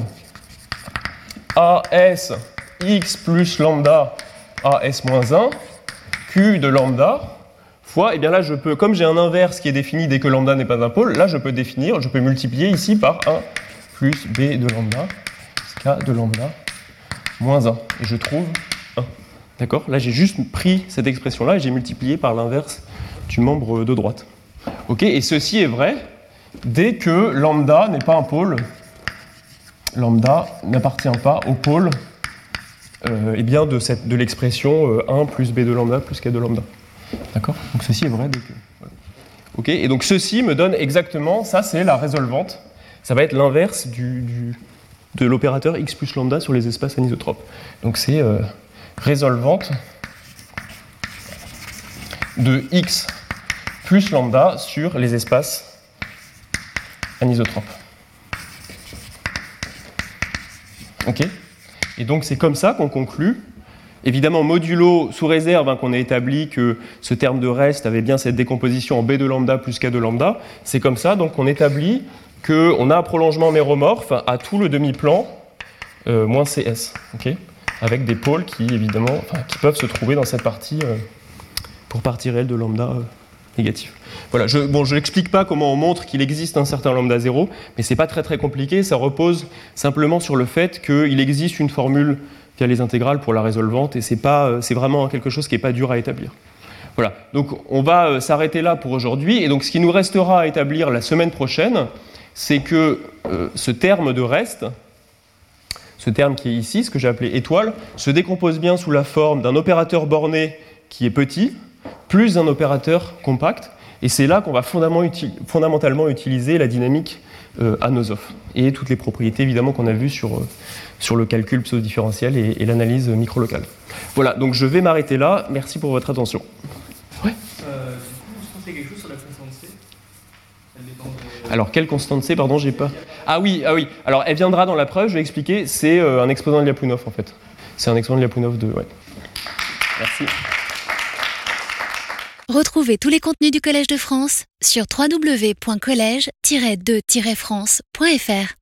AS x plus lambda AS moins 1, Q de lambda, fois, et bien là, je peux, comme j'ai un inverse qui est défini dès que lambda n'est pas un pôle, là, je peux multiplier ici par 1 plus B de lambda, K de lambda, moins 1. Et je trouve 1. D'accord ? Là, j'ai juste pris cette expression-là et j'ai multiplié par l'inverse du membre de droite. Ok ? Et ceci est vrai dès que lambda n'est pas un pôle, lambda n'appartient pas au pôle eh bien de l'expression 1 plus b de lambda plus k de lambda. D'accord ? Donc ceci est vrai dès que... Voilà. Ok ? Et donc ceci me donne exactement, ça c'est la résolvante, ça va être l'inverse de l'opérateur x plus lambda sur les espaces anisotropes. Donc c'est résolvante de x plus lambda sur les espaces anisotropes. Ok ? Et donc c'est comme ça qu'on conclut. Évidemment, modulo sous réserve qu'on a établi que ce terme de reste avait bien cette décomposition en b de lambda plus k de lambda. C'est comme ça, donc on établit qu'on a un prolongement méromorphe à tout le demi-plan moins cs, okay, avec des pôles qui, évidemment, qui peuvent se trouver dans cette partie pour partie réelle de lambda négatif. Voilà, je n'explique pas comment on montre qu'il existe un certain lambda 0, mais ce n'est pas très très compliqué, ça repose simplement sur le fait qu'il existe une formule via les intégrales pour la résolvante, et c'est vraiment quelque chose qui n'est pas dur à établir. Voilà, donc on va s'arrêter là pour aujourd'hui, et donc ce qui nous restera à établir la semaine prochaine, c'est que ce terme de reste, ce terme qui est ici, ce que j'ai appelé étoile, se décompose bien sous la forme d'un opérateur borné qui est petit, plus un opérateur compact, et c'est là qu'on va fondamentalement utiliser la dynamique Anosov et toutes les propriétés évidemment qu'on a vues sur le calcul pseudo-différentiel et l'analyse micro-locale. Voilà, donc je vais m'arrêter là. Merci pour votre attention. Ouais. Du coup, est-ce qu'on fait quelque chose sur la constante C ? Elle dépend de... Alors, quelle constante C, pardon, j'ai pas... Ah oui. Alors, elle viendra dans la preuve, je vais expliquer. C'est un exposant de Lyapunov, en fait. C'est un exposant de Lyapunov de... Ouais. Merci. Retrouvez tous les contenus du Collège de France sur www.collège-2-france.fr.